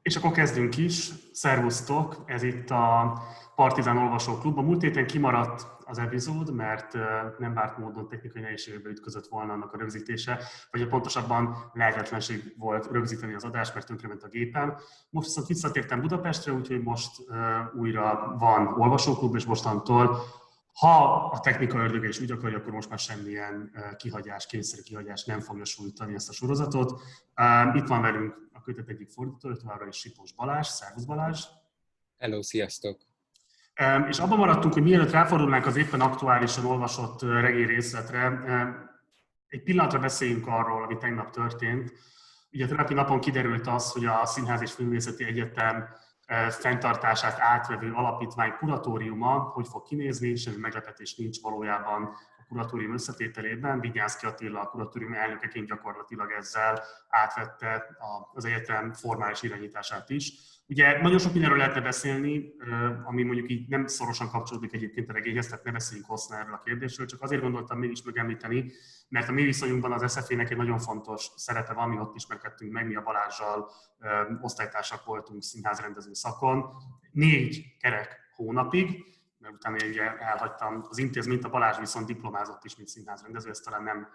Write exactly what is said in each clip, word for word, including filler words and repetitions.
És akkor kezdünk is. Szervusztok! Ez itt a Partizán Olvasó Klub. A múlt héten kimaradt az epizód, mert nem várt módon technikai nehézségekbe ütközött volna annak a rögzítése, vagy pontosabban lehetetlenség volt rögzíteni az adást, mert tönkrement a gépem. Most viszont visszatértem Budapestre, úgyhogy most újra van olvasóklub, és mostantól, ha a technika ördöge is úgy akarja, akkor most már semmilyen kihagyás, kényszerű kihagyás nem fogja sújtani ezt a sorozatot. Itt van velünk a kötet egyik fordítója, továbbra is Sipos Balázs. Szervusz Balázs! Hello, sziasztok! És abban maradtunk, hogy mielőtt ráfordulnánk az éppen aktuálisan olvasott regény részletre, egy pillanatra beszéljünk arról, ami tegnap történt. Ugye a tegnapi napon kiderült az, hogy a Színház és Filmművészeti Egyetem fenntartását átvevő alapítvány kuratóriuma hogy fog kinézni, semmi meglepetés nincs valójában a kuratórium összetételében. Vigyánszky Attila, a kuratórium elnökeként gyakorlatilag ezzel átvette az egyetem formális irányítását is. Ugye nagyon sok mindenről lehetne beszélni, ami mondjuk így nem szorosan kapcsolódik egyébként a regényhez, tehát ne beszéljünk hosszan erről a kérdésről, csak azért gondoltam mégis megemlíteni, mert a mi viszonyunkban az es ef é-nek egy nagyon fontos szerepe van, mi ott ismerkedtünk meg, mi a Balázssal osztálytársak voltunk színházrendező szakon, négy kerek hónapig, mert utána ugye elhagytam az intézményt, a Balázs viszont diplomázott is, mint színházrendező, ezt talán nem,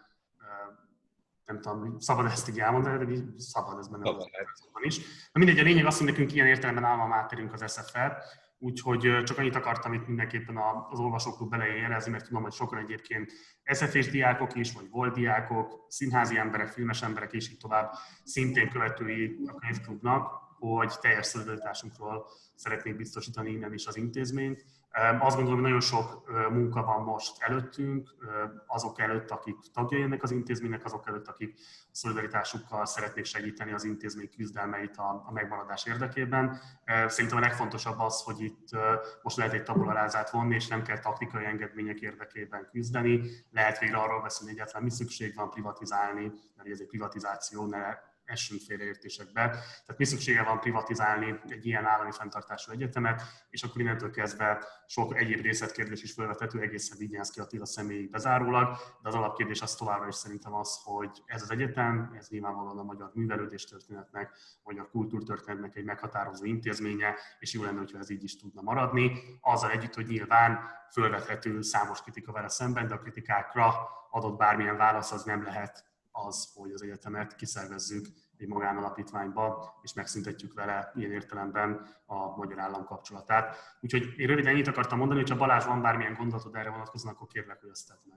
nem tudom, szabad ezt így elmondani, de szabad ez benne van is. Na mindegy, a lényeg az, hogy nekünk ilyen értelemben alma materünk az es ef é, úgyhogy csak annyit akartam itt mindenképpen az olvasóklub elején jelezni, mert tudom, hogy sokan egyébként es ef é-s diákok is, vagy volt diákok, színházi emberek, filmes emberek és így tovább szintén követői a könyvklubnak, hogy teljes szolidaritásunkról szeretnék biztosítani innen is az intézményt. Azt gondolom, hogy nagyon sok munka van most előttünk, azok előtt, akik tagjai ennek az intézménynek, azok előtt, akik szolidaritásukkal szeretnék segíteni az intézmény küzdelmeit a megmaradás érdekében. Szerintem a legfontosabb az, hogy itt most lehet egy tabularázát vonni, és nem kell taktikai engedmények érdekében küzdeni. Lehet végre arról beszélni, hogy egyáltalán mi szükség van privatizálni, mert ez egy privatizáció, ne essünk félreértésekbe. Tehát mi szüksége van privatizálni egy ilyen állami fenntartású egyetemet, és akkor innentől kezdve sok egyéb részletkérdés is felvethető, egészen Vigyánszky Attila személyig bezárólag, de az alapkérdés az továbbra is szerintem az, hogy ez az egyetem, ez nyilvánvalóan a magyar művelődéstörténetnek, vagy a kultúrtörténetnek egy meghatározó intézménye, és jó lenne, hogyha ez így is tudna maradni. Azzal együtt, hogy nyilván felvethető számos kritika vele szemben, de a kritikákra adott bármilyen válasz az nem lehet az, hogy az egyetemet kiszervezzük egy magánalapítványba, és megszüntetjük vele ilyen értelemben a magyar állam kapcsolatát. Úgyhogy én röviden ennyit akartam mondani, hogy ha Balázs van bármilyen gondolatod erre vonatkozóan, akkor kérlek, hogy ezt tedd meg.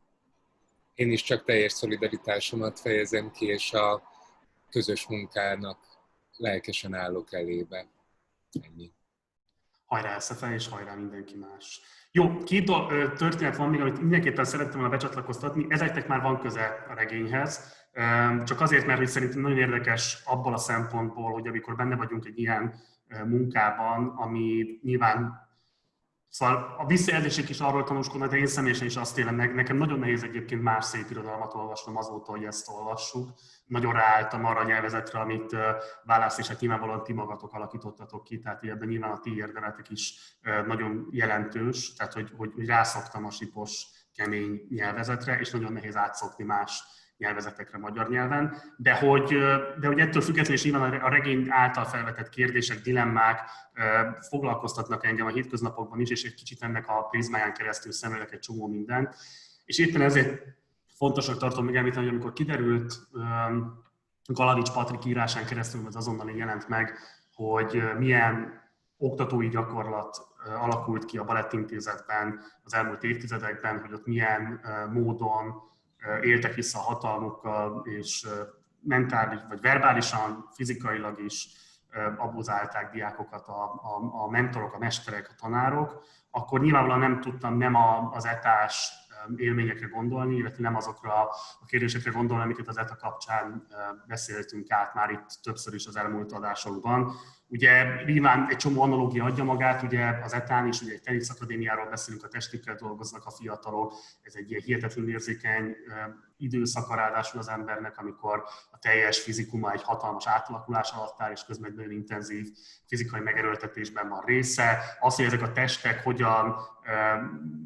Én is csak teljes szolidaritásomat fejezem ki, és a közös munkának lelkesen állok elébe. Ennyi. Hajrá es ef é, és hajrá mindenki más. Jó, két történet van még, amit mindenképpen szerettem volna becsatlakoztatni. Ezeknek már van köze a regényhez, csak azért, mert hogy szerintem nagyon érdekes abból a szempontból, hogy amikor benne vagyunk egy ilyen munkában, ami nyilván, szóval a visszajelzések is arról tanúskodnak, de én személyesen is azt élem meg. Nekem nagyon nehéz egyébként más szép irodalmat olvasnom azóta, hogy ezt olvassuk. Nagyon ráálltam arra a nyelvezetre, amit választ, és hát nyilvánvalóan ti magatok alakítottatok ki, tehát ebben nyilván a ti érdeletek is nagyon jelentős, tehát hogy, hogy, hogy rászoktam a sipos kemény nyelvezetre, és nagyon nehéz átszokni más nyelvezetekre magyar nyelven, de hogy, de hogy ettől függetlenül is nyilván a regény által felvetett kérdések, dilemmák foglalkoztatnak engem a hétköznapokban is, és egy kicsit ennek a prizmáján keresztül szemlélek egy csomó mindent. És éppen ezért fontosnak tartom megemlíteni, hogy amikor kiderült Galadics Patrik írásán keresztül, az azonnal jelent meg, hogy milyen oktatói gyakorlat alakult ki a Balettintézetben az elmúlt évtizedekben, hogy ott milyen módon éltek vissza a hatalmukkal, és mentális, vagy verbálisan, fizikailag is abuzálták diákokat a, a, a mentorok, a mesterek, a tanárok, akkor nyilvánvalóan nem tudtam nem az etás élményekre gondolni, illetve nem azokra a kérdésekre gondolni, amiket az e té á kapcsán beszéltünk át már itt többször is az elmúlt adásokban. Ugye nyilván egy csomó analógia adja magát, ugye az e té á-n is, ugye egy teniszakadémiáról beszélünk, a testükkel dolgoznak a fiatalok, ez egy ilyen hihetetlenül érzékeny időszaka ráadásul az embernek, amikor a teljes fizikuma egy hatalmas átalakulás alatt áll, és közben egy nagyon intenzív fizikai megerőltetésben van része. Az, hogy ezek a testek hogyan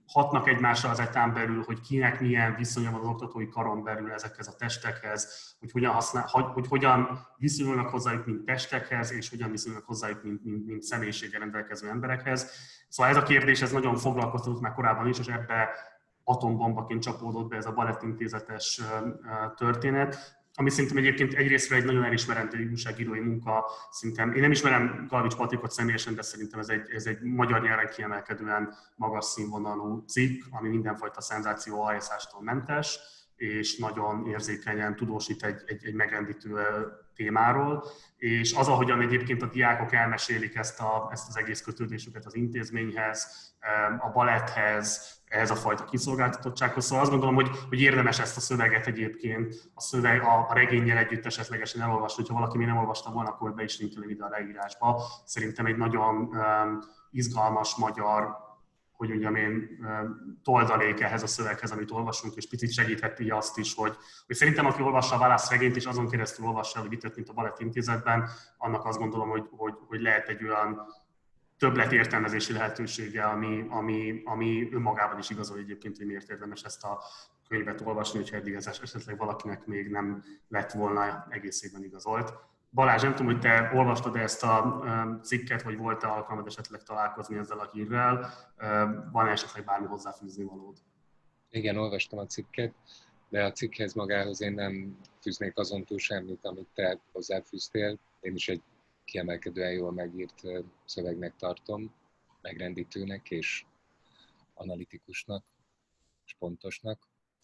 hatnak egymásra az etán belül, hogy kinek milyen viszonya van az oktatói karon belül ezekhez a testekhez, hogy hogyan, használ, hogy hogyan viszonyulnak hozzájuk, mint testekhez, és hogyan viszonyulnak hozzájuk, mint, mint, mint személyiséggel rendelkező emberekhez. Szóval ez a kérdés ez nagyon foglalkoztatott már korábban is, és ebbe atombombaként csapódott be ez a balettintézetes történet, ami szerintem egyébként egyrésztről egy nagyon elismerendő újságírói munka. Szerintem, én nem ismerem Galvics Patrikot személyesen, de szerintem ez egy, ez egy magyar nyelven kiemelkedően magas színvonalú cikk, ami mindenfajta szenzáció hajszástól mentes, és nagyon érzékenyen tudósít egy, egy, egy megrendítő témáról. És az, ahogyan egyébként a diákok elmesélik ezt, a, ezt az egész kötődésüket az intézményhez, a baletthez, ehhez a fajta kiszolgáltatottsághoz. Szóval azt gondolom, hogy, hogy érdemes ezt a szöveget egyébként, a, szöveg, a, a regénnyel együtt esetlegesen elolvasni. Ha valaki még nem olvasta volna, akkor be is linkelem ide a leírásba. Szerintem egy nagyon um, izgalmas magyar, hogy mondjam én, toldalék ehhez a szöveghez, amit olvasunk, és picit segítheti azt is, hogy, hogy szerintem aki olvassa a Válasz regényt, és azon keresztül olvassa, hogy mit történt a Balett Intézetben, annak azt gondolom, hogy, hogy, hogy lehet egy olyan többlet értelmezési lehetősége, ami, ami, ami önmagában is igazol egyébként, hogy miért érdemes ezt a könyvet olvasni, hogyha eddig ez esetleg valakinek még nem lett volna egészében igazolt. Balázs, nem tudom, hogy te olvastad ezt a cikket, vagy volt-e alkalmad esetleg találkozni ezzel a hírrel, van-e esetleg bármi hozzáfűzni valód? Igen, olvastam a cikket, de a cikkhez magához én nem fűznék azon túl semmit, amit te hozzáfűztél. Én is egy kiemelkedően jól megírt szövegnek tartom, megrendítőnek és analitikusnak, és pontosnak.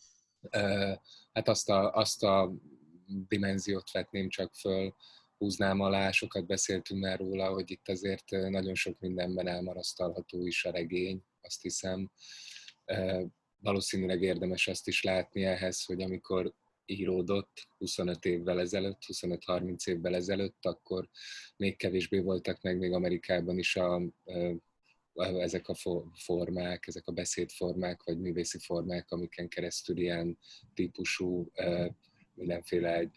Hát azt a, azt a dimenziót vetném csak föl, húznám alá, sokat beszéltünk már róla, hogy itt azért nagyon sok mindenben elmarasztalható is a regény, azt hiszem. Valószínűleg érdemes azt is látni ehhez, hogy amikor íródott huszonöt évvel ezelőtt, huszonöt-harminc évvel ezelőtt, akkor még kevésbé voltak meg még Amerikában is a, a, ezek a formák, ezek a beszédformák, vagy művészi formák, amiken keresztül ilyen típusú mindenféle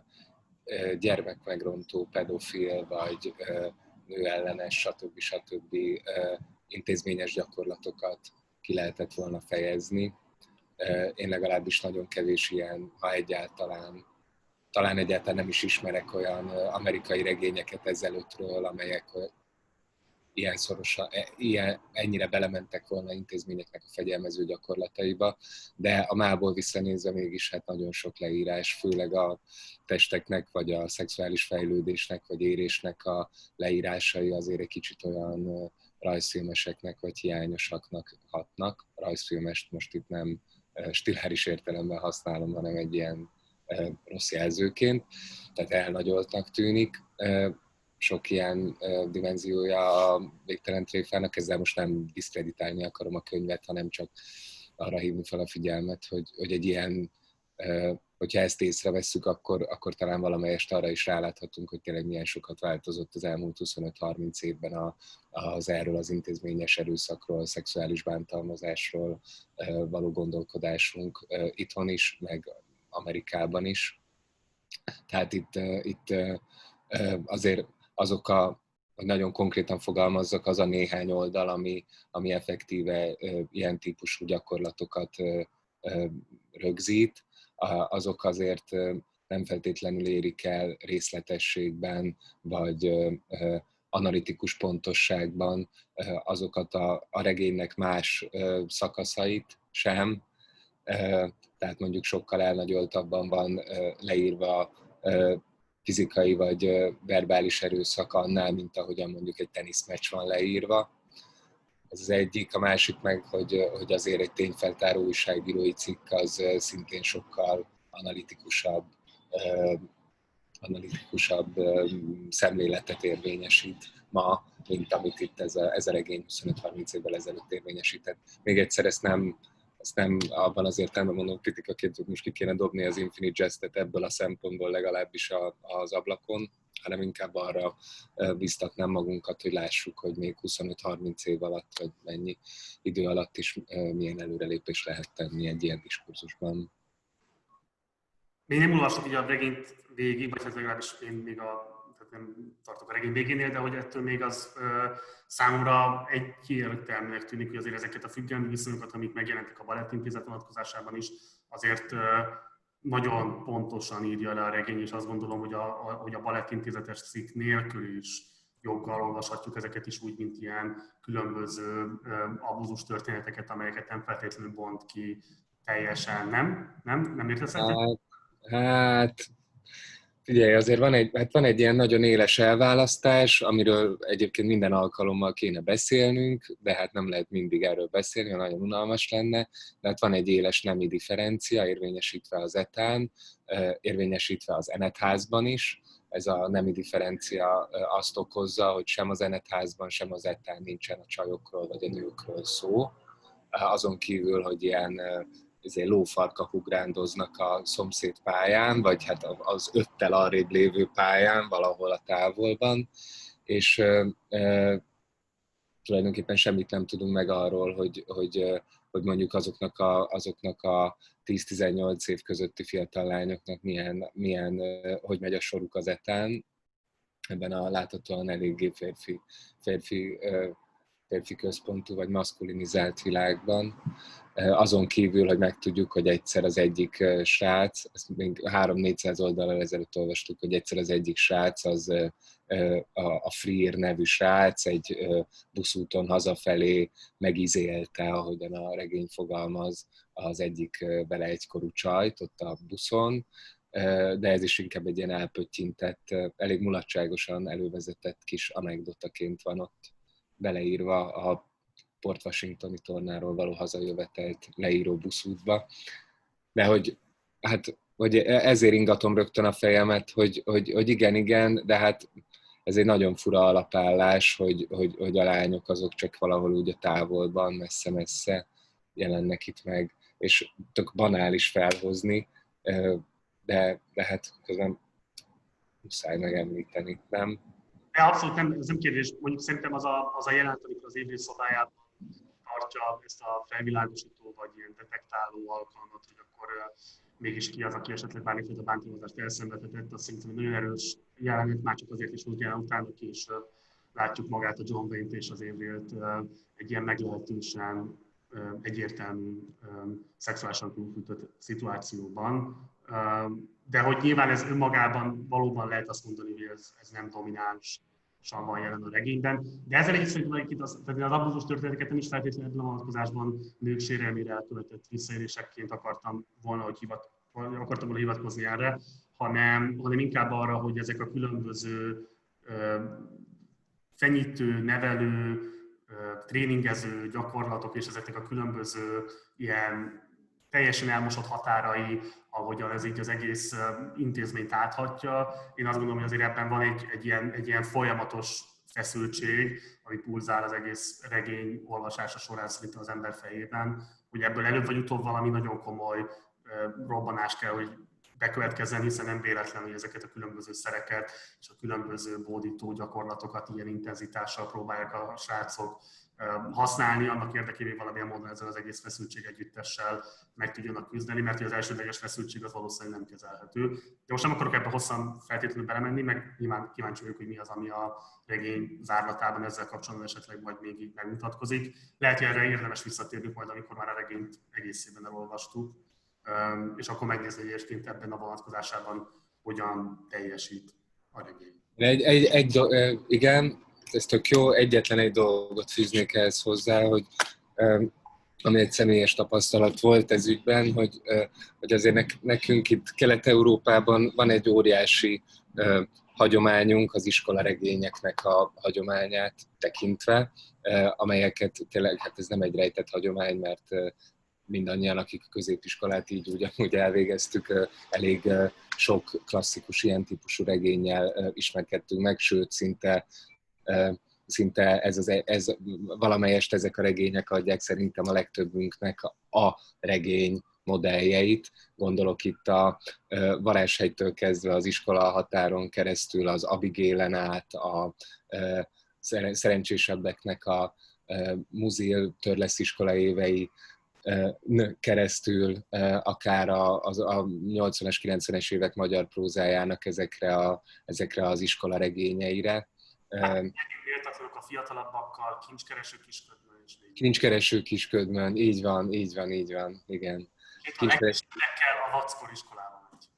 gyermekmegrontó, pedofil, vagy nőellenes, stb. stb. Intézményes gyakorlatokat ki lehetett volna fejezni. Én legalábbis nagyon kevés ilyen, ha egyáltalán, talán egyáltalán nem is ismerek olyan amerikai regényeket ezelőttről, amelyek ilyen szorosan, ilyen, ennyire belementek volna intézményeknek a fegyelmező gyakorlataiba, de a mából visszanézve mégis hát nagyon sok leírás, főleg a testeknek, vagy a szexuális fejlődésnek, vagy érésnek a leírásai azért egy kicsit olyan rajzfilmeseknek, vagy hiányosaknak hatnak. Rajzfilmest most itt nem stiláris értelemben használom, hanem egy ilyen rossz jelzőként, tehát elnagyoltnak tűnik. Sok ilyen dimenziója a Végtelen tréfának, ezzel most nem diszkreditálni akarom a könyvet, hanem csak arra hívni fel a figyelmet, hogy, hogy egy ilyen, hogyha ezt észrevesszük, akkor, akkor talán valamelyest arra is ráláthatunk, hogy tényleg milyen sokat változott az elmúlt huszonöt-harminc évben a, az erről az intézményes erőszakról, szexuális bántalmazásról való gondolkodásunk itthon is, meg Amerikában is. Tehát itt, itt azért azok a, hogy nagyon konkrétan fogalmazzak, az a néhány oldal, ami, ami effektíve ilyen típusú gyakorlatokat rögzít, azok azért nem feltétlenül érik el részletességben, vagy analitikus pontosságban azokat a, a regénynek más szakaszait sem. Tehát mondjuk sokkal elnagyoltabban van leírva fizikai vagy verbális erőszak annál, mint ahogyan mondjuk egy teniszmeccs van leírva. Ez az egyik, a másik meg, hogy, hogy azért egy tényfeltáró újságírói cikk az szintén sokkal analitikusabb, analitikusabb szemléletet érvényesít ma, mint amit itt ez a, ez a regény huszonöt-harminc évvel ezelőtt érvényesített. Még egyszer ezt nem, ezt nem abban az értelemben mondom kritikaként, hogy most ki kéne dobni az Infinite Jest-et ebből a szempontból legalábbis a, az ablakon, hanem inkább arra biztatnám magunkat, hogy lássuk, hogy még huszonöt-harminc év alatt, vagy mennyi idő alatt is milyen előrelépés lehet tenni egy ilyen diskurzusban. Még nem olvastuk így a regényt végig, vagy hát legalábbis én még a, tehát nem tartok a regény végénél, de hogy ettől még az számomra egyértelműnek tűnik, hogy azért ezeket a függelmi viszonyokat, amik megjelentek a Balett Intézet vonatkozásában is, azért nagyon pontosan írja le a regény, és azt gondolom, hogy a, a, hogy a Balett Intézetes cikk nélkül is joggal olvashatjuk ezeket is úgy, mint ilyen különböző abúzus történeteket, amelyeket nem feltétlenül bont ki teljesen. Nem? Nem? Nem értesz egyet? Hát, hát figyelj, azért van egy, hát van egy ilyen nagyon éles elválasztás, amiről egyébként minden alkalommal kéne beszélnünk, de hát nem lehet mindig erről beszélni, ha nagyon unalmas lenne. De hát van egy éles nemi differencia, érvényesítve az etán, érvényesítve az Enetházban is. Ez a nemi differencia azt okozza, hogy sem az Enetházban, sem az etán nincsen a csajokról vagy a nőkről szó. Azon kívül, hogy ilyen ezért lófarkak ugrándoznak a szomszéd pályán, vagy hát az öttel arrébb lévő pályán, valahol a távolban, és e, e, tulajdonképpen semmit nem tudunk meg arról, hogy, hogy, hogy mondjuk azoknak a, azoknak a tíz-tizennyolc év közötti fiatal lányoknak milyen, milyen, hogy megy a soruk az etán, ebben a láthatóan eléggé férfi, férfi férfi központú vagy maszkulinizált világban. Azon kívül, hogy megtudjuk, hogy egyszer az egyik srác, ezt még három-négyszáz oldalal ezelőtt olvastuk, hogy egyszer az egyik srác, az a Freer nevű srác egy buszúton hazafelé megizélte, ahogyan a regény fogalmaz, az egyik vele egykorú csajt ott a buszon, de ez is inkább egy ilyen elpöttyintett, elég mulatságosan elővezetett kis anekdotaként van ott beleírva a Port Washingtoni tornáról való hazajövetelt leíró buszútba. De hogy, hát, hogy ezért ingatom rögtön a fejemet, hogy, hogy, hogy igen, igen, de hát ez egy nagyon fura alapállás, hogy, hogy, hogy a lányok azok csak valahol úgy a távolban, messze-messze jelennek itt meg, és tök banális felhozni, de, de hát közben muszáj megemlíteni, nem? De abszolút nem, ez nem kérdés. Mondjuk szerintem az a, az a jelent, amikor az Évrész szobájában tartja ezt a felvilágosító vagy ilyen detektáló alkalmat, hogy akkor uh, mégis ki az, aki esetleg bármiféle bántalmazást elszenvedhetett, azt szerintem egy nagyon erős jelenet, már csak azért is, hogy utána, utána később látjuk magát a John Wayne-t és az Évrélt uh, egy ilyen meglehetősen uh, egyértelmű um, szexuálisan túlfűtött szituációban. Uh, de hogy nyilván ez önmagában valóban lehet azt mondani, hogy ez, ez nem domináns van jelen a regényben. De ezzel együtt szerintem az, az abúzus történeteket nem is feltétlenül ebben a vonatkozásban nők sérelmére elkövetett visszaélésekként akartam volna, hogy hivat, akartam volna hivatkozni erre, hanem, hanem inkább arra, hogy ezek a különböző uh, fenyítő, nevelő, uh, tréningező gyakorlatok és ezeknek a különböző ilyen teljesen elmosott határai, ahogyan ez így az egész intézményt áthatja. Én azt gondolom, hogy azért ebben van egy, egy, ilyen, egy ilyen folyamatos feszültség, ami pulzál az egész regény olvasása során szerintem az ember fejében, hogy ebből előbb vagy utóbb valami nagyon komoly robbanás kell, hogy bekövetkezzen, hiszen nem véletlen, hogy ezeket a különböző szereket és a különböző bódító gyakorlatokat ilyen intenzitással próbálják a srácok használni, annak érdekében, hogy valamilyen módon ezzel az egész feszültség együttessel meg tudjanak küzdeni, mert az elsődleges feszültség az valószínűleg nem kezelhető. De most nem akarok ebbe hosszan feltétlenül belemenni, meg nyilván kíváncsi vagyok, hogy mi az, ami a regény zárlatában ezzel kapcsolatban esetleg majd még így megmutatkozik. Lehet, hogy erre érdemes visszatérni majd, amikor már a regényt egészében elolvastuk, és akkor megnézni, hogy egyébként ebben a vonatkozásában hogyan teljesít a regény. Egy, egy, egy, igen, ez tök jó. Egyetlen egy dolgot fűznék ehhez hozzá, hogy ami egy személyes tapasztalat volt ez ügyben, hogy, hogy azért nekünk itt Kelet-Európában van egy óriási hagyományunk, az iskolaregényeknek a hagyományát tekintve, amelyeket tényleg, hát ez nem egy rejtett hagyomány, mert mindannyian, akik a középiskolát így úgy amúgy elvégeztük, elég sok klasszikus ilyen típusú regénnyel ismerkedtünk meg, sőt, szinte, szinte ez, az, ez valamelyest ezek a regények adják szerintem a legtöbbünknek a regény modelljeit. Gondolok itt a Varázshegytől kezdve az iskola határon keresztül az Abigail-en át, a szerencsésebbeknek a Muzil törlesz iskola évei, keresztül, akár a, a nyolcvanas, kilencvenes évek magyar prózájának ezekre, a, ezekre az iskola regényeire. Méltatlanok a fiatalabbakkal, kincskereső kisködmön is. Kincskereső kisködmön, így van, így van, így van, igen. Kincskereső... a Vackor iskolában megy.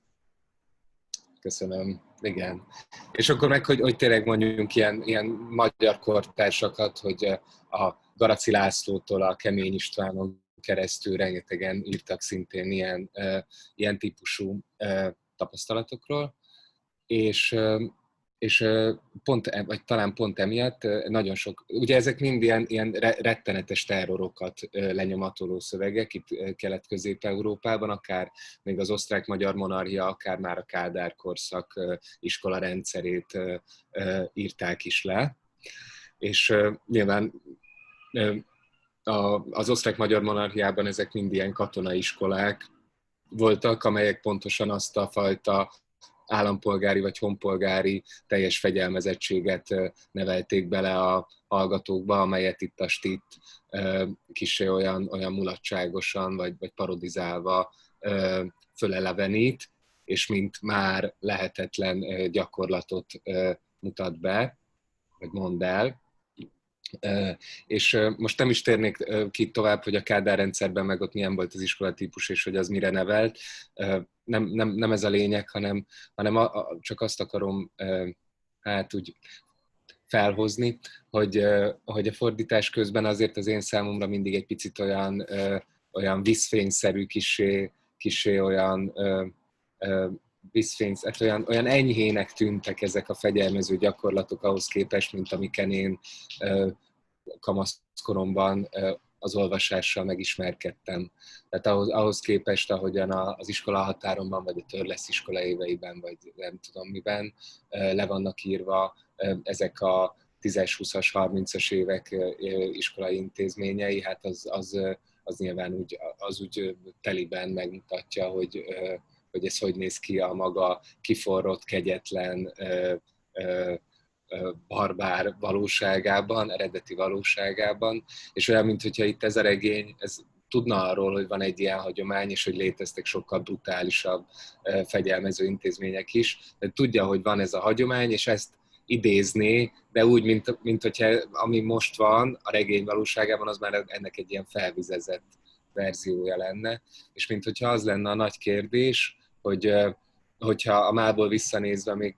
Köszönöm, igen. És akkor meg, hogy, hogy tényleg mondjunk ilyen, ilyen magyar kortársakat, hogy a Garaci Lászlótól a Kemény Istvánon keresztül rengetegen írtak szintén ilyen, uh, ilyen típusú uh, tapasztalatokról, és, uh, és uh, pont, vagy talán pont emiatt uh, nagyon sok, ugye ezek mind ilyen, ilyen rettenetes terrorokat uh, lenyomatoló szövegek itt uh, Kelet-Közép-Európában, akár még az osztrák-magyar monarchia, akár már a Kádár korszak uh, iskola rendszerét uh, uh, írták is le, és uh, nyilván uh, az osztrák-magyar monarchiában ezek mind ilyen katonai iskolák voltak, amelyek pontosan azt a fajta állampolgári vagy honpolgári teljes fegyelmezettséget nevelték bele a hallgatókba, amelyet itt a Stitt kissé olyan, olyan mulatságosan vagy, vagy parodizálva fölelevenít, és mint már lehetetlen gyakorlatot mutat be, vagy mond el. Uh, és uh, most nem is térnék uh, ki tovább, hogy a Kádár rendszerben meg ott milyen volt az iskolatípus, és hogy az mire nevelt. Uh, nem, nem, nem ez a lényeg, hanem, hanem a, a, csak azt akarom uh, hát úgy felhozni, hogy, uh, hogy a fordítás közben azért az én számomra mindig egy picit olyan, uh, olyan vízfényszerű, kisé, kisé olyan uh, uh, vízfény, hát olyan, olyan enyhének tűntek ezek a fegyelmező gyakorlatok ahhoz képest, mint amiken én uh, kamaszkoromban uh, az olvasással megismerkedtem. Tehát ahhoz, ahhoz képest, ahogyan az iskola határomban, vagy a Törlesz iskola éveiben, vagy nem tudom miben uh, le vannak írva uh, ezek a tízes, húszas, harmincas évek uh, iskolai intézményei, hát az, az, az nyilván úgy, az úgy teliben megmutatja, hogy uh, hogy ez hogy néz ki a maga kiforrott, kegyetlen, ö, ö, ö, barbár valóságában, eredeti valóságában, és olyan, mintha itt ez a regény, ez tudna arról, hogy van egy ilyen hagyomány, és hogy léteztek sokkal brutálisabb ö, fegyelmező intézmények is, de tudja, hogy van ez a hagyomány, és ezt idézné, de úgy, mint, mint hogyha ami most van a regény valóságában, az már ennek egy ilyen felvizezett verziója lenne, és mint hogyha az lenne a nagy kérdés, hogy hogyha a mából visszanézve még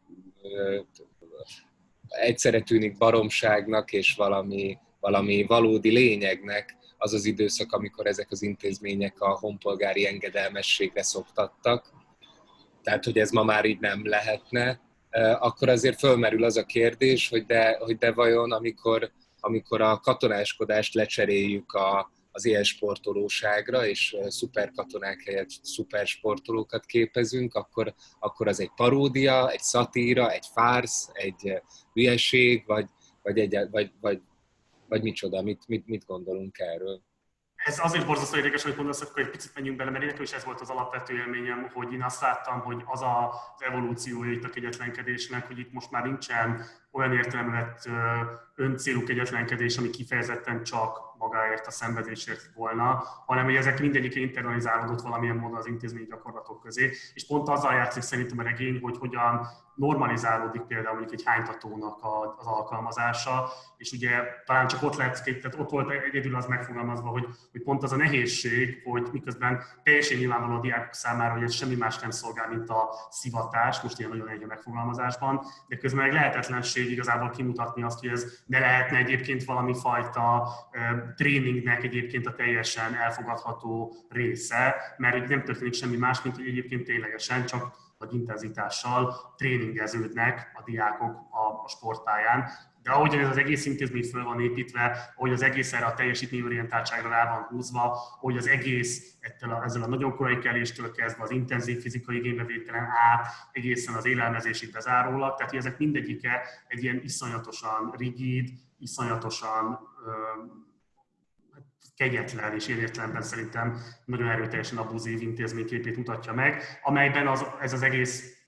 egyszerre tűnik baromságnak és valami, valami valódi lényegnek az az időszak, amikor ezek az intézmények a honpolgári engedelmességre szoktattak, tehát hogy ez ma már így nem lehetne, akkor azért fölmerül az a kérdés, hogy de, hogy de vajon amikor, amikor a katonáskodást lecseréljük a az élsportolóságra, és szuperkatonák helyett szupersportolókat képezünk, akkor, akkor az egy paródia, egy szatíra, egy fársz, egy hülyeség, vagy, vagy, egy, vagy, vagy, vagy micsoda, mit, mit, mit gondolunk erről? Ez azért borzasztó érdekes, hogy mondasz, akkor egy picit menjünk bele, mert nekem is ez volt az alapvető élményem, hogy én azt láttam, hogy az az evolúciója itt a kegyetlenkedésnek, hogy itt most már nincsen olyan értelemben vett öncélú kegyetlenkedés, ami kifejezetten csak magáért a szenvedésért volna, hanem hogy ezek mindegyik internalizálódott valamilyen módon az intézményi gyakorlatok közé, és pont azzal játszik szerintem a regény, hogy hogyan normalizálódik például mondjuk egy hánytatónak az alkalmazása, és ugye talán csak ott lehet, tehát ott volt egyedül az megfogalmazva, hogy, hogy pont az a nehézség, hogy miközben teljesen nyilvánvaló a diákok számára, hogy ez semmi más nem szolgál, mint a szivatás, most ilyen nagyon egy a megfogalmazásban, de közben meg lehetetlenség igazából kimutatni azt, hogy ez ne lehetne egyébként valami fajta tréningnek egyébként a teljesen elfogadható része, mert itt nem történik semmi más, mint hogy egyébként ténylegesen csak nagy intenzitással tréningeződnek a diákok a, a sportpályán. De ahogyan ez az egész intézmény föl van építve, ahogy az egész erre a teljesítményorientáltságra rá van húzva, ahogy az egész ettől a, ezzel a nagyon korai keléstől kezdve az intenzív fizikai igénybevételen át, egészen az élelmezésig bezárólag, tehát hogy ezek mindegyike egy ilyen iszonyatosan rigid, iszonyatosan ö, kegyetlen és ilyen értelemben szerintem nagyon erőteljesen abuzív intézményképét mutatja meg, amelyben az, ez az egész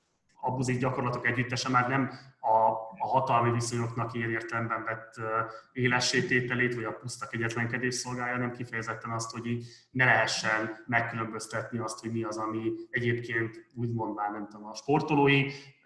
abuzív gyakorlatok együttese már nem a, a hatalmi viszonyoknak ilyen értelemben vett élessétételét, vagy a puszta kegyetlenkedés szolgálja, hanem kifejezetten azt, hogy így ne lehessen megkülönböztetni azt, hogy mi az, ami egyébként úgymond már nem tudom, a sportolói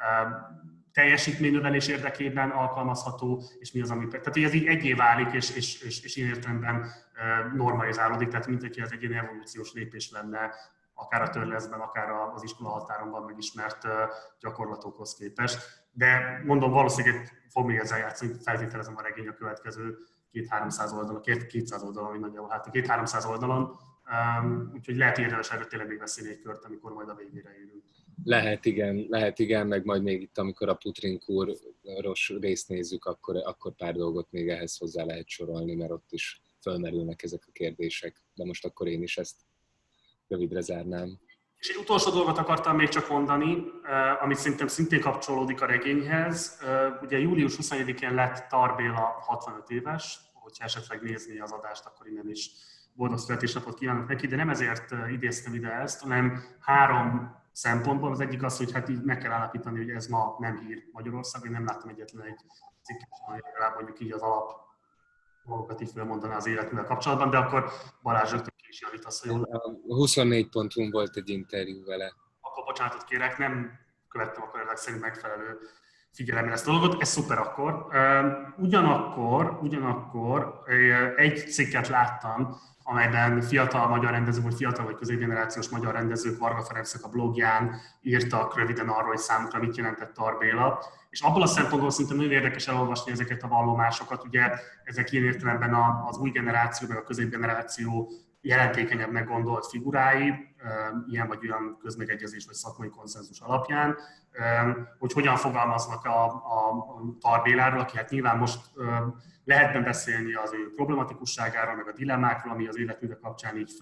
teljesítménynövelés érdekében alkalmazható, és mi az, ami... Tehát, hogy ez így egyé válik, és, és, és, és ilyen értelemben normalizálódik, tehát mint hogyha ez egy ilyen evolúciós lépés lenne, akár a törleszben, akár az iskola határomban megismert gyakorlatokhoz képest. De mondom, valószínűleg fog még ezzel játszani, feltételezem a regény a következő két-háromszáz oldalon, kétszáz oldalon, vagy nagyjából, hát két-háromszáz oldalon. Úgyhogy lehet érdemes erről tényleg még beszélni egy kört, amikor majd a végére érünk. Lehet igen, lehet igen, meg majd még itt, amikor a Putrinkúros részt nézzük, akkor, akkor pár dolgot még ehhez hozzá lehet sorolni, mert ott is felmerülnek ezek a kérdések. De most akkor én is ezt rövidre zárnám. És egy utolsó dolgot akartam még csak mondani, amit szerintem szintén kapcsolódik a regényhez. Ugye július huszonegyedikén lett Tar Béla hatvanöt éves, hogyha esetleg nézni az adást, akkor innen is boldog születésnapot kívánok neki, de nem ezért idéztem ide ezt, hanem három szempontból. Az egyik az, hogy hát így meg kell állapítani, hogy ez ma nem hír Magyarországon. Én nem láttam egyetlen egy cikket, ami legalább mondjuk így az alap dolgokat így felmondaná az életművel kapcsolatban, de akkor Balázs rögtön ki is javítasz, hogy jól. A huszonnégy pont hu volt egy interjú vele. Akkor bocsánatot kérek, nem követtem akkor ezek szerint megfelelő figyelemmel ezt a dolgot, ez szuper akkor. Ugyanakkor, ugyanakkor egy cikket láttam, amelyben fiatal magyar rendezők, vagy fiatal vagy középgenerációs magyar rendezők, Varga Ferencek a blogján írtak röviden arról, hogy számukra mit jelentett Tar Béla. És abból a szempontból szerintem nagyon érdekes elolvasni ezeket a vallomásokat. Ugye ezek ilyen értelemben az új generáció, meg a középgeneráció jelentékenyebbnek gondolt figurái, ilyen vagy olyan közmegegyezés vagy szakmai konszenzus alapján, hogy hogyan fogalmaznak a, a, a Tar Béláról, aki hát nyilván most lehetne beszélni az ő problematikusságáról, meg a dilemmákról, ami az életműve kapcsán így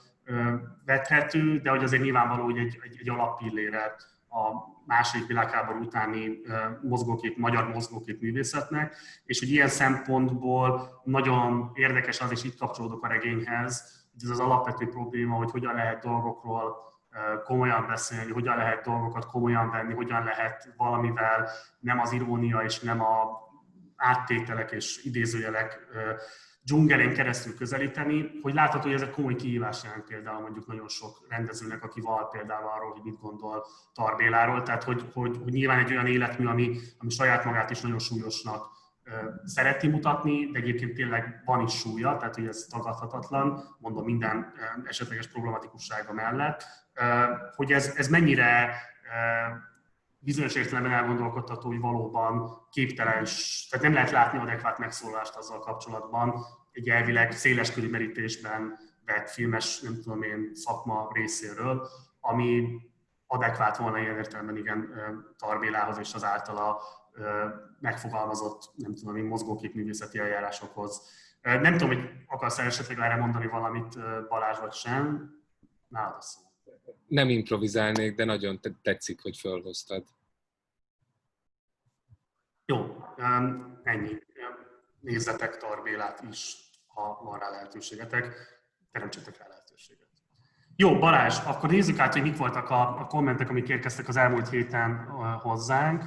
fölvethető, de hogy azért nyilvánvaló, hogy egy, egy, egy alappillére a második világháború utáni mozgókép, magyar mozgókép művészetnek, és hogy ilyen szempontból nagyon érdekes az, és itt kapcsolódok a regényhez, hogy ez az alapvető probléma, hogy hogyan lehet dolgokról komolyan beszélni, hogyan lehet dolgokat komolyan venni, hogyan lehet valamivel nem az irónia és nem a áttételek és idézőjelek dzsungelén keresztül közelíteni, hogy látható, hogy ez egy komoly kihívás jelent például mondjuk nagyon sok rendezőnek, aki val például arról, hogy mit gondol Tar Béláról, tehát hogy, hogy, hogy nyilván egy olyan életmű, ami, ami saját magát is nagyon súlyosnak szereti mutatni, de egyébként tényleg van is súlya, tehát hogy ez tagadhatatlan, mondom minden esetleges problematikussága mellett, hogy ez, ez mennyire bizonyos értelemben elgondolkodtató, hogy valóban képtelen, tehát nem lehet látni adekvát megszólalást azzal kapcsolatban, egy elvileg széleskörű merítésben vett filmes, nem tudom én, szakma részéről, ami adekvát volna ilyen értelemben igen Tar Bélához és az általa megfogalmazott, nem tudom én, mozgóképművészeti eljárásokhoz. Nem tudom, hogy akarsz esetleg erre mondani valamit, Balázs, vagy sem? Nálad a szó. Nem improvizálnék, de nagyon tetszik, hogy felhoztad. Jó, ennyi. Nézzetek Tar Bélát is, ha van rá lehetőségetek. Teremtsetek rá lehetőséget. Jó, Balázs, akkor nézzük át, hogy mik voltak a, a kommentek, amik érkeztek az elmúlt héten hozzánk.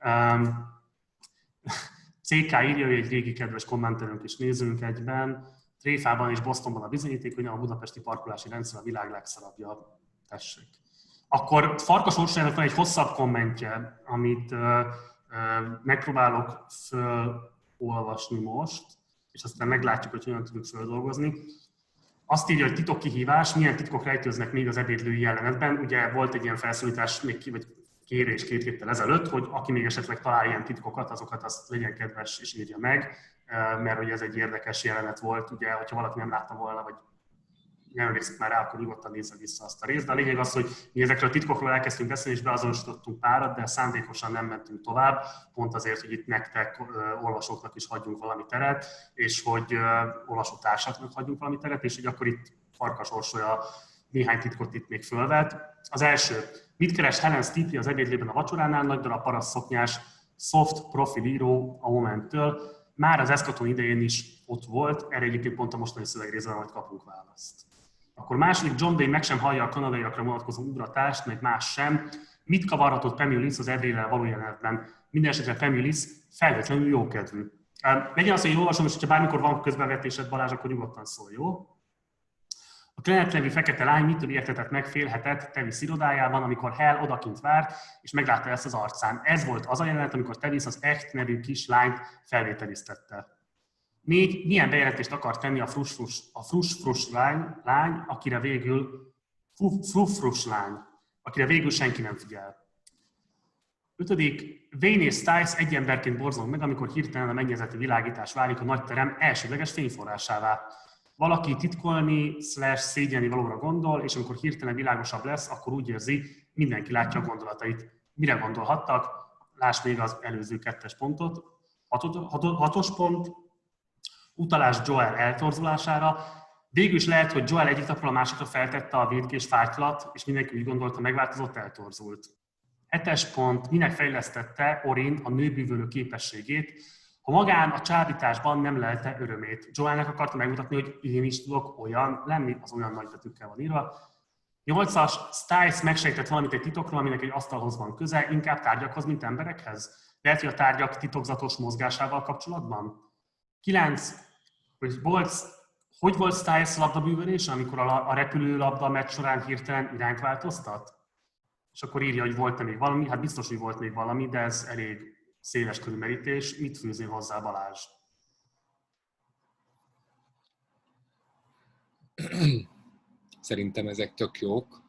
cé ká írja, hogy egy régi kedves kommentelőnk is nézünk egyben. Tréfában és Bostonban a bizonyíték, hogy a budapesti parkolási rendszer a világ legszarabbja. Tessék. Akkor Farkas Orsolyának van egy hosszabb kommentje, amit uh, uh, megpróbálok fölolvasni most, és aztán meglátjuk, hogy hogyan tudjuk földolgozni. Azt írja, hogy titokkihívás, milyen titkok rejtőznek még az ebédlői jelenetben. Ugye volt egy ilyen felszólítás, még ki, vagy kérés két héttel ezelőtt, hogy aki még esetleg talál ilyen titkokat, azokat azt legyen kedves és írja meg, mert hogy ez egy érdekes jelenet volt, ugye, hogyha valaki nem látta volna, vagy nem emlékszik már rá, akkor nyugodtan nézze vissza azt a részt. De a lényeg az, hogy mi ezekről a titkokról elkezdtünk beszélni, és beazonosítottunk párat, de szándékosan nem mentünk tovább, pont azért, hogy itt nektek, olvasóknak is hagyjunk valami teret, és hogy olvasótársaknak hagyjunk valami teret, és hogy akkor itt Farkas Orsolya néhány titkot itt még fölvet. Az első, mit keres Helen Stipley az ebédlőben a vacsoránál, nagy darab paraszt szoknyás, soft profilíró a Momenttől. Már az Eschaton idején is ott volt, erre egyébként pont a mostani szövegrészben majd kapunk választ. Akkor második, John Dane meg sem hallja a kanadaiakra vonatkozó ugratást, meg más sem. Mit kavarhatott Pemulis az Edrillel való jelenetben? Mindenesetre Pemulis feltétlenül jókedvű. Legyen az, hogy én olvasom, és hogyha bármikor van közbevetésed, Balázs, akkor nyugodtan szól, jó? A Clannad nevű fekete lány mitől értetett meg, félhetett Tevis irodájában, amikor Hel odakint várt, és meglátta ezt az arcán. Ez volt az a jelenet, amikor Tevis az Echt nevű kislányt felvételiztette. Négy, milyen bejelentést akart tenni a frus-frus, a frus-frus lány, lány, akire végül frus-frus lány, akire végül senki nem figyel. Ötödik, Wayne és Stiles egy emberként borzong meg, amikor hirtelen a mennyezeti világítás válik a nagy terem elsődleges fényforrásává. Valaki titkolni, slash szégyelni valóra gondol, és amikor hirtelen világosabb lesz, akkor úgy érzi, mindenki látja a gondolatait. Mire gondolhattak? Lásd még az előző kettes pontot. Hatod, hatod, hatos pont, utalás Joel eltorzulására. Végül is lehet, hogy Joel egyik napról a másikra feltette a vétkés fátylat, és mindenki úgy gondolta, megváltozott, eltorzult. Hetes pont, minek fejlesztette Orin a nőbűvölő képességét, ha magán a csábításban nem lelte örömét. Joelnek akarta megmutatni, hogy én is tudok olyan lenni, az olyan nagybetűkkel van írva. Nyolcas, Stiles megsejtett valamit egy titokról, aminek egy asztalhoz van köze, inkább tárgyakhoz, mint emberekhez. Lehet, hogy a tárgyak titokzatos mozgásával kapcsolatban. Kilenc, hogy volt, hogy volt Stiles labdabűvölése, amikor a, a repülőlabda a meccs során hirtelen irányt változtat? És akkor írja, hogy volt-e még valami, hát biztos, hogy volt még valami, de ez elég széles körű merítés. Mit fűznél hozzá, Balázs? Szerintem ezek tök jók.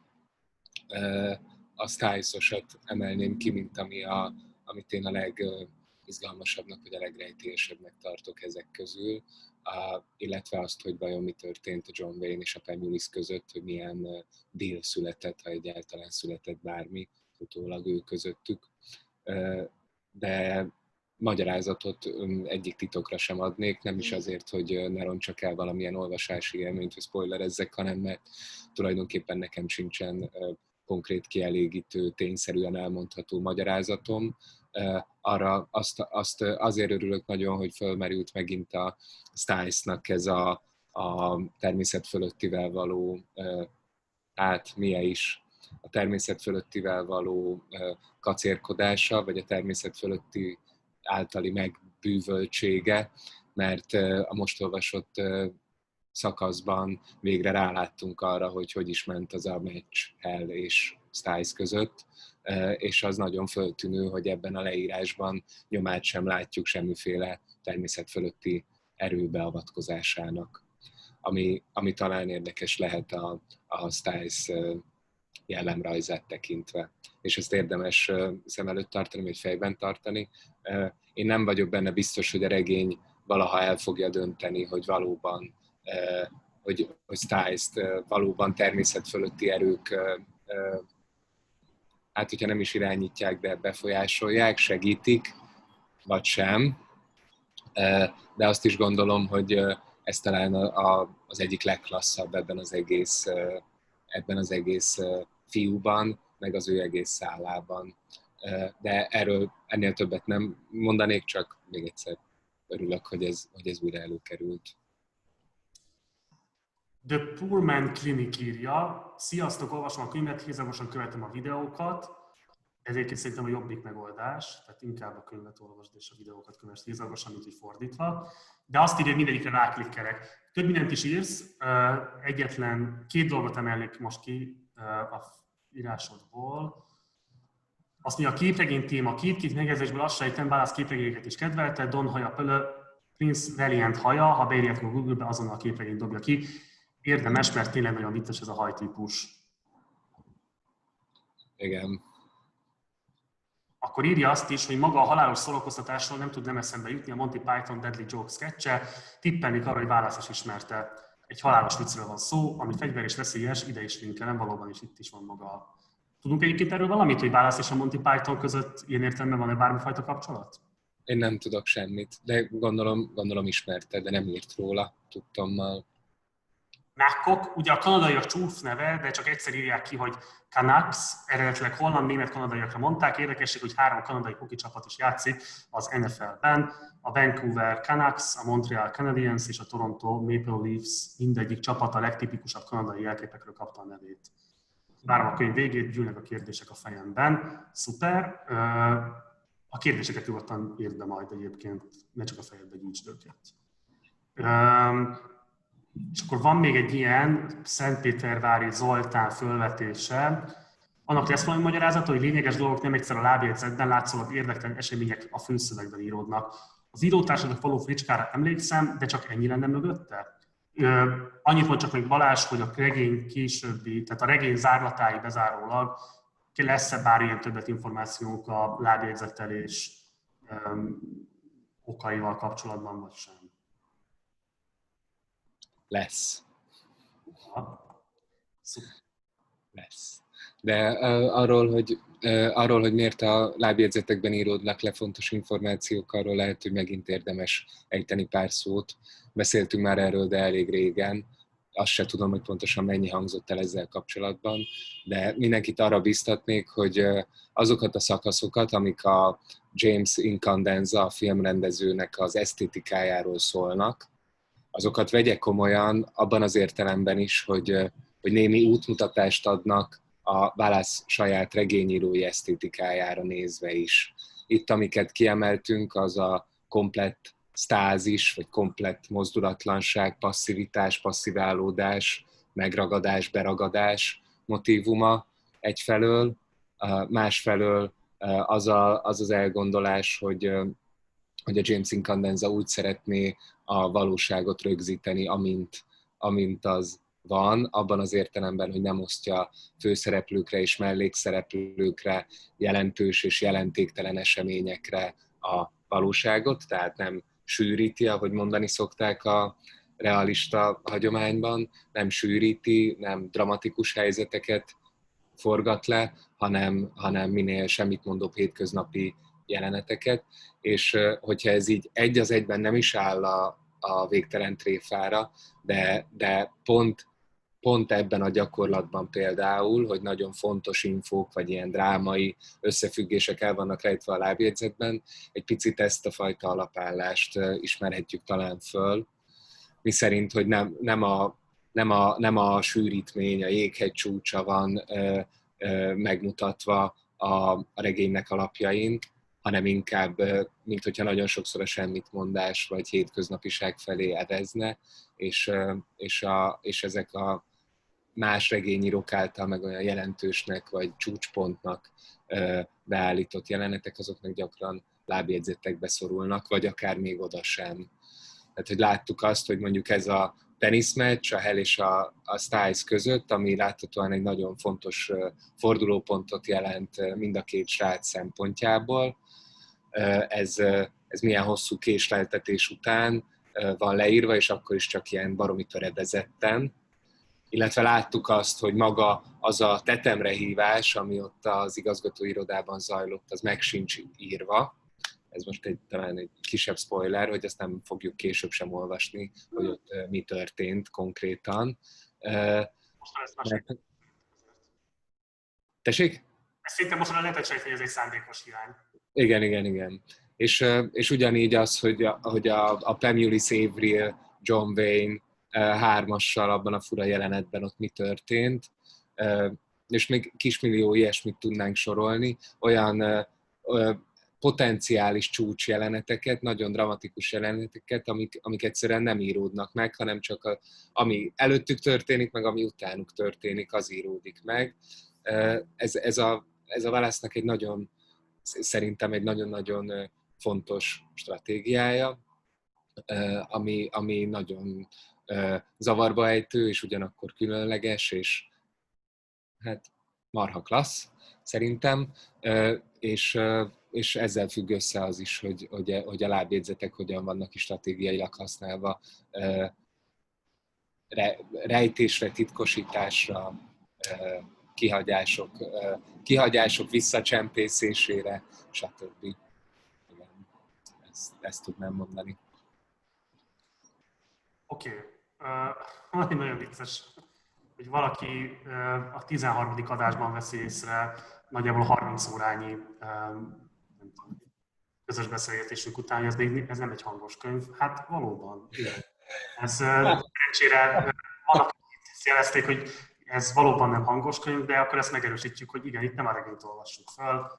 A Stiles-osat emelném ki, mint ami a, amit én a legizgalmasabbnak, vagy a legrejtélyesebbnek tartok ezek közül, a, illetve azt, hogy vajon mi történt a John Wayne és a Pemulis között, hogy milyen deal született, ha egyáltalán született bármi utólag ő közöttük. De magyarázatot egyik titokra sem adnék, nem is azért, hogy ne roncsak el valamilyen olvasási élményt, hogy spoilerezzek, hanem mert tulajdonképpen nekem sincsen konkrét kielégítő, tényszerűen elmondható magyarázatom. Arra azt, azt azért örülök nagyon, hogy fölmerült megint a Stiles-nak ez a, a természet fölöttivel való, hát milyen is, a természet fölöttivel való kacérkodása, vagy a természet fölötti általi megbűvöltsége, mert a most olvasott szakaszban végre ráláttunk arra, hogy hogy is ment az a meccs Hel és Stiles között, és az nagyon föltűnő, hogy ebben a leírásban nyomát sem látjuk semmiféle természet fölötti erőbeavatkozásának, ami, ami talán érdekes lehet a, a Stiles jellemrajzát tekintve. És ezt érdemes szem előtt tartani, vagy fejben tartani. Én nem vagyok benne biztos, hogy a regény valaha el fogja dönteni, hogy valóban, hogy, hogy Stiles-t valóban természet fölötti erők, hát hogyha nem is irányítják, de befolyásolják, segítik, vagy sem. De azt is gondolom, hogy ez talán az egyik legklasszabb ebben az egész, ebben az egész fiúban, meg az ő egész szálában. De erről ennél többet nem mondanék, csak még egyszer örülök, hogy ez, hogy ez újra előkerült. The Poor Man Clinic írja, sziasztok, olvasom a könyvet, hézagosan követem a videókat. Ez egyébként szerintem a jobbik megoldás, tehát inkább a könyvet olvasd és a videókat kövesd hézagosan, mint hogy fordítva. De azt írja, hogy mindegyikre ráklikkelek. Több mindent is írsz, egyetlen két dolgot emelnék most ki a írásodból. Azt mondja, a képregény téma, két-két megjegyzésből azt sejtem, Válasz képregényeket is kedvelte, Don haja pölö, Prince Valiant haja, ha beírjátok a Google-be, azonnal a képregényt dobja ki. Érdemes, mert tényleg nagyon vicces ez a hajtípus. Igen. Akkor írja azt is, hogy maga a halálos szórakoztatásról nem tud nem eszembe jutni a Monty Python Deadly Joke sketche, tippelnék arra, hogy Válasz is ismerte. Egy halálos viccről van szó, ami fegyver és veszélyes, ide is linkelem, valóban is itt is van maga. Tudunk egyébként erről valamit, hogy Válasz és a Monty Python között ilyen értelemben van-e bármifajta kapcsolat? Én nem tudok semmit, de gondolom, gondolom ismerte, de nem írt róla, tudtommal. Mákkok, ugye a kanadaiak csúf neve, de csak egyszer írják ki, hogy Canucks, eredetileg holland-német kanadaiakra mondták. Érdekesség, hogy három kanadai hoki csapat is játszik az en ef el-ben. A Vancouver Canucks, a Montreal Canadiens és a Toronto Maple Leafs mindegyik csapat a legtipikusabb kanadai jelképekről kapta a nevét. várom a könyv végét, gyűlnek a kérdések a fejemben. Szuper. A kérdéseket nyugodtan írd be majd egyébként, ne csak a fejedbe gyűjtsd őket. És akkor van még egy ilyen Szentpétervári Zoltán fölvetése. Annak lesz valami magyarázata, hogy lényeges dolgok nem egyszer a lábjegyzetben, látszólag érdektelen események a főszövegben íródnak. Az írótársadnak való fricskára emlékszem, de csak ennyi lenne mögötte? Ö, annyit mond csak még Balázs, hogy a regény későbbi, tehát a regény zárlatái bezárólag lesz-e bármilyen többet információnk a lábjegyzettelés um, okaival kapcsolatban, vagy sem? Lesz. Ha. Szuper. Lesz. De uh, arról, hogy, uh, arról, hogy miért a lábjegyzetekben íródnak le fontos információk, arról lehet, hogy megint érdemes ejteni pár szót. Beszéltünk már erről, de elég régen. Azt se tudom, hogy pontosan mennyi hangzott el ezzel kapcsolatban, de mindenkit arra biztatnék, hogy azokat a szakaszokat, amik a James Incandenza, a filmrendezőnek az esztétikájáról szólnak, azokat vegye komolyan abban az értelemben is, hogy, hogy némi útmutatást adnak a Wallace saját regényírói esztétikájára nézve is. Itt, amiket kiemeltünk, az a komplett sztázis, vagy komplett mozdulatlanság, passzivitás, passziválódás, megragadás, beragadás motívuma egyfelől, másfelől az, a, az az elgondolás, hogy, hogy a James Incandenza úgy szeretné a valóságot rögzíteni, amint, amint az van, abban az értelemben, hogy nem osztja főszereplőkre és mellékszereplőkre, jelentős és jelentéktelen eseményekre a valóságot, tehát nem sűríti, ahogy mondani szokták a realista hagyományban, nem sűríti, nem dramatikus helyzeteket forgat le, hanem, hanem minél semmit mondóbb hétköznapi jeleneteket, és hogyha ez így egy az egyben nem is áll a, a végtelen tréfára, de, de pont, pont ebben a gyakorlatban például, hogy nagyon fontos infók, vagy ilyen drámai összefüggések el vannak rejtve a lábjegyzetben, egy picit ezt a fajta alapállást ismerhetjük talán föl, miszerint, hogy nem, nem, a, nem, a, nem a sűrítmény, a jéghegy csúcsa van ö, ö, megmutatva a, a regénynek alapjain, hanem inkább, mint hogyha nagyon sokszor a semmitmondás vagy hétköznapiság felé evezne, és, és, a, és ezek a más regényírók által meg olyan jelentősnek vagy csúcspontnak beállított jelenetek, azok meg gyakran lábjegyzetekbe szorulnak, vagy akár még oda sem. Tehát, hogy láttuk azt, hogy mondjuk ez a teniszmeccs, a Hell és a, a Styles között, ami láthatóan egy nagyon fontos fordulópontot jelent mind a két srác szempontjából. Ez, ez milyen hosszú késleltetés után van leírva, és akkor is csak ilyen baromi töredezetten. Illetve láttuk azt, hogy maga az a tetemre hívás, ami ott az igazgatóirodában zajlott, az meg sincs írva. Ez most egy, talán egy kisebb spoiler, hogy ezt nem fogjuk később sem olvasni, hogy ott mi történt konkrétan. Most Tessék? Szerintem most már lehetett sejteni, hogy ez egy szándékos hiány. Igen, igen, igen. És, és ugyanígy az, hogy a, hogy a, a Pam Ulyss Avery, John Wayne hármassal abban a fura jelenetben ott mi történt, és még kismillió ilyesmit tudnánk sorolni, olyan potenciális csúcsjeleneteket, nagyon dramatikus jeleneteket, amik, amik egyszerűen nem íródnak meg, hanem csak a, ami előttük történik, meg ami utánuk történik, az íródik meg. Ez, ez a, ez a Wallace-nak egy nagyon, szerintem egy nagyon-nagyon fontos stratégiája, ami, ami nagyon zavarba ejtő, és ugyanakkor különleges, és hát marha klassz, szerintem, és, és ezzel függ össze az is, hogy, hogy, hogy a lábjegyzetek hogyan vannak is stratégiailag használva rejtésre, titkosításra, kihagyások, kihagyások visszacsempészésére, stb. Igen, ezt, ezt tudnám mondani. Oké. Okay. Uh, valami nagyon vicces, hogy valaki uh, a tizenharmadik adásban veszi észre nagyjából harminc órányi um, nem tudom, közös beszélgetésünk után, hogy ez, még, ez nem egy hangos könyv. Hát valóban, igen. Ez szerencsére uh, vannak, akik jelezték, hogy ez valóban nem hangos könyv, de akkor ezt megerősítjük, hogy igen, itt nem a regényt olvassuk fel.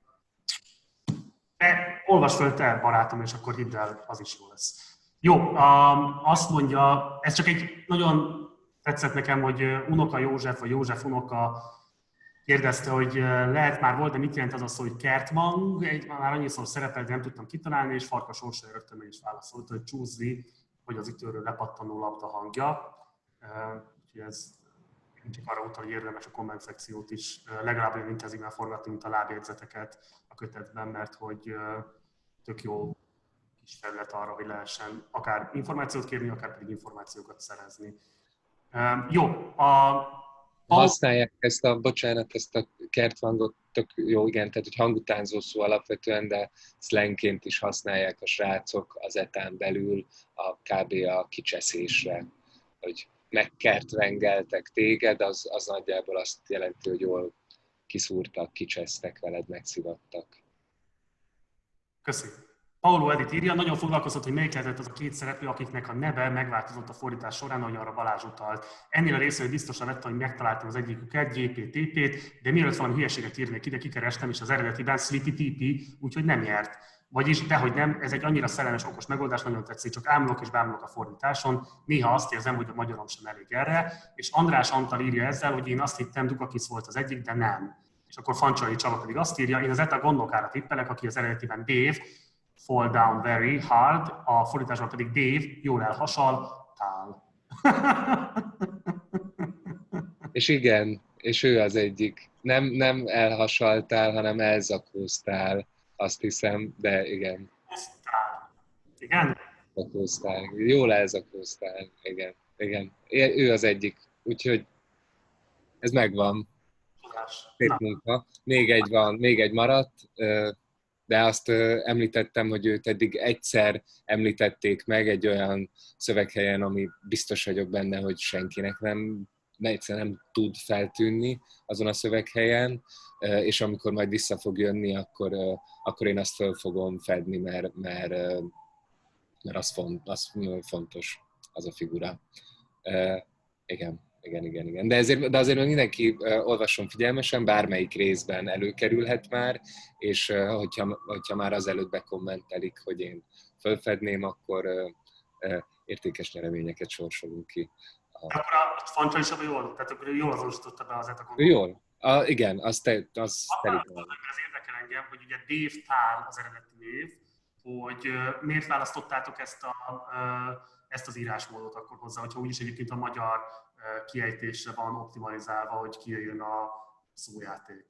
De olvasd föl te, barátom, és akkor hidd el, az is jó lesz. Jó, um, azt mondja, ez csak egy nagyon tetszett nekem, hogy unoka József, vagy József unoka kérdezte, hogy lehet már volt, de mit jelent az a szó, hogy kertmang, egy, már annyiszor szerepelt, de nem tudtam kitalálni, és Farkas Orsolya rögtön meg is válaszolta, hogy csúszzi, hogy az ütőről lepattanó labda hangja. Úgyhogy ez csak arra utal, hogy érdemes a komment szekciót is legalább olyan intenzíven forgatni, mint a lábjegyzeteket a kötetben, mert hogy tök jó kis terület arra, hogy lehessen akár információt kérni, akár pedig információkat szerezni. Jó, a használják ezt a, bocsánat, ezt a kertvangot, tök jó, igen, tehát hogy hangutánzó szó alapvetően, de szlengként is használják a srácok az etán belül a kb. A kicseszésre, hogy megkertvengeltek téged, az, az nagyjából azt jelenti, hogy jól kiszúrtak, kicsesztek veled, megszivattak. Köszönöm. Paulo Edith írja, nagyon foglalkozott, hogy melyik lehetett az a két szereplő, akiknek a neve megváltozott a fordítás során, ahogy arra Balázs utalt. Ennél a részről biztosan lett, hogy megtaláltam az egyiküket, gé pé té pét, de mielőtt valami hülyeséget írnék ide, kikerestem, és az eredetiben Sleepy té pé, úgyhogy nem nyert. Vagyis, dehogy nem, ez egy annyira szellemes, okos megoldás, nagyon tetszik, csak ámulok és bámulok a fordításon. Néha azt érzem, hogy a magyarom sem elég erre, és András Antal írja ezzel, hogy én azt hittem, Dukakis volt az egyik, de nem. És akkor Fancsai Csaba pedig azt írja, én az Eta gondokára tippelek, aki az eredetiben Dave, fall down very hard, a fordításban pedig Dave, jól elhasal, tál. És igen, és ő az egyik. Nem, nem elhasaltál, hanem elzakóztál, azt hiszem, de igen. Igen? Zakóztál. Jól elzakóztál, igen, igen. Ő az egyik, úgyhogy ez megvan. Szép munka. Még egy van, még egy maradt, de azt említettem, hogy őt eddig egyszer említették meg egy olyan szöveghelyen, ami biztos vagyok benne, hogy senkinek nem, egyszerűen nem tud feltűnni azon a szöveghelyen, és amikor majd vissza fog jönni, akkor, akkor én azt föl fogom fedni, mert, mert, mert az, font, az fontos, az a figura. Igen. Igen, igen, igen. De, ezért, de azért mindenki uh, olvasson figyelmesen, bármelyik részben előkerülhet már, és uh, hogyha, hogyha már azelőtt bekommentelik, hogy én fölfedném, akkor uh, uh, értékes nyereményeket sorsolunk ki. A... Akkor a Fancsai Csaba jól, tehát akkor jól azonosította be az etakon. Jól. A, igen, az te, az telik. Ez érdekel engem, hogy ugye Dave Tál az eredeti név, hogy uh, miért választottátok ezt, a, uh, ezt az írásmódot akkor hozzá, hogyha úgyis egyébként a magyar kiejtésre van optimalizálva, hogy kijöjjön a szójáték.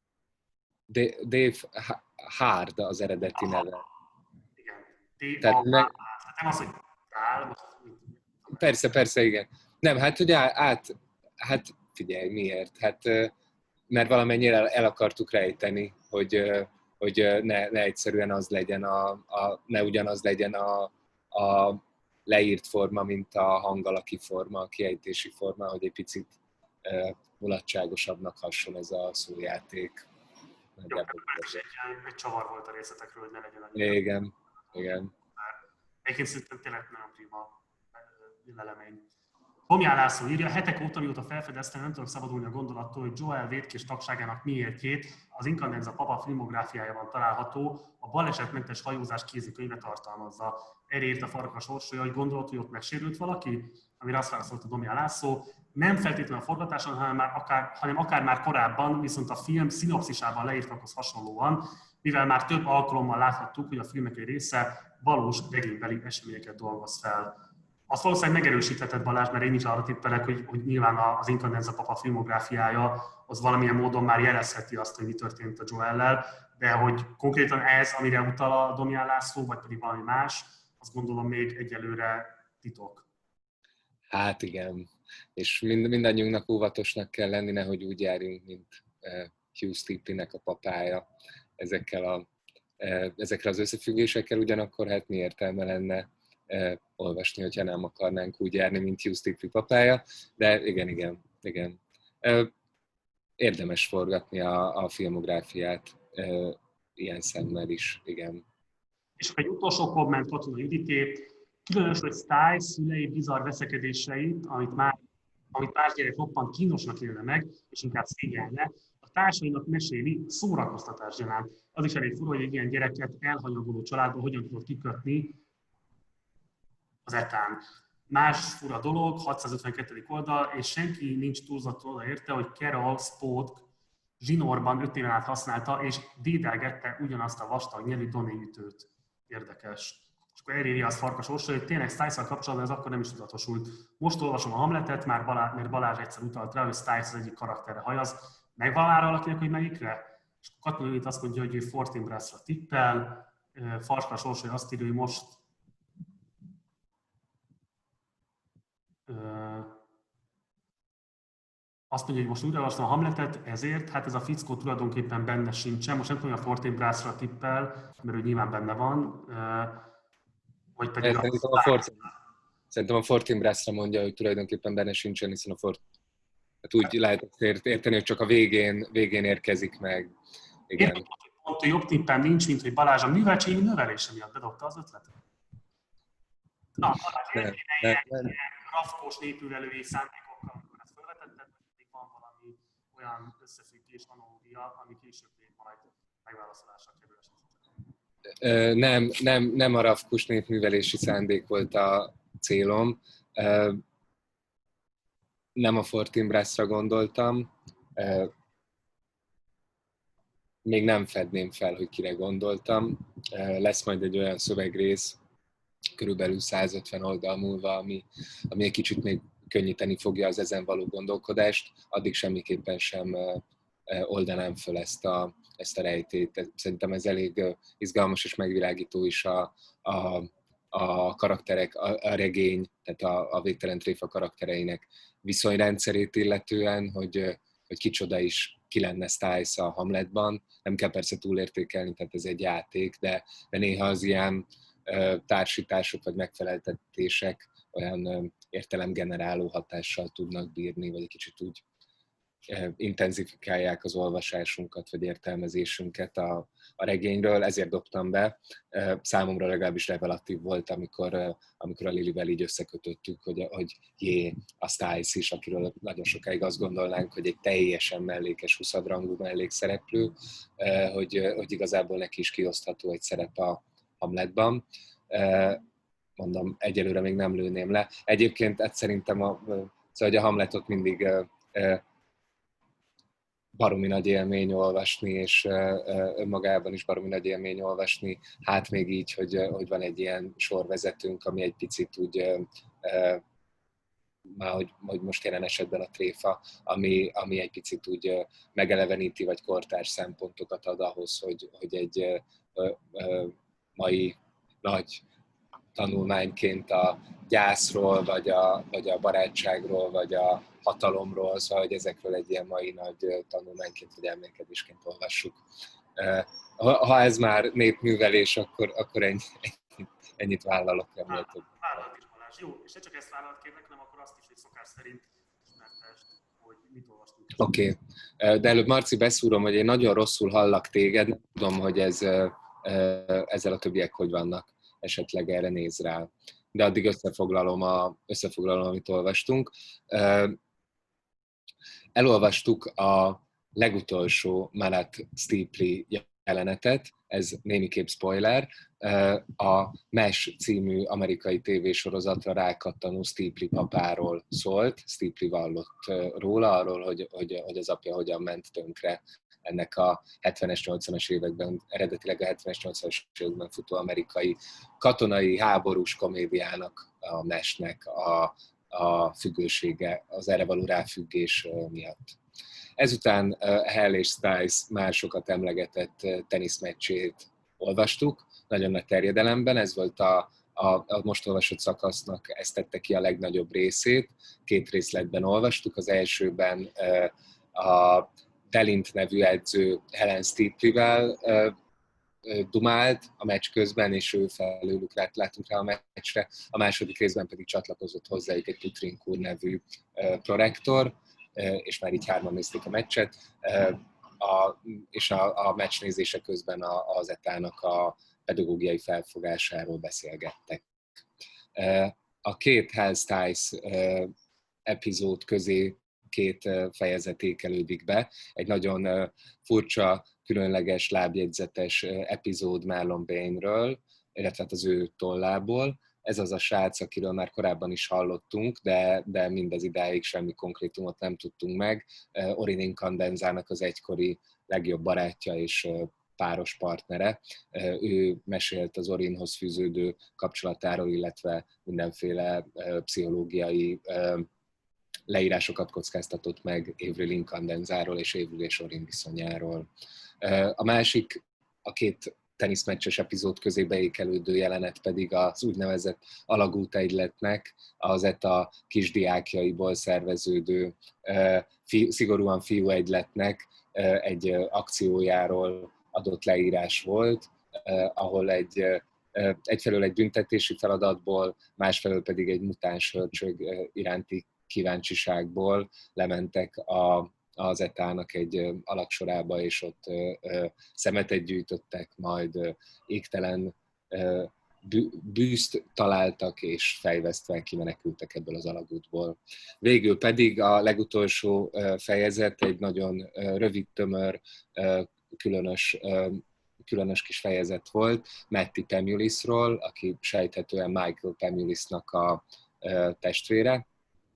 Dave Hard az eredeti Aha. neve. Igen. Dave Tehát ne... hát nem az, hogy tál. Persze, persze, igen. Nem, hát hogy át, hát figyelj, miért? Hát mert valamennyire el akartuk rejteni, hogy, hogy ne, ne egyszerűen az legyen a, a ne ugyanaz legyen a, a leírt forma, mint a hangalaki forma, a kiejtési forma, hogy egy picit uh, mulatságosabbnak hasson ez a szójáték. Jó, ez egy, egy csavar volt a részletekről, hogy ne legyen annyira. Igen, igen. Egyébként szerintem tényleg nagyon prima lelemény. Homján László írja, hetek óta, mióta felfedeztem, nem tudok szabadulni a gondolattól, hogy Joel vétkés tagságának miértjét az Incandenza papa filmográfiájában található, a balesetmentes hajózás kézikönyve tartalmazza. Erre írt a Farkas Orsolya, hogy gondolod, hogy ott megsérült valaki? Amire azt válaszolt a Domján László, nem feltétlenül a forgatáson, hanem, már akár, hanem akár már korábban, viszont a film szinopszisában leírtakhoz hasonlóan, mivel már több alkalommal láthattuk, hogy a filmek egy része valós regénybeli eseményeket dolgoz fel. Azt valószínűleg megerősítheted, Balázs, mert én is arra tippelek, hogy, hogy nyilván az Incandenza papa filmográfiája az valamilyen módon már jelezheti azt, hogy mi történt a Joellel, de hogy konkrétan ez, amire utal a Domján László, vagy pedig valami más, azt gondolom még egyelőre titok. Hát igen, és mind, mindannyiunknak óvatosnak kell lenni, nehogy úgy járjunk, mint uh, Hugh Stipley-nek a papája ezekkel a, uh, ezekkel az összefüggésekkel, ugyanakkor hát mi értelme lenne uh, olvasni, hogyha nem akarnánk úgy járni, mint Hugh Stipley papája, de igen, igen, igen. Uh, érdemes forgatni a, a filmográfiát uh, ilyen szemmel is, igen. És egy utolsó komment Katona Judité, különös, hogy Stiles szülei bizarr veszekedéseit, amit már amit más gyerek roppant kínosnak élne meg, és inkább szégyelne, a társainak meséli szórakoztatás gyanánt. Az is elég fura, hogy egy ilyen gyereket elhanyagoló családból hogyan tudott kikötni az etán. Más fura dolog, hatszázötvenkettedik oldal, és senki nincs túlzatról érte, hogy Carol Spock zsinórban öt éven át használta, és dédelgette ugyanazt a vastag nyelű donéütőt. Érdekes. És akkor elírja az Farkas Orsolya, hogy tényleg Stiles-szal kapcsolatban ez akkor nem is tudatosult. Most olvasom a Hamletet, már Balázs, mert Balázs egyszer utalt rá, hogy Stiles az egyik karakterre hajaz. Megvan már valakinek, hogy melyikre? És Katonai itt azt mondja, hogy ő Fortin Brass-ra tippel, Farkas Orsolya azt írja, hogy most azt mondja, hogy most újra olvastam a Hamletet, ezért, hát ez a fickó tulajdonképpen benne sincsen. Most nem tudom, hogy a Fortin Brass-ra tippel, mert ő nyilván benne van, vagy pedig a... Szerintem a Fortin, szerintem a Fortin Brass-ra mondja, hogy tulajdonképpen benne sincsen, hiszen a Fort... Hát úgy lehet érteni, hogy csak a végén, végén érkezik meg. Igen. Én pont, hogy jobb tippem nincs, mint hogy Balázs a műveltségi növelése miatt bedobta az ötletet. Na, Balázs, egy ilyen rafkós népülelői szándékokkal, amikor ezt felvetetted, hogy van valami olyan összefüggés, analógia, ami később majd megválaszolásra kerül esetleg. Nem, nem, nem a rafkós népművelési szándék volt a célom. Nem a Fortin Brass-ra gondoltam. Még nem fedném fel, hogy kire gondoltam. Lesz majd egy olyan szövegrész, körülbelül százötven oldal múlva, ami, ami egy kicsit még könnyíteni fogja az ezen való gondolkodást. Addig semmiképpen sem oldanám föl ezt a, ezt a rejtét. Szerintem ez elég izgalmas és megvilágító is a, a, a karakterek, a, a regény, tehát a, a Végtelen tréfa karaktereinek viszonyrendszerét illetően, hogy, hogy kicsoda is ki lenne Stiles a Hamletban. Nem kell persze túlértékelni, tehát ez egy játék, de, de néha az ilyen társítások vagy megfeleltetések olyan értelemgeneráló hatással tudnak bírni, vagy egy kicsit úgy intenzifikálják az olvasásunkat, vagy értelmezésünket a, a regényről, ezért dobtam be. Számomra legalábbis revelatív volt, amikor, amikor a Lilivel így összekötöttük, hogy, hogy jé, a Stiles is, akiről nagyon sokáig azt gondolnánk, hogy egy teljesen mellékes, huszadrangú mellékszereplő, hogy, hogy igazából neki is kiosztható egy szerep a Hamletban. Mondom, egyelőre még nem lőném le. Egyébként ez szerintem a, szóval, hogy a Hamletot mindig baromi nagy élmény olvasni, és önmagában is baromi nagy élmény olvasni. Hát még így, hogy, hogy van egy ilyen sorvezetőnk, ami egy picit úgy, már hogy, hogy most jelen esetben a tréfa, ami, ami egy picit úgy megeleveníti, vagy kortárs szempontokat ad ahhoz, hogy, hogy egy mai nagy tanulmányként a gyászról, vagy a, vagy a barátságról, vagy a hatalomról, szóval hogy ezekről egy ilyen mai nagy tanulmányként, vagy elmélkedésként olvassuk. Ha ez már népművelés, akkor, akkor ennyi, ennyit vállalok, nem lehet több. Vállalt is, Balázs. Jó, és ne csak ezt vállalt kérlek, hanem akkor azt is, hogy szokás szerint ismertesd, hogy mit olvastunk. Oké, okay. De előbb Marci beszúrom, hogy én nagyon rosszul hallak téged, nem tudom, hogy ez, ezzel a többiek hogy vannak. Esetleg erre néz rá. De addig összefoglalom, a, összefoglalom amit olvastunk. Elolvastuk a legutolsó Marat Steepley jelenetet, ez némiképp spoiler, a Mesh című amerikai tévésorozatra rákattanó Steepley papáról szólt. Steepley vallott róla, arról, hogy, hogy, hogy az apja hogyan ment tönkre ennek a hetvenes, nyolcvanas években, eredetileg a hetvenes, nyolcvanas években futó amerikai katonai háborús komédiának, a Meshnek a, a függősége, az erre való ráfüggés miatt. Ezután Hell és Stiles már sokat emlegetett teniszmeccsét olvastuk, nagyon nagy terjedelemben, ez volt a, a, a most olvasott szakasznak, ezt tette ki a legnagyobb részét, két részletben olvastuk, az elsőben a Delint nevű edző Helen Steepley-vel dumált a meccs közben, és ő felőlük látunk rá a meccsre. A második részben pedig csatlakozott hozzájuk egy Tutrinkur nevű prorektor, és már így hárman nézték a meccset, a, és a, a meccs nézése közben a, az etának a pedagógiai felfogásáról beszélgettek. A két Hell Stiles epizód közé két fejezet ékelődik be. Egy nagyon furcsa, különleges, lábjegyzetes epizód Marlon Wayne-ről, illetve az ő tollából. Ez az a srác, akiről már korábban is hallottunk, de, de mindez idáig semmi konkrétumot nem tudtunk meg. Orin Incandenzának az egykori legjobb barátja és páros partnere. Ő mesélt az Orinhoz fűződő kapcsolatáról, illetve mindenféle pszichológiai leírásokat kockáztatott meg Avril Incandenzáról és Avril és Orin viszonyáról. A másik, a két teniszmeccses epizód közé beékelődő jelenet pedig az úgynevezett alagút egyletnek, az e té á kisdiákjaiból szerveződő szigorúan fiú egyletnek egy akciójáról adott leírás volt, ahol egy, egyfelől egy büntetési feladatból, másfelől pedig egy mutáns hörcsög iránti kíváncsiságból lementek a, az é té á-nak egy alagsorába, és ott szemetet gyűjtöttek, majd égtelen bűzt találtak, és fejvesztve kimenekültek ebből az alagútból. Végül pedig a legutolsó fejezet egy nagyon rövid, tömör, különös, különös kis fejezet volt Matty Pemulisról, aki sejthetően Michael Pemulisnak a testvére.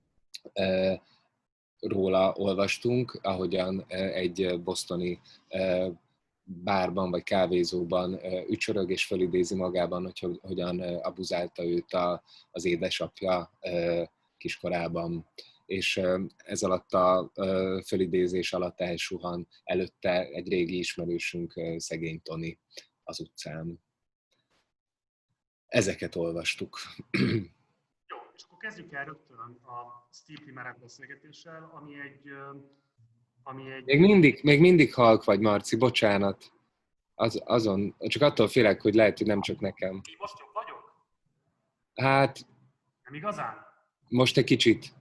Róla olvastunk, ahogyan egy bostoni bárban vagy kávézóban ücsörög és fölidézi magában, hogy hogyan abuzálta őt az édesapja kiskorában. És ez alatt a fölidézés alatt elsuhan előtte egy régi ismerősünk, szegény Tony az utcán. Ezeket olvastuk. Jó, és akkor kezdjük el rögtön a Steeply Mered beszélgetéssel, ami egy... Ami egy... Még mindig, még mindig halk vagy, Marci, bocsánat. Az, azon, csak attól félek, hogy lehet, hogy nem csak nekem. Így most jobb vagyok? Hát... Nem igazán? Most egy kicsit.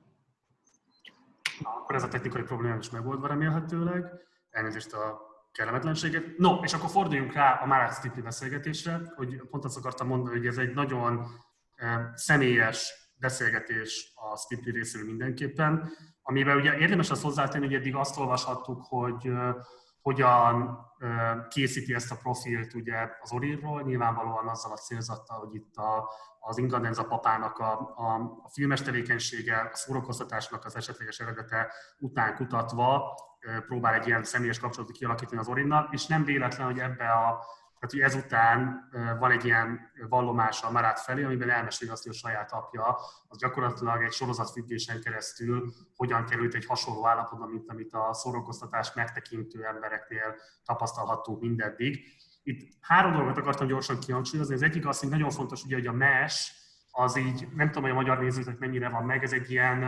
Na, akkor ez a technikai probléma is megoldva remélhetőleg. Elnézést a kellemetlenséget. No, és akkor forduljunk rá a Mered Steeply beszélgetésre, hogy pont azt akartam mondani, hogy ez egy nagyon eh, személyes beszélgetés a Steeply részéről mindenképpen, amiben ugye érdemes azt hozzátenni, hogy eddig azt olvashattuk, hogy uh, hogyan uh, készíti ezt a profilt ugye az Orinról, nyilvánvalóan azzal a célzattal, hogy itt a, az Incandenza papának a, a, a filmes tevékenysége, a szórakoztatásnak az esetleges eredete után kutatva uh, próbál egy ilyen személyes kapcsolatot kialakítani az Orinnal, és nem véletlen, hogy ebbe a Tehát, hogy ezután van egy ilyen vallomása a Mered felé, amiben elmeséli azt, hogy a saját apja az gyakorlatilag egy sorozatfüggésen keresztül hogyan került egy hasonló állapotba, mint amit a szórakoztatást megtekintő embereknél tapasztalhattunk mindeddig. Itt három dolgot akartam gyorsan kihangsúlyozni. Az egyik az, hogy nagyon fontos, ugye, hogy a MES az így, nem tudom, hogy a magyar nézőknek mennyire van meg, ez egy ilyen,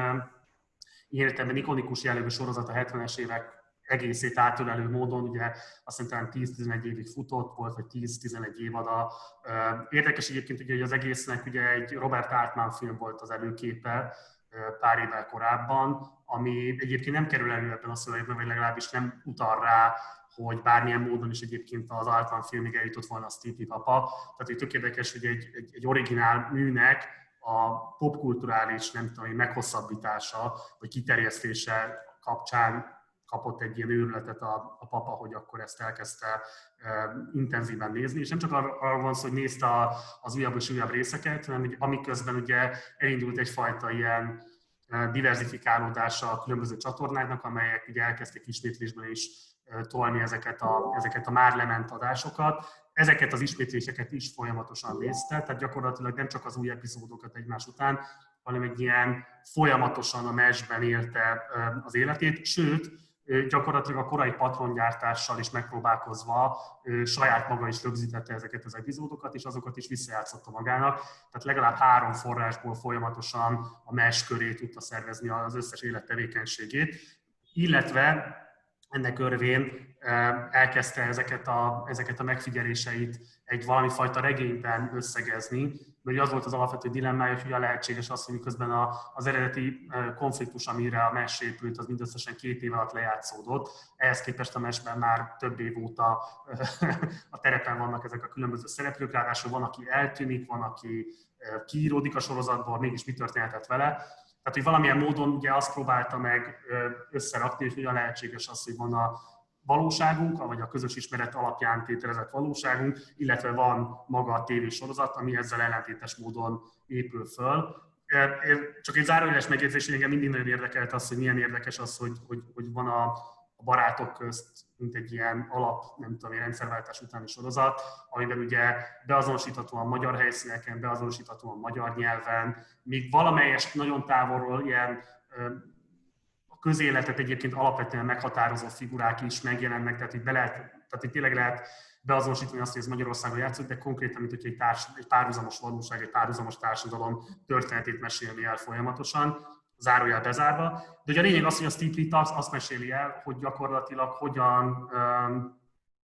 ilyen értelemben ikonikus jellegű sorozat a hetvenes évek egészét átölelő módon, ugye azt hiszem tíz-tizenegy évig futott volt, vagy tíz-tizenegy évada. Érdekes egyébként, ugye, hogy az egésznek ugye egy Robert Altman film volt az előképe pár évvel korábban, ami egyébként nem kerül elő ebben a szövegben, vagy legalábbis nem utal rá, hogy bármilyen módon is egyébként az Altman filmig eljutott volna a Steeply papa. Tehát így tök érdekes, hogy egy, egy, egy originál műnek a popkulturális, nem tudom, meghosszabbítása, vagy kiterjesztése kapcsán kapott egy ilyen őrületet a, a papa, hogy akkor ezt elkezdte e, intenzíven nézni, és nem csak arról van szó, hogy nézte a, az újabb és újabb részeket, hanem hogy amiközben ugye elindult egyfajta ilyen e, diversifikálódása a különböző csatornáknak, amelyek ugye elkezdték ismétlésben is e, tolni ezeket a, ezeket a már lement adásokat. Ezeket az ismétléseket is folyamatosan nézte, tehát gyakorlatilag nem csak az új epizódokat egymás után, hanem egy ilyen folyamatosan a mesben élte e, az életét, sőt, gyakorlatilag a korai patrongyártással is megpróbálkozva saját maga is rögzítette ezeket az epizódokat, és azokat is visszajátszotta magának. Tehát legalább három forrásból folyamatosan a mes köré tudta szervezni az összes élettevékenységét, illetve ennek örvén elkezdte ezeket a, ezeket a megfigyeléseit egy valami fajta regényben összegezni, mert az volt az alapvető dilemmája, hogy hogyan lehetséges az, hogy miközben a, az eredeti konfliktus, amire a mes épült, az mindösszesen két év alatt lejátszódott. Ehhez képest a mesben már több év óta a terepen vannak ezek a különböző szereplők, ráadásul van, aki eltűnik, van, aki kiíródik a sorozatból, mégis mi történhetett vele. Tehát, hogy valamilyen módon ugye azt próbálta meg összerakni, hogy hogyan lehetséges az, hogy van a valóságunk, vagy a közös ismeret alapján tételezett valóságunk, illetve van maga a tévésorozat, ami ezzel ellentétes módon épül föl. Csak egy zárójeles megjegyzés, hogy engem mindig nagyon érdekelt az, hogy milyen érdekes az, hogy, hogy, hogy van a, a barátok közt, mint egy ilyen alap, nem tudom, rendszerváltás utáni sorozat, amiben ugye beazonosíthatóan magyar helyszíneken, beazonosíthatóan magyar nyelven, még valamelyest nagyon távolról ilyen a közéletet egyébként alapvetően meghatározó figurák is megjelennek, tehát itt, be lehet, tehát itt tényleg lehet beazonosítani azt, hogy ez Magyarországon játszik, de konkrétan, mint hogy egy, társ, egy párhuzamos valóság, egy párhuzamos társadalom történetét mesélni el folyamatosan, zárójel bezárva. De ugye a lényeg az, hogy a Steeply azt, azt meséli el, hogy gyakorlatilag hogyan, um,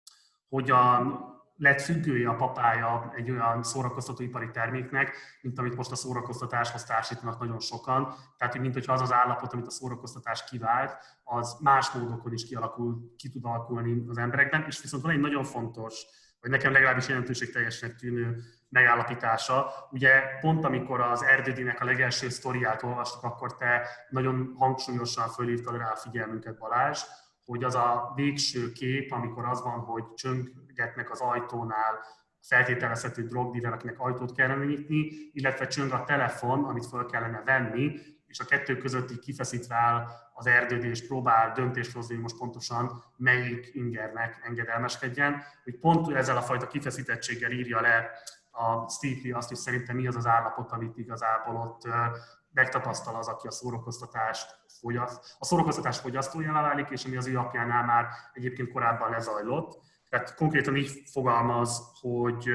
hogyan lett függője a papája egy olyan szórakoztatóipari terméknek, mint amit most a szórakoztatáshoz társítanak nagyon sokan. Tehát, mint hogyha az az állapot, amit a szórakoztatás kivált, az más módokon is kialakul, ki tud alakulni az emberekben. És viszont van egy nagyon fontos, vagy nekem legalábbis jelentőségteljesnek tűnő megállapítása. Ugye pont amikor az Erdődinek a legelső sztoriát olvastuk, akkor te nagyon hangsúlyosan fölhívtad rá a figyelmünket, Balázs, hogy az a végső kép, amikor az van, hogy csöngetnek az ajtónál feltételezhető drogdíler, akinek ajtót kellene nyitni, illetve csöng a telefon, amit fel kellene venni, és a kettő között így kifeszítve áll az Erdődi, és próbál döntést hozni, hogy most pontosan melyik ingernek engedelmeskedjen, hogy pont ezzel a fajta kifeszítettséggel írja le a Steeply azt, hogy szerintem mi az az állapot, amit igazából ott megtapasztal az, aki a szórakoztatást fogyaszt, a szórakoztatás fogyasztójává válik, és ami az ő apjánál már egyébként korábban lezajlott. Tehát konkrétan így fogalmaz, hogy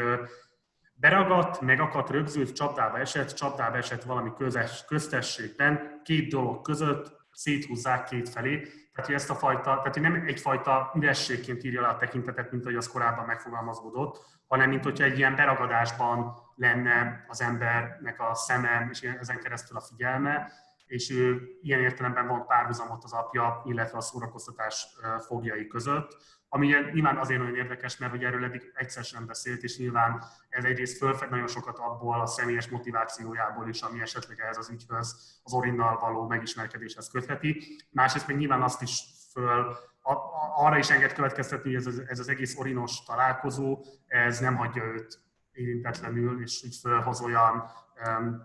beragadt, megakadt, rögzült, csapdába esett, csapdába esett valami közös, köztességben, két dolog között széthúzzák két felé. Tehát, hogy ezt a fajta, tehát, hogy nem egyfajta ürességként írja le a tekintetet, mint ahogy az korábban megfogalmazódott, hanem mint hogyha egy ilyen beragadásban lenne az embernek a szeme, és ezen keresztül a figyelme, és ő ilyen értelemben van párhuzamot az apja, illetve a szórakoztatás fogjai között, ami nyilván azért nagyon érdekes, mert hogy erről eddig egyszer sem beszélt, és nyilván ez egyrészt fölfed nagyon sokat abból a személyes motivációjából is, ami esetleg ehhez az ügyhöz, az Orinnal való megismerkedéshez kötheti. Másrészt még nyilván azt is föl, arra is enged következtetni, hogy ez az, ez az egész Orinos találkozó, ez nem hagyja őt érintetlenül, és így fölhoz olyan um,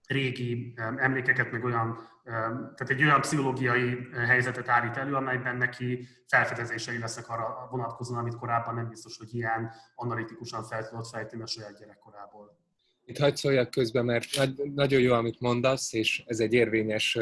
régi um, emlékeket, meg olyan, um, tehát egy olyan pszichológiai helyzetet állít elő, amelyben neki felfedezései lesznek arra vonatkozóan, amit korábban nem biztos, hogy ilyen analitikusan fel tudott fejteni a saját gyerekkorából. Itt hagyd szóljak közben, mert nagyon jó, amit mondasz, és ez egy érvényes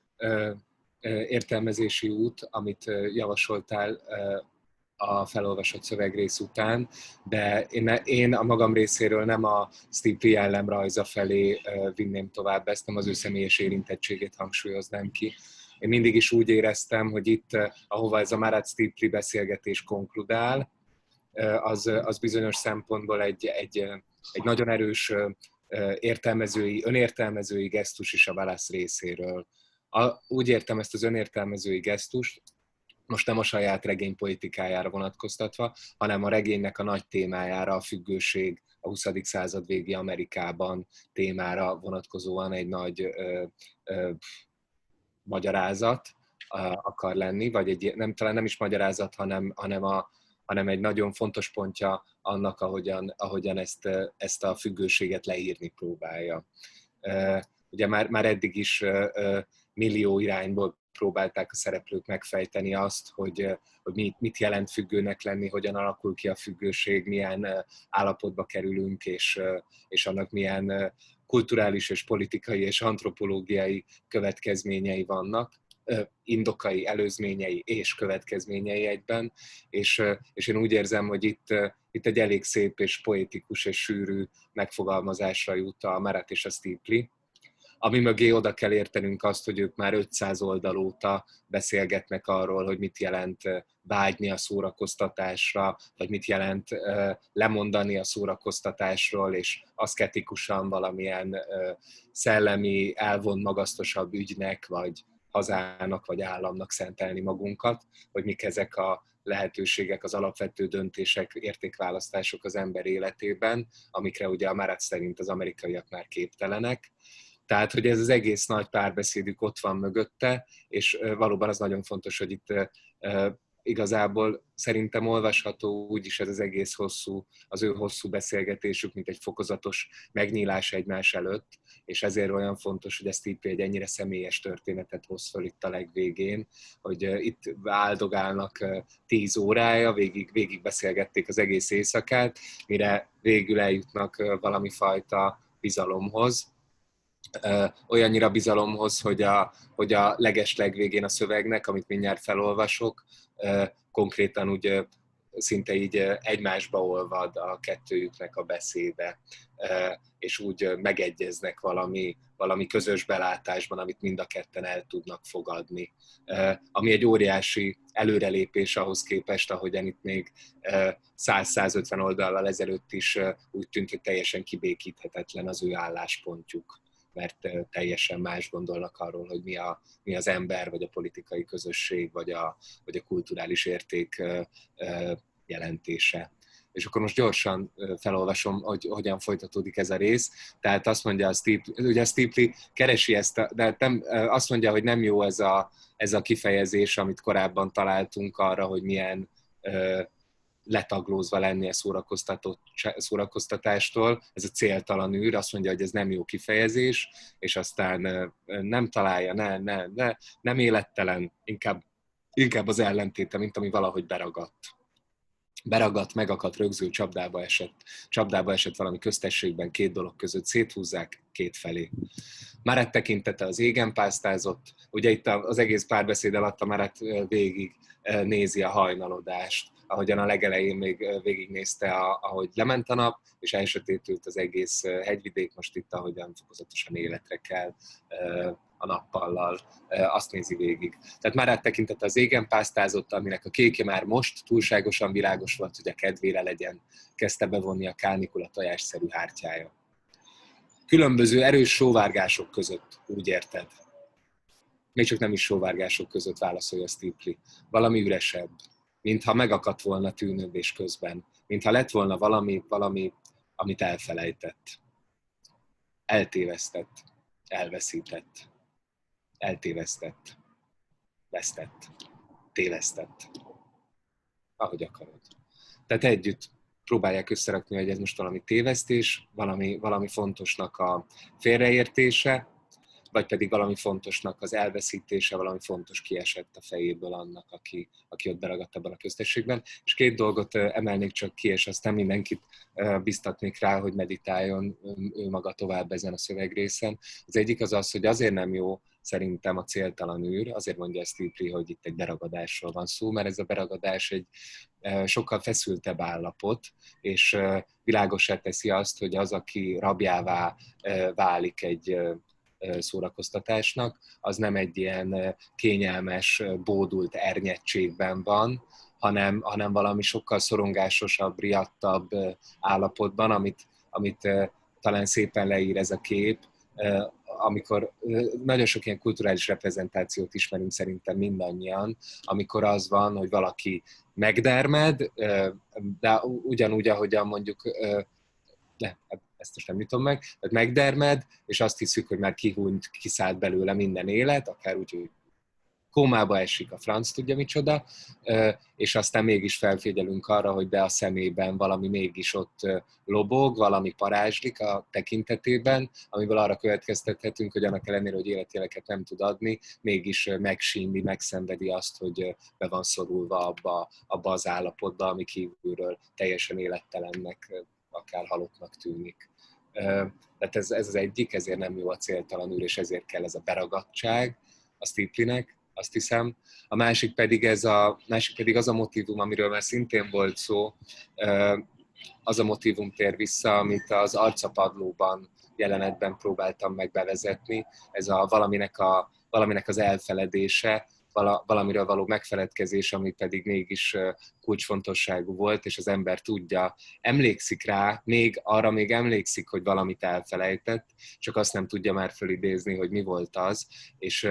értelmezési út, amit javasoltál a felolvasott szövegrész után, de én, én a magam részéről nem a Steeply jellemrajza felé vinném tovább ezt, nem az ő személyes érintettségét hangsúlyoznám ki. Én mindig is úgy éreztem, hogy itt, ahova ez a Marat Steeply beszélgetés konkludál, az, az bizonyos szempontból egy, egy, egy nagyon erős értelmezői, önértelmezői gesztus is a Wallace részéről. A, úgy értem ezt az önértelmezői gesztust, most nem a saját regény politikájára vonatkoztatva, hanem a regénynek a nagy témájára, a függőség a huszadik század végi Amerikában témára vonatkozóan egy nagy ö, ö, magyarázat akar lenni, vagy egy, nem, talán nem is magyarázat, hanem, hanem, a, hanem egy nagyon fontos pontja annak, ahogyan, ahogyan ezt, ezt a függőséget leírni próbálja. Ugye már, már eddig is millió irányból próbálták a szereplők megfejteni azt, hogy, hogy mit jelent függőnek lenni, hogyan alakul ki a függőség, milyen állapotba kerülünk, és, és annak milyen kulturális és politikai és antropológiai következményei vannak, indokai, előzményei és következményei egyben, és, és én úgy érzem, hogy itt, itt egy elég szép és poétikus és sűrű megfogalmazásra jut a Marat és a Steeply, ami mögé oda kell értenünk azt, hogy ők már ötszáz oldal óta beszélgetnek arról, hogy mit jelent vágyni a szórakoztatásra, vagy mit jelent lemondani a szórakoztatásról, és aszketikusan valamilyen szellemi, elvont magasztosabb ügynek, vagy hazának, vagy államnak szentelni magunkat, hogy mik ezek a lehetőségek, az alapvető döntések, értékválasztások az ember életében, amikre ugye a Marat szerint az amerikaiak már képtelenek. Tehát, hogy ez az egész nagy párbeszédük ott van mögötte, és valóban az nagyon fontos, hogy itt igazából szerintem olvasható úgyis ez az egész hosszú, az ő hosszú beszélgetésük, mint egy fokozatos megnyílás egymás előtt, és ezért olyan fontos, hogy ezt így egy ennyire személyes történetet hoz föl itt a legvégén, hogy itt áldogálnak tíz órája, végig, végig beszélgették az egész éjszakát, mire végül eljutnak valami fajta bizalomhoz, olyannyira bizalomhoz, hogy a, hogy a legeslegvégén a szövegnek, amit mindjárt felolvasok, konkrétan úgy szinte így egymásba olvad a kettőjüknek a beszéde, és úgy megegyeznek valami, valami közös belátásban, amit mind a ketten el tudnak fogadni. Ami egy óriási előrelépés ahhoz képest, ahogyan itt még száz-százötven oldallal ezelőtt is úgy tűnt, hogy teljesen kibékíthetetlen az ő álláspontjuk, mert teljesen más gondolnak arról, hogy mi, a, mi az ember, vagy a politikai közösség, vagy a, vagy a kulturális érték jelentése. És akkor most gyorsan felolvasom, hogy hogyan folytatódik ez a rész. Tehát azt mondja a Steepley, ugye a Steepley keresi ezt, a, de nem, azt mondja, hogy nem jó ez a, ez a kifejezés, amit korábban találtunk arra, hogy milyen letaglózva lenni a szórakoztatástól. Ez a céltalan űr, azt mondja, hogy ez nem jó kifejezés, és aztán nem találja, ne, ne, ne, nem élettelen, inkább, inkább az ellentéte, mint ami valahogy beragadt. Beragadt, megakadt, rögzül, csapdába esett. Csapdába esett valami köztességben, két dolog között széthúzzák két felé. Marat tekintete az égen pásztázott, ugye itt az egész párbeszéd alatt a Marat végig nézi a hajnalodást, ahogyan a legelején még végignézte, ahogy lement a nap, és elsötétült az egész hegyvidék, most itt ahogyan fokozatosan életre kell a nappallal, azt nézi végig. Tehát már áttekintette az égen pásztázott, aminek a kékje már most túlságosan világos volt, hogy a kedvére legyen, kezdte bevonni a kánikula tojásszerű hártyája. Különböző erős sóvárgások között, úgy érted. Még csak nem is sóvárgások között, válaszolja Steepley. Valami üresebb, mintha megakadt volna tűnődés közben, mintha lett volna valami, valami, amit elfelejtett. Eltévesztett, elveszített, eltévesztett, vesztett, tévesztett. Ahogy akarod. Tehát együtt próbálják összerakni, hogy ez most valami tévesztés, valami, valami fontosnak a félreértése, vagy pedig valami fontosnak az elveszítése, valami fontos kiesett a fejéből annak, aki, aki ott beragadt ebben a köztességben. És két dolgot emelnék csak ki, és aztán mindenkit biztatnék rá, hogy meditáljon ő maga tovább ezen a szövegrészen. Az egyik az az, hogy azért nem jó szerintem a céltalan űr, azért mondja Steepley, hogy itt egy beragadásról van szó, mert ez a beragadás egy sokkal feszültebb állapot, és világossá teszi azt, hogy az, aki rabjává válik egy szórakoztatásnak, az nem egy ilyen kényelmes, bódult ernyettségben van, hanem, hanem valami sokkal szorongásosabb, riadtabb állapotban, amit, amit talán szépen leír ez a kép, amikor nagyon sok ilyen kulturális reprezentációt ismerünk szerintem mindannyian, amikor az van, hogy valaki megdermed, de ugyanúgy, ahogyan mondjuk, ne, ezt most nem jutom meg, tehát megdermed, és azt hiszük, hogy már kihúnyt, kiszállt belőle minden élet, akár úgy, hogy kómába esik, a franc tudja micsoda, és aztán mégis felfigyelünk arra, hogy de a szemében valami mégis ott lobog, valami parázslik a tekintetében, amiből arra következtethetünk, hogy annak ellenére, hogy életjeleket nem tud adni, mégis megsínli, megszenvedi azt, hogy be van szorulva abba, abba az állapotba, ami kívülről teljesen élettelennek, akár halottnak tűnik. Tehát ez, ez az egyik, ezért nem jó a céltalan űr, és ezért kell ez a beragadtság a Steepleynek, azt hiszem. A másik pedig, ez a, másik pedig az a motívum, amiről már szintén volt szó, az a motívum tér vissza, amit az Arcapadlóban jelenetben próbáltam meg bevezetni, ez a valaminek, a, valaminek az elfeledése, valamiről való megfeledkezés, ami pedig mégis kulcsfontosságú volt, és az ember tudja, emlékszik rá, még arra még emlékszik, hogy valamit elfelejtett, csak azt nem tudja már fölidézni, hogy mi volt az, és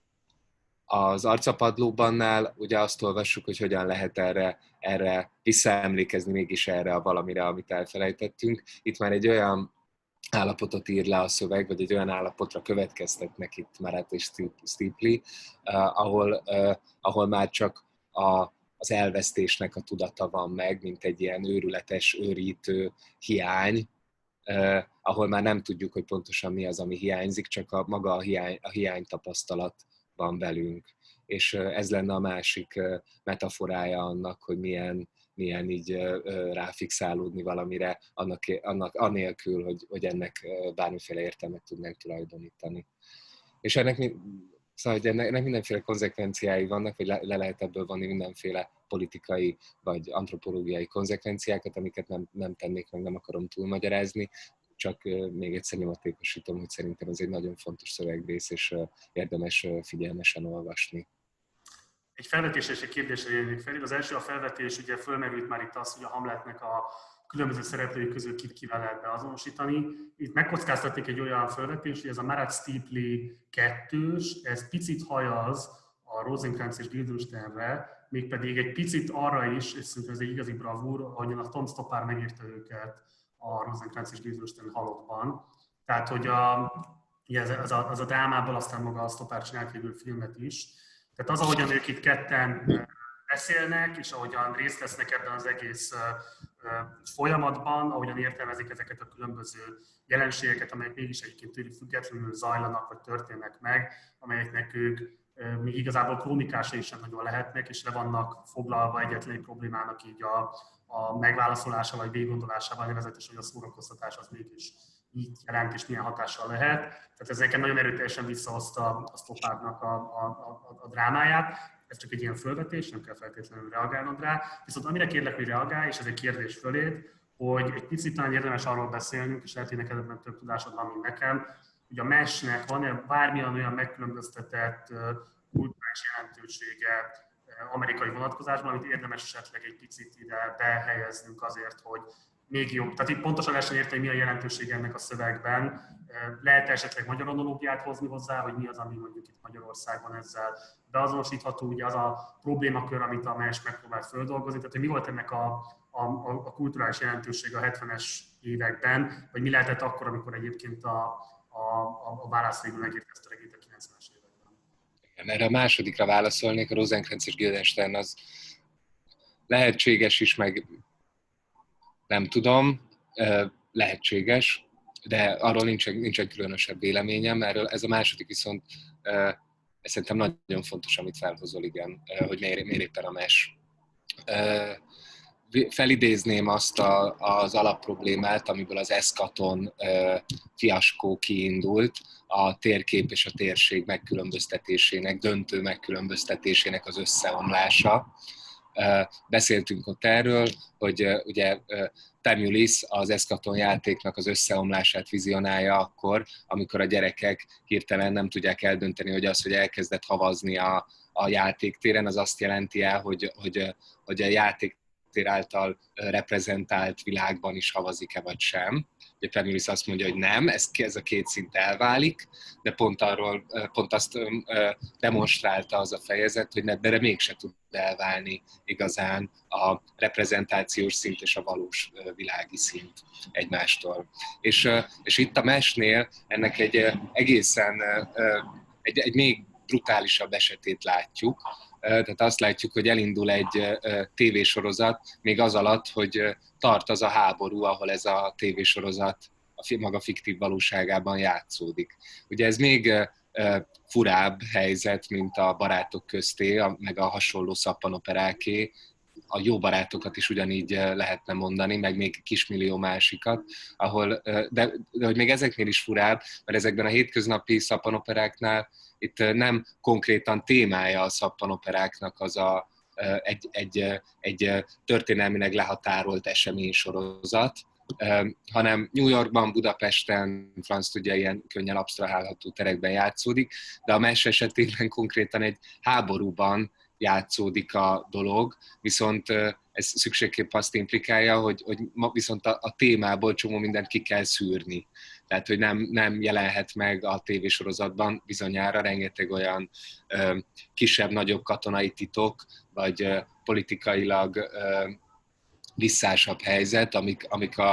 az Arcapadlóbannál ugye azt olvassuk, hogy hogyan lehet erre, erre visszaemlékezni mégis erre a valamire, amit elfelejtettünk. Itt már egy olyan állapotot ír le a szöveg, vagy egy olyan állapotra következtetnek itt Marat és Stipley, uh, ahol, uh, ahol már csak a, az elvesztésnek a tudata van meg, mint egy ilyen őrületes, őrítő hiány, uh, ahol már nem tudjuk, hogy pontosan mi az, ami hiányzik, csak a maga a hiány, a hiány tapasztalat van velünk. És uh, ez lenne a másik uh, metaforája annak, hogy milyen milyen így ráfixálódni valamire, annak, annak, anélkül, hogy, hogy ennek bármiféle értelmet tudnánk tulajdonítani. És ennek, szóval, hogy ennek, ennek mindenféle konzekvenciái vannak, vagy le, le lehet ebből vonni mindenféle politikai vagy antropológiai konzekvenciákat, amiket nem, nem tennék meg, nem akarom túlmagyarázni, csak még egyszer nyomatékosítom, hogy szerintem ez egy nagyon fontos szövegrész, és érdemes figyelmesen olvasni. Egy felvetés és egy kérdésre jönnék fel. Az első a felvetés, ugye fölmerült már itt az, hogy a Hamletnek a különböző szereplői közül kit kivel lehet beazonosítani. Itt megkockáztatnék egy olyan felvetés, hogy ez a Marat Stipley kettős, ez picit hajaz a Rosencrantz és Guildensternre, mégpedig egy picit arra is, és szerintem ez egy igazi bravúr, ahogyan a Tom Stoppard megírta őket a Rosencrantz és Guildenstern halottban. Tehát, hogy a, ez, az, a, az a drámából aztán maga a Stoppard csinált végül filmet is. Tehát az, ahogyan ők itt ketten beszélnek, és ahogyan részt vesznek ebben az egész folyamatban, ahogyan értelmezik ezeket a különböző jelenségeket, amelyek mégis egyébként tőlük függetlenül zajlanak, vagy történnek meg, amelyeknek ők még igazából krónikásai sem nagyon lehetnek, és le vannak foglalva egyetlen egy problémának így a, a megválaszolása vagy végiggondolásával, nevezetesen, hogy a szórakoztatás az mégis így jelent, és milyen hatással lehet. Tehát ez nekem nagyon erőteljesen visszahozta a Stoppardnak a, a, a, a drámáját. Ez csak egy ilyen fölvetés, nem kell feltétlenül reagálnod rá. Viszont amire kérlek, hogy reagálj, és ez egy kérdés fölét, hogy egy picit talán érdemes arról beszélnünk, és lehet, hogy neked ebben több tudásod van, mint nekem, hogy a mesnek van-e bármilyen olyan megkülönböztetett kulturális jelentősége amerikai vonatkozásban, amit érdemes esetleg egy picit ide behelyeznünk azért, hogy még jobb. Tehát itt pontosan lehessen érteni, hogy mi a jelentőség ennek a szövegben. Lehet esetleg magyar analógiát hozni hozzá, hogy mi az, ami mondjuk itt Magyarországon ezzel beazonosítható, ugye az a problémakör, amit a mes megpróbált földolgozni, tehát hogy mi volt ennek a, a, a kulturális jelentőség a hetvenes években, vagy mi lehetett akkor, amikor egyébként a, a, a válasz végül megérkezte regényt a kilencvenes években. Igen, erre a másodikra válaszolnék, a Rosencrantz és Guildenstern az lehetséges is, meg nem tudom, lehetséges, de arról nincsen, nincsen különösebb véleményem, erről ez a második viszont ez szerintem nagyon fontos, amit felhozol, igen, hogy miért, miért éppen a mes. Felidézném azt a, az alapproblémát, amiből az eszkaton fiaskó kiindult, a térkép és a térség megkülönböztetésének, döntő megkülönböztetésének az összeomlása. Beszéltünk ott erről, hogy ugye Termulis az eszkaton játéknak az összeomlását vizionálja akkor, amikor a gyerekek hirtelen nem tudják eldönteni, hogy az, hogy elkezdett havazni a, a játéktéren, az azt jelenti el, hogy, hogy, hogy a játéktér által reprezentált világban is havazik-e vagy sem. Ugye Termulis azt mondja, hogy nem, ez, ez a két szint elválik, de pont, arról, pont azt demonstrálta az a fejezet, hogy ne, de mégse tud elválni igazán a reprezentációs szint és a valós világi szint egymástól. És, és itt a mesnél ennek egy egészen, egy, egy még brutálisabb esetét látjuk. Tehát azt látjuk, hogy elindul egy tévésorozat, még az alatt, hogy tart az a háború, ahol ez a tévésorozat a maga fiktív valóságában játszódik. Ugye ez még furább helyzet, mint a Barátok közté, meg a hasonló szappanoperáké. A Jó barátokat is ugyanígy lehetne mondani, meg még kismillió másikat, ahol, de, de hogy még ezeknél is furább, mert ezekben a hétköznapi szappanoperáknál itt nem konkrétan témája a szappanoperáknak az a, egy, egy, egy történelmileg lehatárolt eseménysorozat, hanem New Yorkban, Budapesten, franc tudja, ilyen könnyen absztrahálható terekben játszódik, de a mes esetében konkrétan egy háborúban játszódik a dolog, viszont ez szükségképp azt implikálja, hogy, hogy viszont a, a témából csomó mindent ki kell szűrni. Tehát, hogy nem, nem jelenhet meg a tévésorozatban bizonyára rengeteg olyan ö, kisebb-nagyobb katonai titok, vagy ö, politikailag ö, visszásabb helyzet, amik, amik a,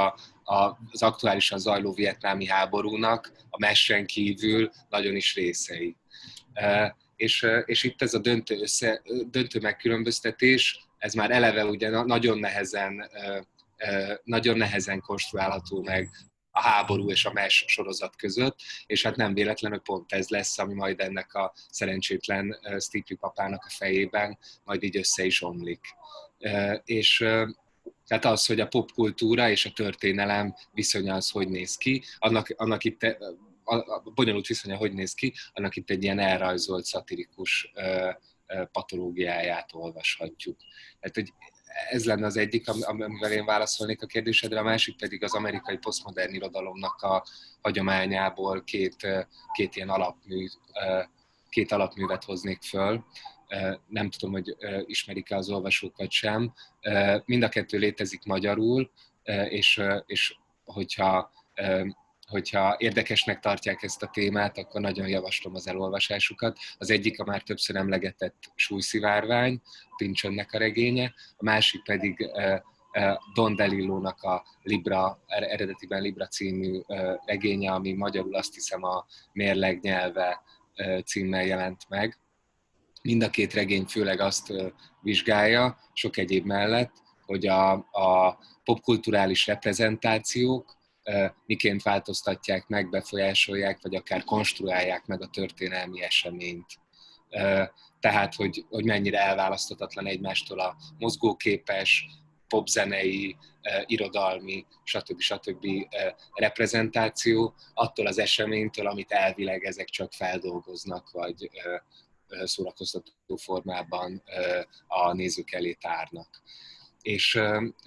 az aktuálisan zajló vietnámi háborúnak a messen kívül nagyon is részei. És, és itt ez a döntő, össze, döntő megkülönböztetés, ez már eleve ugye nagyon nehezen, nagyon nehezen konstruálható meg a háború és a mes sorozat között, és hát nem véletlenül pont ez lesz, ami majd ennek a szerencsétlen Stipley papának a fejében majd így össze is omlik. És tehát az, hogy a popkultúra és a történelem viszonya az hogy néz ki, annak, annak itt a bonyolult viszonya hogy néz ki, annak itt egy ilyen elrajzolt, szatirikus patológiáját olvashatjuk. Tehát, hogy ez lenne az egyik, amivel én válaszolnék a kérdésedre, a másik pedig az amerikai posztmodern irodalomnak a hagyományából két, két ilyen alapmű, két alapművet hoznék föl. Nem tudom, hogy ismerik-e az olvasókat sem. Mind a kettő létezik magyarul, és, és hogyha, hogyha érdekesnek tartják ezt a témát, akkor nagyon javaslom az elolvasásukat. Az egyik a már többször emlegetett Súlyszivárvány, Pynchonnek a regénye, a másik pedig Don DeLillo-nak a Libra, eredetiben Libra című regénye, ami magyarul azt hiszem a Mérleg nyelve címmel jelent meg. Mind a két regény főleg azt vizsgálja, sok egyéb mellett, hogy a, a popkulturális reprezentációk miként változtatják meg, befolyásolják, vagy akár konstruálják meg a történelmi eseményt. Tehát, hogy, hogy mennyire elválaszthatatlan egymástól a mozgóképes, popzenei, irodalmi, stb. stb. Reprezentáció, attól az eseménytől, amit elvileg ezek csak feldolgoznak, vagy szórakoztató formában a nézők elé tárnak. És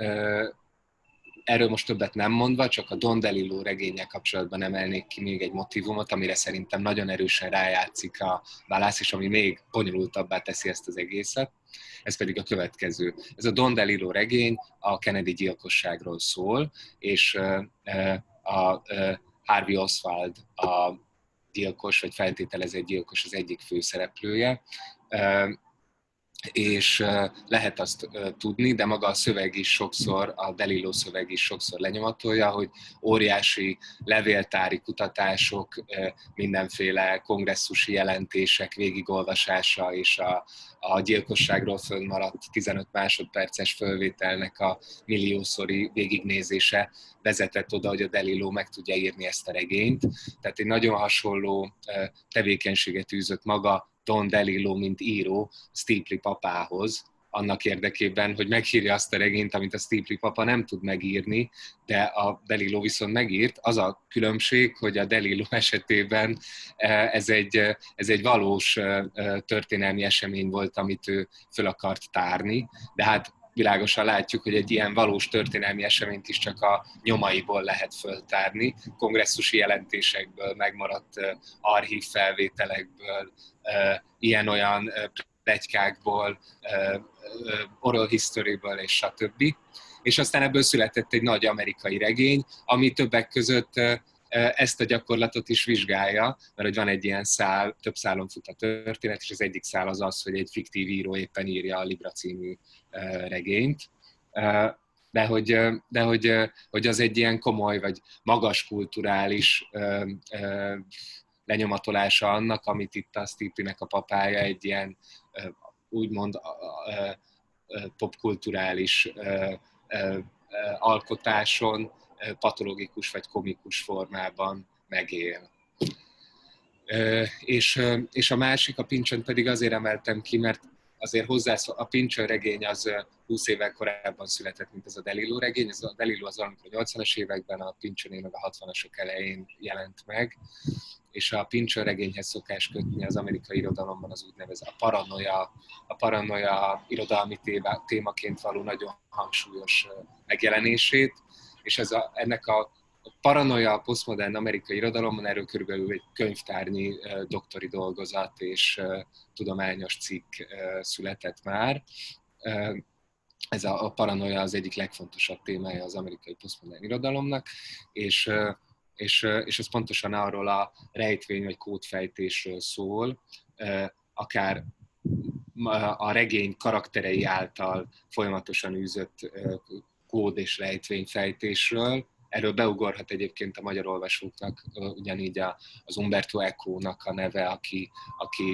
erről most többet nem mondva, csak a Don DeLillo regénnyel kapcsolatban emelnék ki még egy motívumot, amire szerintem nagyon erősen rájátszik a Wallace, és ami még bonyolultabbá teszi ezt az egészet. Ez pedig a következő. Ez a Don DeLillo regény a Kennedy gyilkosságról szól, és a Harvey Oswald a gyilkos, vagy feltételezett gyilkos az egyik főszereplője, és lehet azt tudni, de maga a szöveg is sokszor, a DeLillo szöveg is sokszor lenyomatolja, hogy óriási levéltári kutatások, mindenféle kongresszusi jelentések végigolvasása és a, a gyilkosságról fönnmaradt tizenöt másodperces fölvételnek a milliószori végignézése vezetett oda, hogy a DeLillo meg tudja írni ezt a regényt. Tehát egy nagyon hasonló tevékenységet űzött maga Don DeLillo, mint író, Stipley papához, annak érdekében, hogy megírja azt a regényt, amit a Stipley papa nem tud megírni, de a DeLillo viszont megírt. Az a különbség, hogy a DeLillo esetében ez egy, ez egy valós történelmi esemény volt, amit ő föl akart tárni, de hát világosan látjuk, hogy egy ilyen valós történelmi eseményt is csak a nyomaiból lehet föltárni, kongresszusi jelentésekből, megmaradt archív felvételekből, ilyen-olyan pletykákból, oral historyből és stb. És aztán ebből született egy nagy amerikai regény, ami többek között ezt a gyakorlatot is vizsgálja, mert hogy van egy ilyen szál, több szálon fut a történet, és az egyik szál az az, hogy egy fiktív író éppen írja a Libra című regényt. De hogy, de hogy, hogy az egy ilyen komoly, vagy magas kulturális lenyomatolása annak, amit itt a Stipleynek a papája egy ilyen úgymond popkulturális alkotáson, patológikus vagy komikus formában megél. És, és a másik, a Pynchon pedig azért emeltem ki, mert azért hozzászól, a Pynchon regény az húsz évvel korábban született, mint ez a DeLillo regény. Ez a DeLillo az valamikor a nyolcvanas években, a Pynchoné meg a hatvanasok elején jelent meg, és a Pynchon regényhez szokás kötni az amerikai irodalomban az úgynevezett a paranoia, a paranoia irodalmi témaként való nagyon hangsúlyos megjelenését, és ez a, ennek a paranoia a posztmodern amerikai irodalomban, erről körülbelül egy könyvtárnyi doktori dolgozat és tudományos cikk született már. Ez a, a paranoia az egyik legfontosabb témája az amerikai posztmodern irodalomnak, és, és, és ez pontosan arról a rejtvény vagy kódfejtésről szól, akár a regény karakterei által folyamatosan űzött kód és rejtvényfejtésről, Erről beugorhat egyébként a magyar olvasóknak ugyanígy az Umberto Eco-nak a neve, aki, aki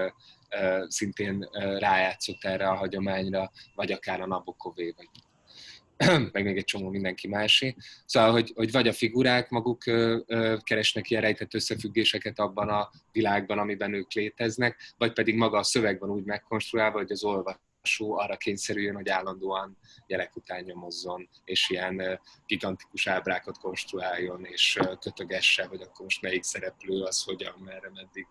szintén rájátszott erre a hagyományra, vagy akár a Nabokové, vagy meg még egy csomó mindenki másé. Szóval, hogy, hogy vagy a figurák maguk ö, ö, keresnek ilyen rejtett összefüggéseket abban a világban, amiben ők léteznek, vagy pedig maga a szöveg van úgy megkonstruálva, hogy az olvasó arra kényszerüljön, hogy állandóan jelek után nyomozzon, és ilyen ö, gigantikus ábrákat konstruáljon, és ö, kötögesse, hogy akkor most melyik szereplő, az hogyan, merre, meddig.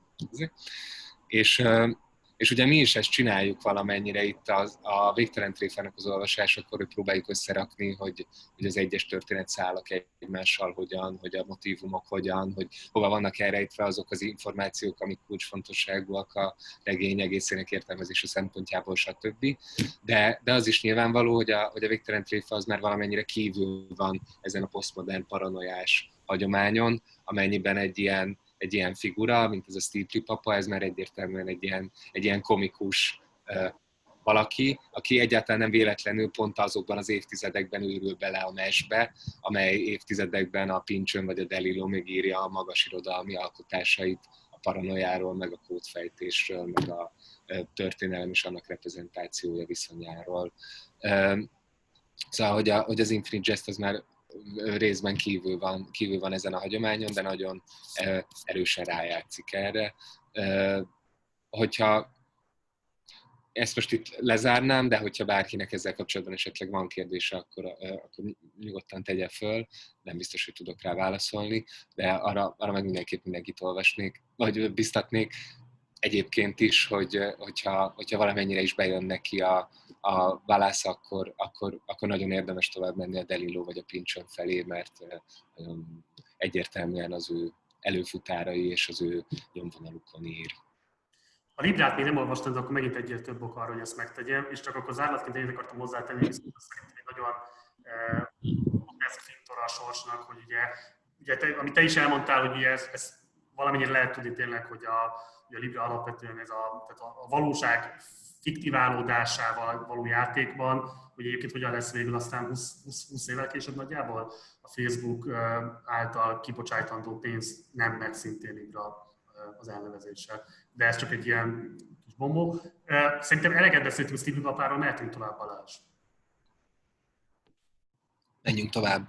És ö, És ugye mi is ezt csináljuk valamennyire itt az, a Végtelen tréfának az olvasásakor, hogy próbáljuk összerakni, hogy, hogy az egyes történetszálak egymással hogyan, hogy a motívumok hogyan, hogy hova vannak elrejtve azok az információk, amik kulcsfontosságúak a regény egészének értelmezése szempontjából, stb. De, de az is nyilvánvaló, hogy a, hogy a Végtelen tréfa az már valamennyire kívül van ezen a posztmodern paranoiás hagyományon, amennyiben egy ilyen egy ilyen figura, mint ez a Steeply papa, ez már egyértelműen egy ilyen, egy ilyen komikus uh, valaki, aki egyáltalán nem véletlenül pont azokban az évtizedekben őrül bele a mesbe, amely évtizedekben a Pynchon vagy a Delillo még írja a magas irodalmi alkotásait a paranoiáról, meg a kódfejtésről, meg a uh, történelem és annak reprezentációja viszonyáról. Uh, szóval, hogy, a, hogy az Infinite Jest az már részben kívül van, kívül van ezen a hagyományon, de nagyon erősen rájátszik erre. Hogyha ezt most itt lezárnám, de hogyha bárkinek ezzel kapcsolatban esetleg van kérdése, akkor, akkor nyugodtan tegye föl, nem biztos, hogy tudok rá válaszolni, de arra, arra meg mindenképp mindenkit olvasnék, vagy biztatnék egyébként is, hogy, hogyha, hogyha valamennyire is bejön neki a, a válasz, akkor, akkor, akkor nagyon érdemes tovább menni a Delillo vagy a Pynchon felé, mert nagyon egyértelműen az ő előfutárai és az ő nyomvonalukon ír. A Librát még nem olvastam, de akkor megint egyért több ok arra, hogy ezt megtegyem, és csak akkor zárlatként én akartam hozzátenni, viszont szerintem egy nagyon eh, ez fintora a sorsnak, hogy ugye, ugye te, amit te is elmondtál, hogy ugye ez, ez valamennyire lehet tudni tényleg, hogy a, hogy a Libra alapvetően ez a, tehát a, a valóság fiktiválódásával való játékban, hogy egyébként hogyan lesz végül aztán húsz, húsz évvel később nagyjából a Facebook által kibocsájtandó pénz nem meg szintén Libra az elnevezése. De ez csak egy ilyen kis bombó. Szerintem eleget beszéltünk Steeply papáról, mehetünk tovább, Balázs. Menjünk tovább.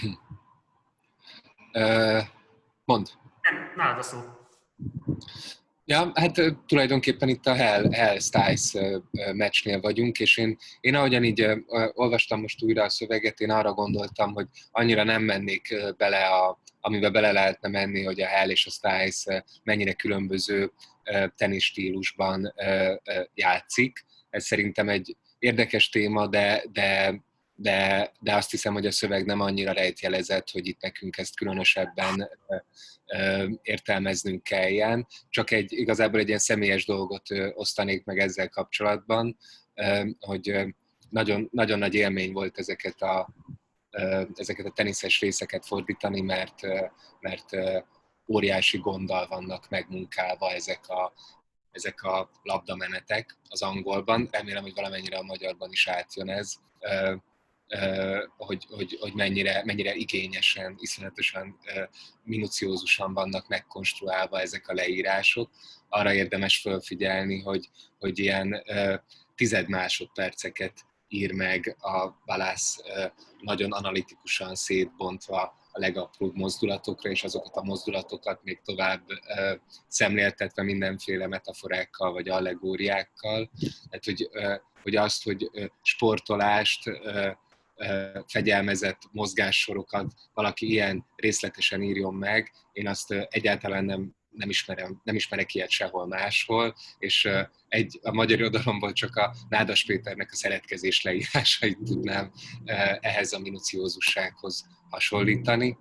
Mondd. Nem, nálad a szó. Ja, hát tulajdonképpen itt a Hell, Hell Styles meccsnél vagyunk, és én, én ahogyan így olvastam most újra a szöveget, én arra gondoltam, hogy annyira nem mennék bele, a, amiben bele lehetne menni, hogy a Hell és a Styles mennyire különböző tenisstílusban játszik. Ez szerintem egy érdekes téma, de, de, de, de azt hiszem, hogy a szöveg nem annyira rejtjelezett, hogy itt nekünk ezt különösebben értelmeznünk kelljen. Csak egy, igazából egy ilyen személyes dolgot osztanék meg ezzel kapcsolatban, hogy nagyon, nagyon nagy élmény volt ezeket a, ezeket a teniszes részeket fordítani, mert, mert óriási gonddal vannak megmunkálva ezek a, ezek a labdamenetek az angolban. Remélem, hogy valamennyire a magyarban is átjön ez. Hogy, hogy, hogy mennyire, mennyire igényesen, iszonyatosan minuciózusan vannak megkonstruálva ezek a leírások. Arra érdemes felfigyelni, hogy, hogy ilyen tized másodperceket ír meg a Wallace nagyon analitikusan szétbontva a legapróbb mozdulatokra, és azokat a mozdulatokat még tovább szemléltetve mindenféle metaforákkal vagy allegóriákkal. Tehát, hogy, hogy azt, hogy sportolást, fegyelmezett mozgássorokat valaki ilyen részletesen írjon meg, én azt egyáltalán nem, nem, ismerem, nem ismerek ilyet sehol máshol, és egy, a magyar irodalomból csak a Nádas Péternek a Szeretkezés leírásait tudnám ehhez a minuciózussághoz hasonlítani.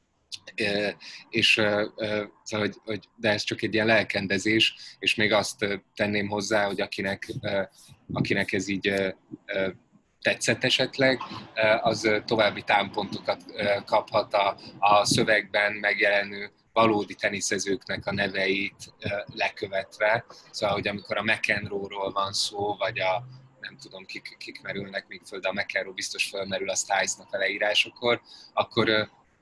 És szóval, hogy, hogy, de ez csak egy ilyen lelkendezés, és még azt tenném hozzá, hogy akinek, akinek ez így tetszett esetleg, az további támpontokat kaphat a, a szövegben megjelenő valódi teniszezőknek a neveit lekövetve. Szóval, hogy amikor a McEnroe-ról van szó, vagy a nem tudom, kik, kik merülnek még föl, de a McEnroe biztos fölmerül a Styles-nak a leírásokor, akkor,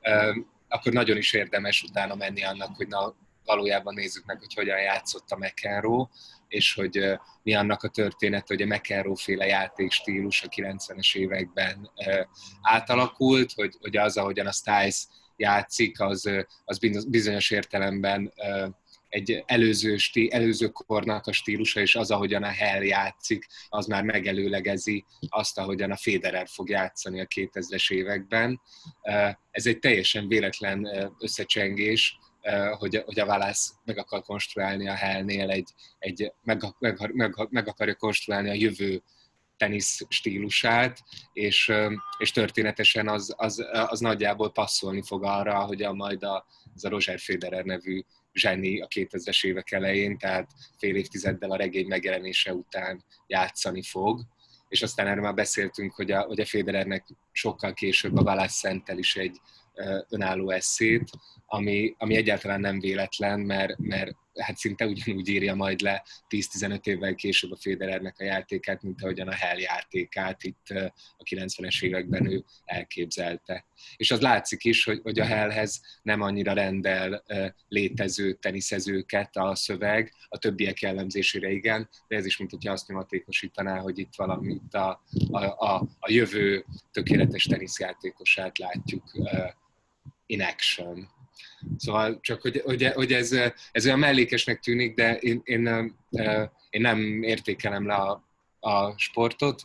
akkor nagyon is érdemes utána menni annak, hogy na, valójában nézzük meg, hogy hogyan játszott a McEnroe, és hogy mi annak a történet, hogy a McEnroe-féle játékstílus a kilencvenes években átalakult, hogy, hogy az, ahogyan a Styles játszik, az, az bizonyos értelemben egy előző, stí, előző kornak a stílusa, és az, ahogyan a Hell játszik, az már megelőlegezi azt, ahogyan a Federer fog játszani a kétezres években. Ez egy teljesen véletlen összecsengés, hogy, hogy a Wallace meg akar konstruálni a Hellnél, egy, egy, meg, meg, meg, meg akarja konstruálni a jövő tenisz stílusát, és, és történetesen az, az, az nagyjából passzolni fog arra, hogy a majd a, az a Roger Federer nevű zseni a kétezres évek elején, tehát fél évtizeddel a regény megjelenése után játszani fog. És aztán erről már beszéltünk, hogy a, hogy a Federernek sokkal később a Wallace szentel is egy önálló esszét, ami, ami egyáltalán nem véletlen, mert, mert hát szinte ugyanúgy írja majd le tíz-tizenöt évvel később a Federernek a játékát, mint ahogyan a Hell játékát itt a kilencvenes években ő elképzelte. És az látszik is, hogy, hogy a Hellhez nem annyira rendel létező teniszezőket a szöveg, a többiek jellemzésére igen, de ez is, mint hogyha azt nyomatékosítaná, hogy itt valamit a, a, a, a jövő tökéletes teniszjátékosát látjuk in action. Szóval csak, hogy, hogy, hogy ez, ez olyan mellékesnek tűnik, de én, én, én nem értékelem le a, a sportot,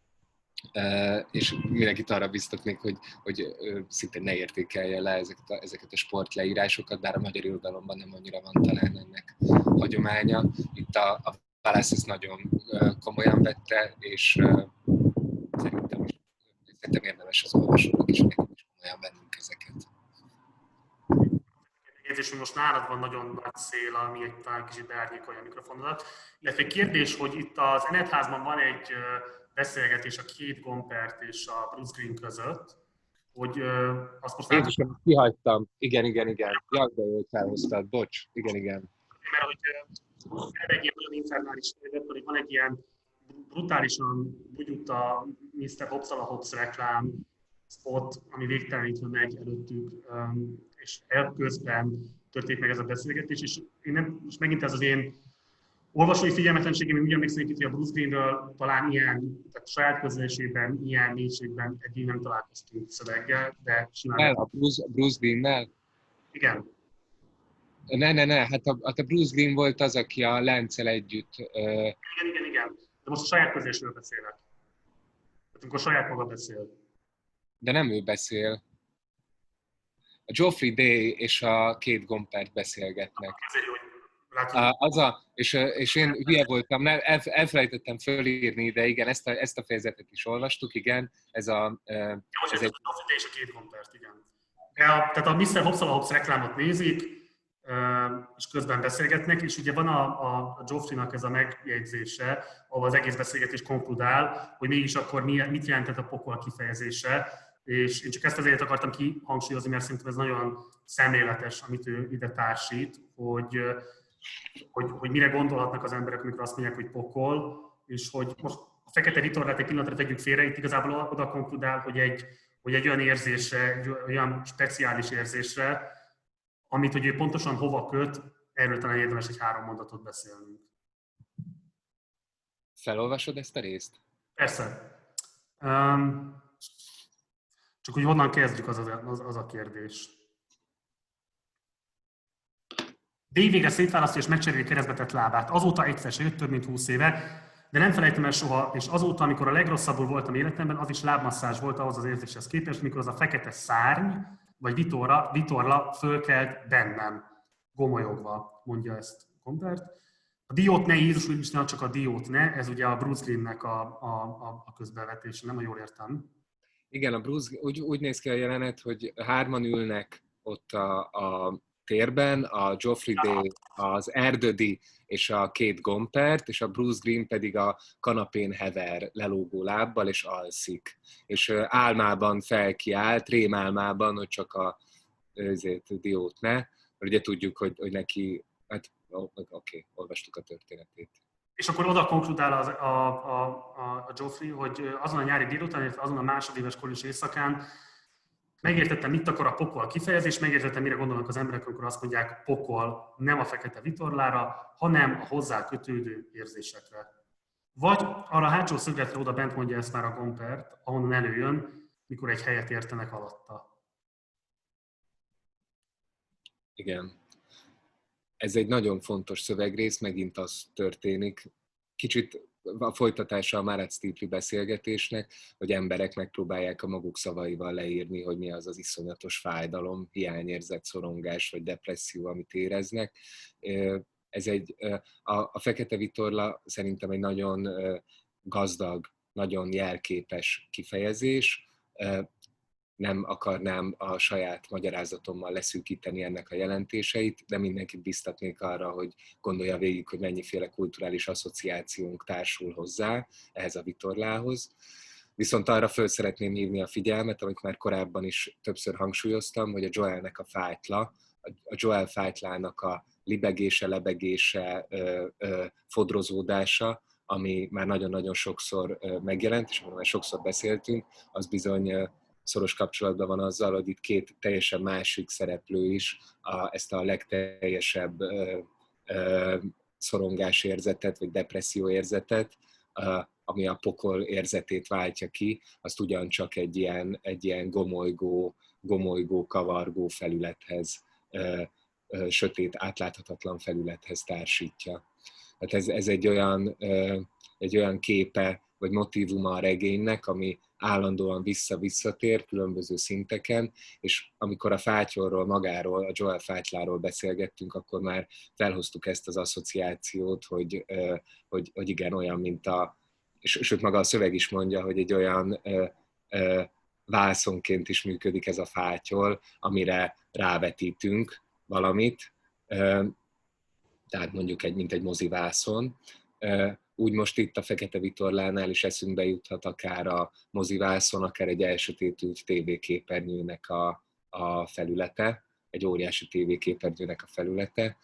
és mindenkit arra biztatnék, hogy, hogy szinte ne értékelje le ezeket a, ezeket a sportleírásokat, bár a magyar irodalomban nem annyira van talán ennek hagyománya. Itt a, a Wallace ezt nagyon komolyan vette, és szerintem, szerintem érdemes az olvasónak is, nekünk is komolyan vennünk ezeket. És hogy most nálad van nagyon nagy szél, ami egy talán kicsit beárnyékolja a mikrofonodat. Illetve kérdés, hogy itt az Enetházban van egy beszélgetés a Kate Gompert és a Bruce Green között, hogy azt most Én is kihagytam. Igen, igen, igen. Jak, de jól felhoztad. Bocs. Igen, igen. Mert hogy egy ilyen nagyon infernális kérdés, hogy van egy ilyen brutálisan bugyutta miszter Hobbs-al a Hobbs reklám spot, ami végtelenítve megy előttük, és elközben történt meg ez a beszélgetés, és én nem, most megint ez az én olvasói figyelmetlenségem, én úgy emlékszem, hogy a Bruce Greenről talán ilyen, tehát saját közlésében, ilyen mélységben eddig nem találkoztunk szöveggel, de simán... El, a Bruce, Bruce Greennel? Igen. Ne, ne, ne, hát a, hát a Bruce Green volt az, aki a Lencel együtt... Uh... Igen, igen, igen, de most a saját közlésről beszélek. Tehát amikor saját maga beszél. De nem ő beszél. A Geoffrey Day és a Kate Gompert beszélgetnek. Azért, hogy látom. Az a, és, és én hülye voltam, nem, el, elfelejtettem fölírni, de igen, ezt a, ezt a fejezetet is olvastuk, igen. Ez a... Jó, ez egy... a Geoffrey Day és a Kate Gompert, igen. De a, tehát a miszter Hobbs-al a Hobbs reklámot nézik, és közben beszélgetnek, és ugye van a, a, a Geoffrey-nak ez a megjegyzése, ahol az egész beszélgetés konkludál, hogy mégis akkor mi, mit jelentett a pokol kifejezése, és én csak ezt azért akartam kihangsúlyozni, mert szerintem ez nagyon szemléletes, amit ő ide társít, hogy, hogy, hogy mire gondolhatnak az emberek, amikor azt mondják, hogy pokol, és hogy most a fekete vitorlát egy pillanatra tegyük félre, itt igazából oda konkludál, hogy egy, hogy egy olyan érzésre, egy olyan speciális érzésre, amit hogy ő pontosan hova köt, erről talán érdemes egy három mondatot beszélnünk. Felolvasod ezt a részt? Persze. Um, csak hogy honnan kezdjük, az a, az, az a kérdés. Day végre szétválasztja és megcseréli keresztbe tett lábát. Azóta egyszer se jött, több mint húsz éve, de nem felejtem el soha, és azóta, amikor a legrosszabbul voltam életemben, az is lábmasszázs volt ahhoz az érzéshez képest, mikor az a fekete szárny, vagy vitorla, vitorla fölkelt bennem, gomolyogva, mondja ezt Gompert. A diót ne, Jézus Úristen, csak a diót ne, ez ugye a Bruce Greennek a, a, a közbevetése, nem, ha jól értem. Igen, a Bruce, úgy, úgy néz ki a jelenet, hogy hárman ülnek ott a, a térben, a Geoffrey Day, az Erdödi és a Kate Gompert, és a Bruce Green pedig a kanapén hever lelógó lábbal, és alszik. És álmában felkiált, rémálmában, hogy csak a őzét, diót ne, mert ugye tudjuk, hogy, hogy neki, hát oké, okay, olvastuk a történetét. És akkor oda konkludál az, a, a, a Geoffrey, hogy azon a nyári délután, azon a másodéves kolis éjszakán Megértettem, mit akar a pokol kifejezés, megértettem, mire gondolnak az emberek, amikor azt mondják, pokol nem a fekete vitorlára, hanem a hozzá kötődő érzésekre. Vagy arra a hátsó szögletre oda bent mondja ezt már a Gompert, ahonnan előjön, mikor egy helyet értenek alatta. Igen. Ez egy nagyon fontos szövegrész, megint az történik. Kicsit a folytatása a Marat Stifli beszélgetésnek, hogy emberek megpróbálják a maguk szavaival leírni, hogy mi az az iszonyatos fájdalom, hiányérzet, szorongás vagy depresszió, amit éreznek. Ez egy, a, a Fekete Vitorla szerintem egy nagyon gazdag, nagyon jelképes kifejezés. Nem akarnám a saját magyarázatommal leszűkíteni ennek a jelentéseit, de mindenkit biztatnék arra, hogy gondolja végig, hogy mennyiféle kulturális asszociációnk társul hozzá ehhez a vitorlához. Viszont arra föl szeretném hívni a figyelmet, amit már korábban is többször hangsúlyoztam, hogy a Joelnek a fájtla, a Joel fájtlának a libegése, lebegése, fodrozódása, ami már nagyon-nagyon sokszor megjelent, és amiről már sokszor beszéltünk, az bizony szoros kapcsolatban van azzal, hogy itt két teljesen másik szereplő is a, ezt a legteljesebb ö, ö, szorongásérzetet, vagy depresszióérzetet, ö, ami a pokol érzetét váltja ki, azt ugyancsak egy ilyen, egy ilyen gomolygó, gomolygó, kavargó felülethez, ö, ö, sötét, átláthatatlan felülethez társítja. Tehát ez, ez egy, olyan, ö, egy olyan képe, vagy motívuma a regénynek, ami állandóan vissza-visszatér különböző szinteken, és amikor a fátyolról magáról, a Joel fátyláról beszélgettünk, akkor már felhoztuk ezt az asszociációt, hogy, hogy, hogy igen, olyan, mint a, és sőt maga a szöveg is mondja, hogy egy olyan ö, ö, vászonként is működik ez a fátyol, amire rávetítünk valamit, ö, tehát mondjuk egy, mint egy mozivászon. Úgy most itt a Fekete Vitorlánál is eszünkbe juthat akár a mozivászon, akár egy elsötétült tévéképernyőnek a, a felülete, egy óriási tévéképernyőnek a felülete,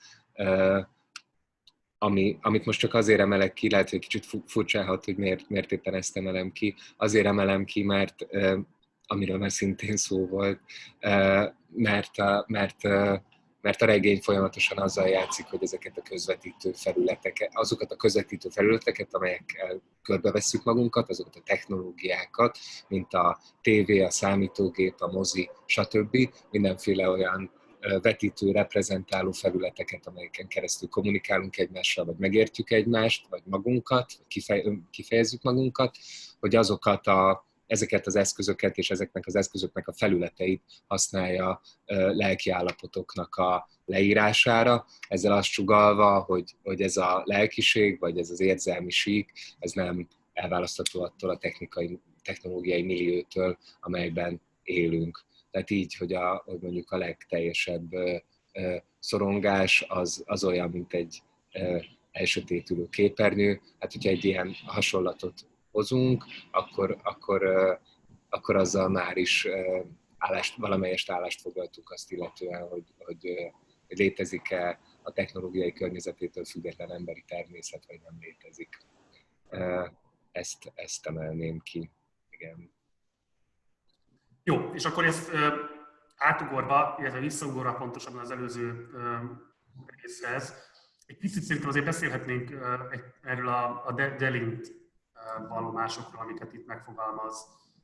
ami, amit most csak azért emelek ki, lehet, hogy kicsit furcsálhat, hogy miért, miért éppen ezt emelem ki. Azért emelem ki, mert amiről már szintén szó volt, mert, mert mert a regény folyamatosan azzal játszik, hogy ezeket a közvetítő felületeket, azokat a közvetítő felületeket, amelyekkel körbevesszük magunkat, azokat a technológiákat, mint a tévé, a számítógép, a mozi, stb. Mindenféle olyan vetítő, reprezentáló felületeket, amelyeken keresztül kommunikálunk egymással, vagy megértjük egymást, vagy magunkat, vagy kifejezzük magunkat, hogy azokat a ezeket az eszközöket és ezeknek az eszközöknek a felületeit használja lelkiállapotoknak a leírására, ezzel azt sugallva, hogy, hogy ez a lelkiség, vagy ez az érzelmi sík, ez nem elválasztható attól a technikai, technológiai milliótől, amelyben élünk. Tehát így, hogy, a, hogy mondjuk a legteljesebb szorongás az, az olyan, mint egy elsötétülő képernyő. Hát, hogyha egy ilyen hasonlatot hozunk, akkor, akkor, akkor azzal már is állást, valamelyest állást foglaltuk azt illetően, hogy, hogy, hogy létezik-e a technológiai környezetétől független emberi természet, vagy nem létezik. Ezt, ezt emelném ki. Igen. Jó, és akkor ezt átugorva, illetve visszaugorva pontosabban az előző részhez, egy picit szerintem azért beszélhetnénk erről a, a Delint vallomásokról, amiket itt megfogalmaz.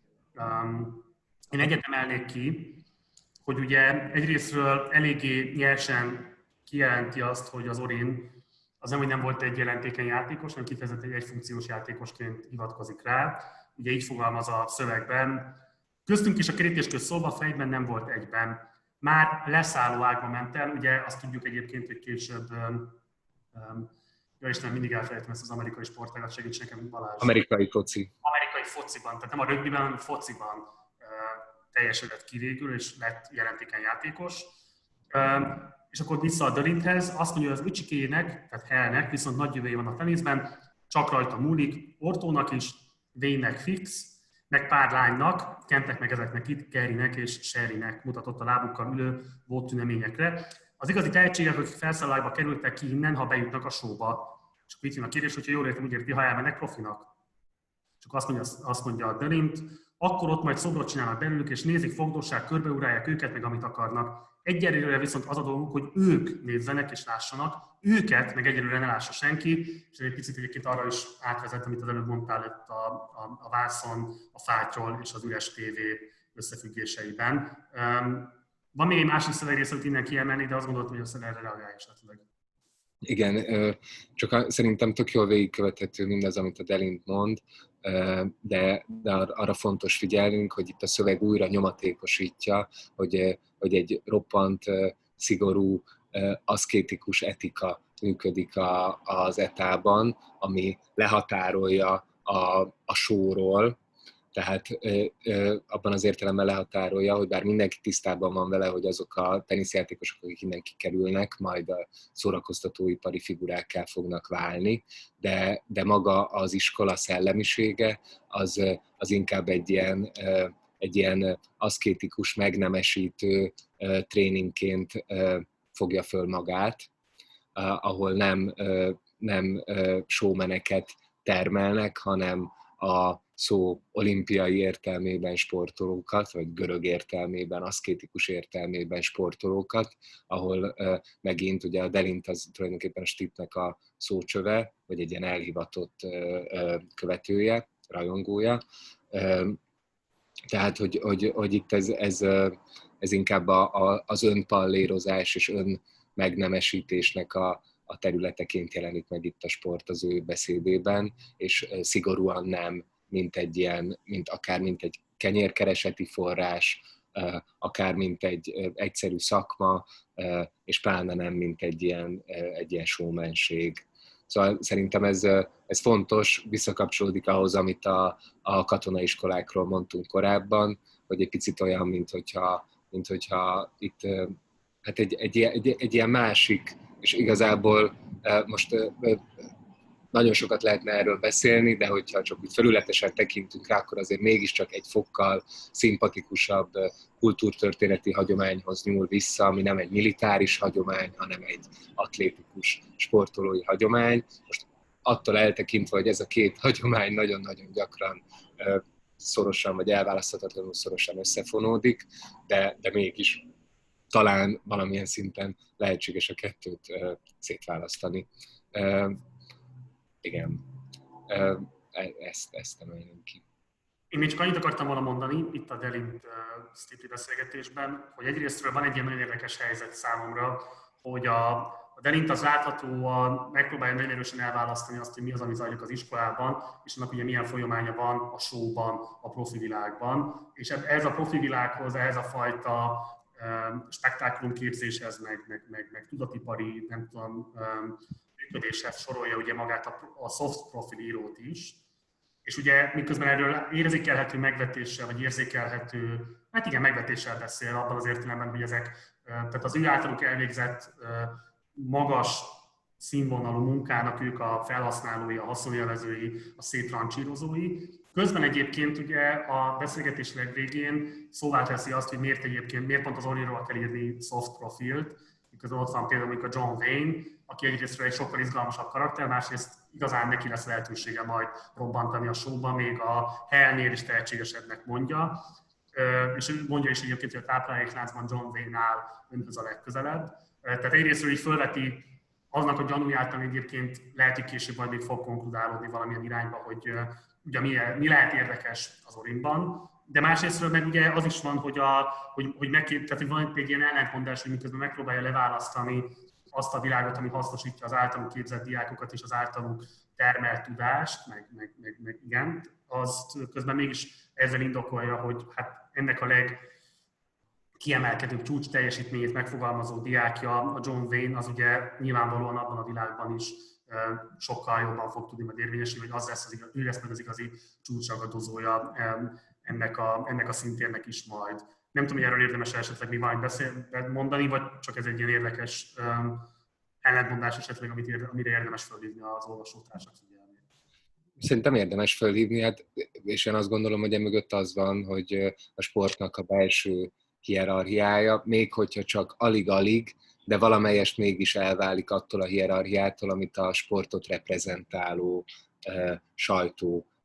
Én egyet emelnék ki, hogy ugye egyrésztről eléggé nyersen kijelenti azt, hogy az Orin az nem, hogy nem volt egy jelentékeny játékos, hanem kifejezetten egy egyfunkciós játékosként hivatkozik rá. Ugye így fogalmaz a szövegben. Köztünk is a kerítés közt szólva fejben nem volt egyben. Már leszálló ágba ment el, ugye azt tudjuk egyébként, hogy később ja Istenem, mindig elfelejtem ezt az amerikai sportágat, segíts nekem, Balázs. Amerikai foci. Amerikai fociban, tehát nem a rögbiben, hanem a fociban uh, teljesedett ki végül, és lett jelentékeny játékos. Uh, és akkor vissza a Delinthez, azt mondja, hogy az öcsikéjének, tehát Hellnek viszont nagy jövője van a teniszben, csak rajta múlik, Ortónak is, Wayne-nek fix, meg pár lánynak, Kentnek meg ezeknek itt, Kerrynek és Sherrynek mutatott a lábukkal ülő volt tüneményekre. Az igazi tehetségek, akik felszállákba kerültek ki innen, ha bejutnak a showba. És akkor itt jön a kérdés, hogyha jól értem, úgy érti, ha elmennek profinak. Csak azt mondja, azt mondja a Delint, akkor ott majd szobrot csinálnak belőlük, és nézik, fogdossák, körbeurálják őket, meg amit akarnak. Egyelőre viszont az a dolguk, hogy ők nézzenek és lássanak, őket meg egyelőre ne lássa senki, és egy picit egyébként arra is átvezet, amit az előbb mondtál itt a, a, a vászon, a fátyol és az üres tévé összefüggéseiben. Um, van még egy másik szövegrész, amit innen kiemelni, de azt gondoltam, hogy azt erre reagálj esetleg. Igen, csak szerintem tök jól végigkövethető mindaz, amit a Delint mond, de, de arra fontos figyelnünk, hogy itt a szöveg újra nyomatékosítja, hogy, hogy egy roppant, szigorú, aszkétikus etika működik a, az etában, ami lehatárolja a, a showról, tehát ö, ö, abban az értelemben lehatárolja, hogy bár mindenki tisztában van vele, hogy azok a teniszjátékosok, akik innen kikerülnek, majd a szórakoztatóipari figurákká fognak válni, de, de maga az iskola szellemisége az, az inkább egy ilyen, egy ilyen aszkétikus, megnemesítő tréningként fogja föl magát, ahol nem, nem showmaneket termelnek, hanem a szó olimpiai értelmében sportolókat, vagy görög értelmében, aszkétikus értelmében sportolókat, ahol uh, megint ugye a Delint az tulajdonképpen a Stippnek a szócsöve, vagy egy ilyen elhivatott uh, uh, követője, rajongója. Uh, tehát, hogy, hogy, hogy itt ez, ez, ez inkább a, a, az önpallérozás és ön megnemesítésnek a, a területeként jelenik meg itt a sport az ő beszédében, és szigorúan nem, mint egy ilyen, mint akár mint egy kenyérkereseti forrás, akár mint egy egyszerű szakma, és pláne nem, mint egy ilyen, egy ilyen showmanség. Szóval szerintem ez, ez fontos, visszakapcsolódik ahhoz, amit a, a katonaiskolákról mondtunk korábban, hogy egy picit olyan, mint hogyha, mint hogyha itt hát egy, egy, egy, egy ilyen másik, és igazából most nagyon sokat lehetne erről beszélni, de hogyha csak úgy felületesen tekintünk rá, akkor azért mégiscsak egy fokkal szimpatikusabb kultúrtörténeti hagyományhoz nyúl vissza, ami nem egy militáris hagyomány, hanem egy atlétikus sportolói hagyomány. Most attól eltekintve, hogy ez a két hagyomány nagyon-nagyon gyakran szorosan vagy elválaszthatatlanul szorosan összefonódik, de, de mégis talán valamilyen szinten lehetséges a kettőt szétválasztani. Igen, ezt, ezt emelném ki. Én még csak annyit akartam volna mondani itt a Delint Stippy beszélgetésben, hogy egyrésztről van egy ilyen nagyon érdekes helyzet számomra, hogy a, a Delint az láthatóan megpróbálja nagyon erősen elválasztani azt, hogy mi az, ami zajlik az iskolában, és annak ugye milyen folyamánya van a showban, a profi világban. És ez a profi világhoz, ez a fajta um, spektákulumképzéshez, meg, meg, meg, meg tudatipari, nem tudom, um, működéshez sorolja ugye magát a, a soft profil írót is, és ugye miközben erről érzékelhető megvetéssel, vagy érzékelhető, hát igen, megvetéssel beszél abban az értelemben, hogy ezek, tehát az ő általuk elvégzett magas színvonalú munkának ők a felhasználói, a haszonélvezői, a szétrancsírozói. Közben egyébként ugye a beszélgetés legvégén szóvá teszi azt, hogy miért egyébként, miért pont az Oriról kell írni soft profilt, miközben ott van például a John Wayne, aki egyrészt egy sokkal izgalmasabb karakter, másrészt igazán neki lesz lehetősége majd robbantani a showban, még a Hellnél is tehetségesebbnek mondja. És mondja is egyébként, hogy a táplálékláncban John Wayne áll önhöz a legközelebb. Tehát egyrésztről így fölveti aznak a gyanúját, ami egyébként lehet, hogy később majd még fog konkludálódni valamilyen irányba, hogy ugye mi, mi lehet érdekes az Olimban. De másrésztről meg ugye az is van, hogy, a, hogy, hogy, meg, tehát, hogy van egy ilyen ellentmondás, hogy miközben megpróbálja leválasztani azt a világot, ami hasznosítja az általuk képzett diákokat és az általuk termelt tudást, meg, meg, meg, meg igen, az közben mégis ezzel indokolja, hogy hát ennek a legkiemelkedőbb csúcs teljesítményét megfogalmazó diákja, a John Wayne, az ugye nyilvánvalóan abban a világban is sokkal jobban fog tudni majd érvényesülni, hogy az lesz az igaz, ő lesz meg az igazi csúcsragadozója ennek a, ennek a szintérnek is majd. Nem tudom, hogy erről érdemes esetleg még valamit beszél, mondani, vagy csak ez egy ilyen érdekes um, ellentmondás esetleg, amit érde, amire érdemes felhívni az olvasótársak figyelmét. Szerintem érdemes felhívni, hát, és én azt gondolom, hogy emögött az van, hogy a sportnak a belső hierarchiája, még hogyha csak alig-alig, de valamelyest mégis elválik attól a hierarchiától, amit a sportot reprezentáló uh, sajtó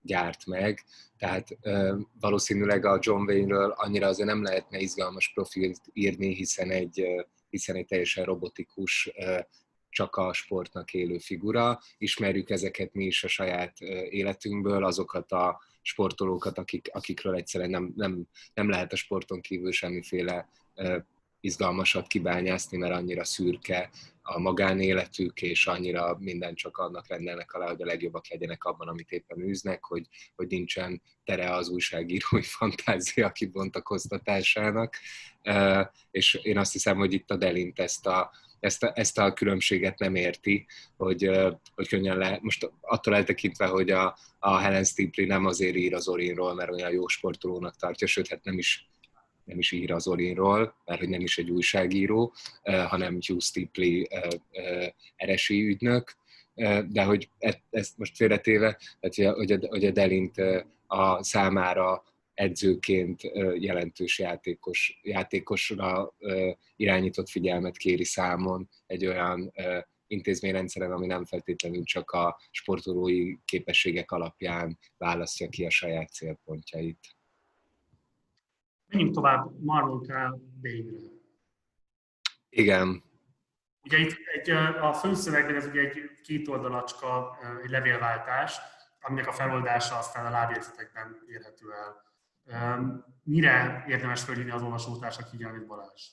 gyárt meg, tehát valószínűleg a John Wayne-ről annyira azért nem lehetne izgalmas profilt írni, hiszen egy, hiszen egy teljesen robotikus, csak a sportnak élő figura. Ismerjük ezeket mi is a saját életünkből, azokat a sportolókat, akik, akikről egyszerűen nem, nem, nem lehet a sporton kívül semmiféle izgalmasat kibányászni, mert annyira szürke a magánéletük, és annyira minden csak annak rendelnek alá, hogy a legjobbak legyenek abban, amit éppen űznek, hogy, hogy nincsen tere az újságírói fantázia kibontakoztatásának. És én azt hiszem, hogy itt a Delint ezt a, ezt a, ezt a különbséget nem érti, hogy, hogy könnyen lehet. Most attól eltekintve, hogy a, a Helen Stipley nem azért ír az Orinról, mert olyan jó sportolónak tartja, sőt, hát nem is nem is ír az Orinról, mert hogy nem is egy újságíró, hanem Hugh Stipley eresi ügynök, de hogy ezt most félretéve, hogy a, hogy a Delint a számára edzőként jelentős játékos, játékosra irányított figyelmet kéri számon egy olyan intézményrendszeren, ami nem feltétlenül csak a sportolói képességek alapján választja ki a saját célpontjait. Menjünk tovább Marlon K. Bainre. Igen. Ugye itt egy, a főszövegben ez ugye egy két oldalacska, egy levélváltás, aminek a feloldása aztán a lábjegyzetekben érhető el. Mire érdemes fölhívni az olvasótársak figyelmét, Balázs?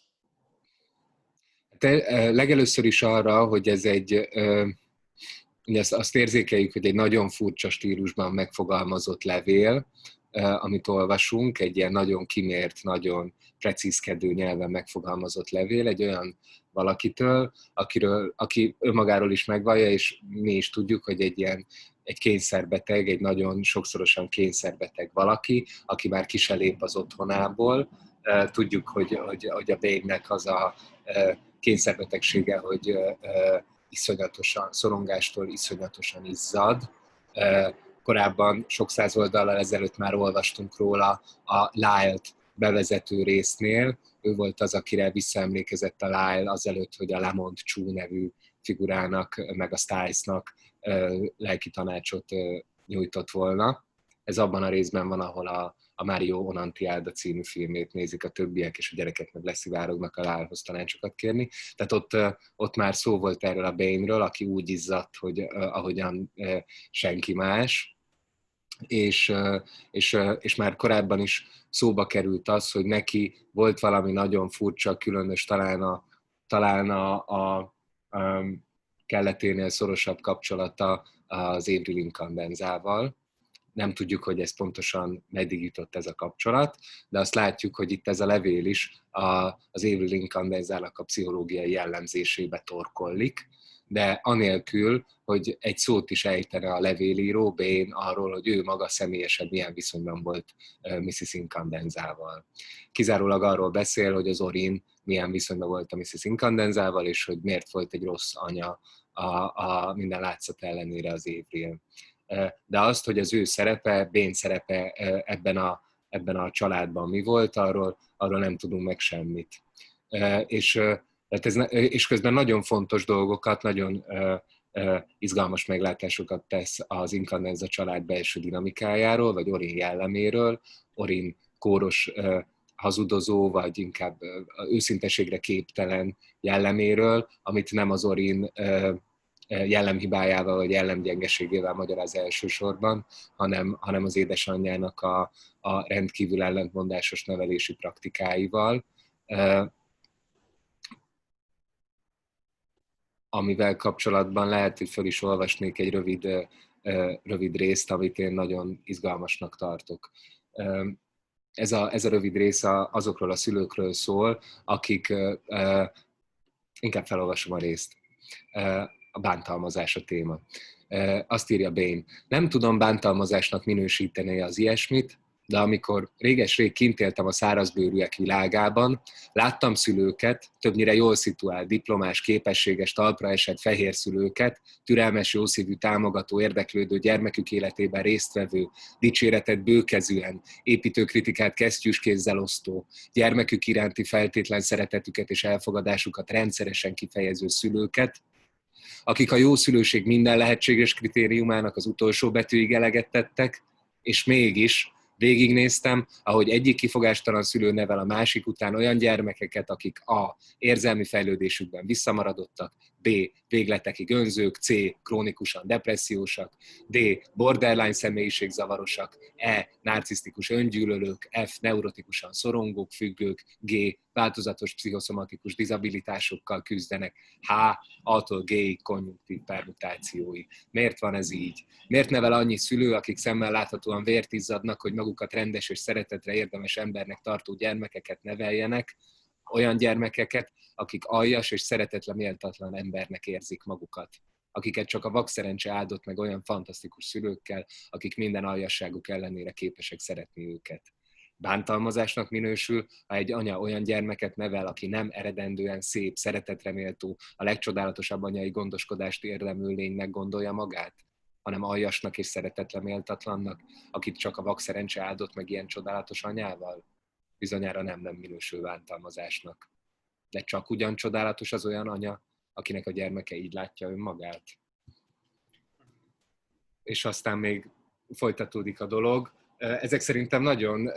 Te, legelőször is arra, hogy ez egy, ugye azt, azt érzékeljük, hogy egy nagyon furcsa stílusban megfogalmazott levél, amit olvasunk, egy ilyen nagyon kimért, nagyon precízkedő nyelven megfogalmazott levél, egy olyan valakitől, akiről, aki önmagáról is megvallja, és mi is tudjuk, hogy egy ilyen egy kényszerbeteg, egy nagyon sokszorosan kényszerbeteg valaki, aki már ki se lép az otthonából. Tudjuk, hogy, hogy, hogy a Bainnek az a kényszerbetegsége, hogy iszonyatosan, szorongástól iszonyatosan izzad. Korábban sok száz oldallal ezelőtt már olvastunk róla a Lyle-t bevezető résznél. Ő volt az, akire visszaemlékezett a Lyle azelőtt, hogy a Lamont Chu nevű figurának, meg a Stylesnak lelki tanácsot nyújtott volna. Ez abban a részben van, ahol a, a Mario Onantiada című filmét nézik a többiek, és a gyerekek meg leszivárognak a Lylehoz tanácsokat kérni. Tehát ott, ott már szó volt erről a Bainről, aki úgy izzadt, hogy ahogyan senki más. És, és, és már korábban is szóba került az, hogy neki volt valami nagyon furcsa, különös, talán a, talán a, a, a kelleténél szorosabb kapcsolata az Avery Lincoln Denzával. Nem tudjuk, hogy ez pontosan meddig jutott ez a kapcsolat, de azt látjuk, hogy itt ez a levél is az Avery Lincoln Denzának a pszichológiai jellemzésébe torkollik, de anélkül, hogy egy szót is ejtene a levélíró, Bain, arról, hogy ő maga személyesen milyen viszonyban volt missziz Incandenzával. Kizárólag arról beszél, hogy az Orin milyen viszonyban volt a missziz Incandenzával, és hogy miért volt egy rossz anya a, a minden látszat ellenére az Avery-en. De azt, hogy az ő szerepe, Bain szerepe ebben a, ebben a családban mi volt, arról, arról nem tudunk meg semmit. És Tehát ez, és közben nagyon fontos dolgokat, nagyon uh, uh, izgalmas meglátásokat tesz az Incandenza család belső dinamikájáról, vagy Orin jelleméről, Orin kóros uh, hazudozó, vagy inkább uh, őszinteségre képtelen jelleméről, amit nem az Orin uh, jellemhibájával, vagy jellemgyengeségével magyaráz elsősorban, hanem, hanem az édesanyjának a, a rendkívül ellentmondásos nevelési praktikáival. Uh, amivel kapcsolatban lehet, hogy fel is olvasnék egy rövid, rövid részt, amit én nagyon izgalmasnak tartok. Ez a, ez a rövid rész azokról a szülőkről szól, akik, inkább felolvasom a részt, a bántalmazás a téma. Azt írja Bain: nem tudom bántalmazásnak minősíteni az ilyesmit, de amikor réges-rég kint éltem a szárazbőrűek világában, láttam szülőket, többnyire jól szituált, diplomás, képességes, talpra esett fehér szülőket, türelmes, jószívű, támogató, érdeklődő, gyermekük életében résztvevő, dicséretet bőkezűen, építőkritikát kesztyűskézzel osztó, gyermekük iránti feltétlen szeretetüket és elfogadásukat rendszeresen kifejező szülőket, akik a jó szülőség minden lehetséges kritériumának az utolsó betűig eleget tettek, És mégis végignéztem, ahogy egyik kifogástalan szülő nevel a másik után olyan gyermekeket, akik A. érzelmi fejlődésükben visszamaradottak, B. végletekig önzők, C. krónikusan depressziósak, D. borderline személyiségzavarosak, E. narcisztikus öngyűlölők, F. neurotikusan szorongók, függők, G. változatos pszichoszomatikus dizabilitásokkal küzdenek, H. A-tól G-ig konjunktív permutációi. Miért van ez így? Miért nevel annyi szülő, akik szemmel láthatóan vért izzadnak, hogy magukat rendes és szeretetre érdemes embernek tartó gyermekeket neveljenek, olyan gyermekeket, akik aljas és szeretetre méltatlan embernek érzik magukat, akiket csak a vakszerencse áldott meg olyan fantasztikus szülőkkel, akik minden aljasságuk ellenére képesek szeretni őket. Bántalmazásnak minősül, ha egy anya olyan gyermeket nevel, aki nem eredendően szép, szeretetre méltó, a legcsodálatosabb anyai gondoskodást érdemlő lénynek gondolja magát, hanem aljasnak és szeretetre méltatlannak, akit csak a vakszerencse áldott meg ilyen csodálatos anyával? Bizonyára nem, nem minősül bántalmazásnak. De csak ugyan csodálatos az olyan anya, akinek a gyermeke így látja önmagát. És aztán még folytatódik a dolog. Ezek szerintem nagyon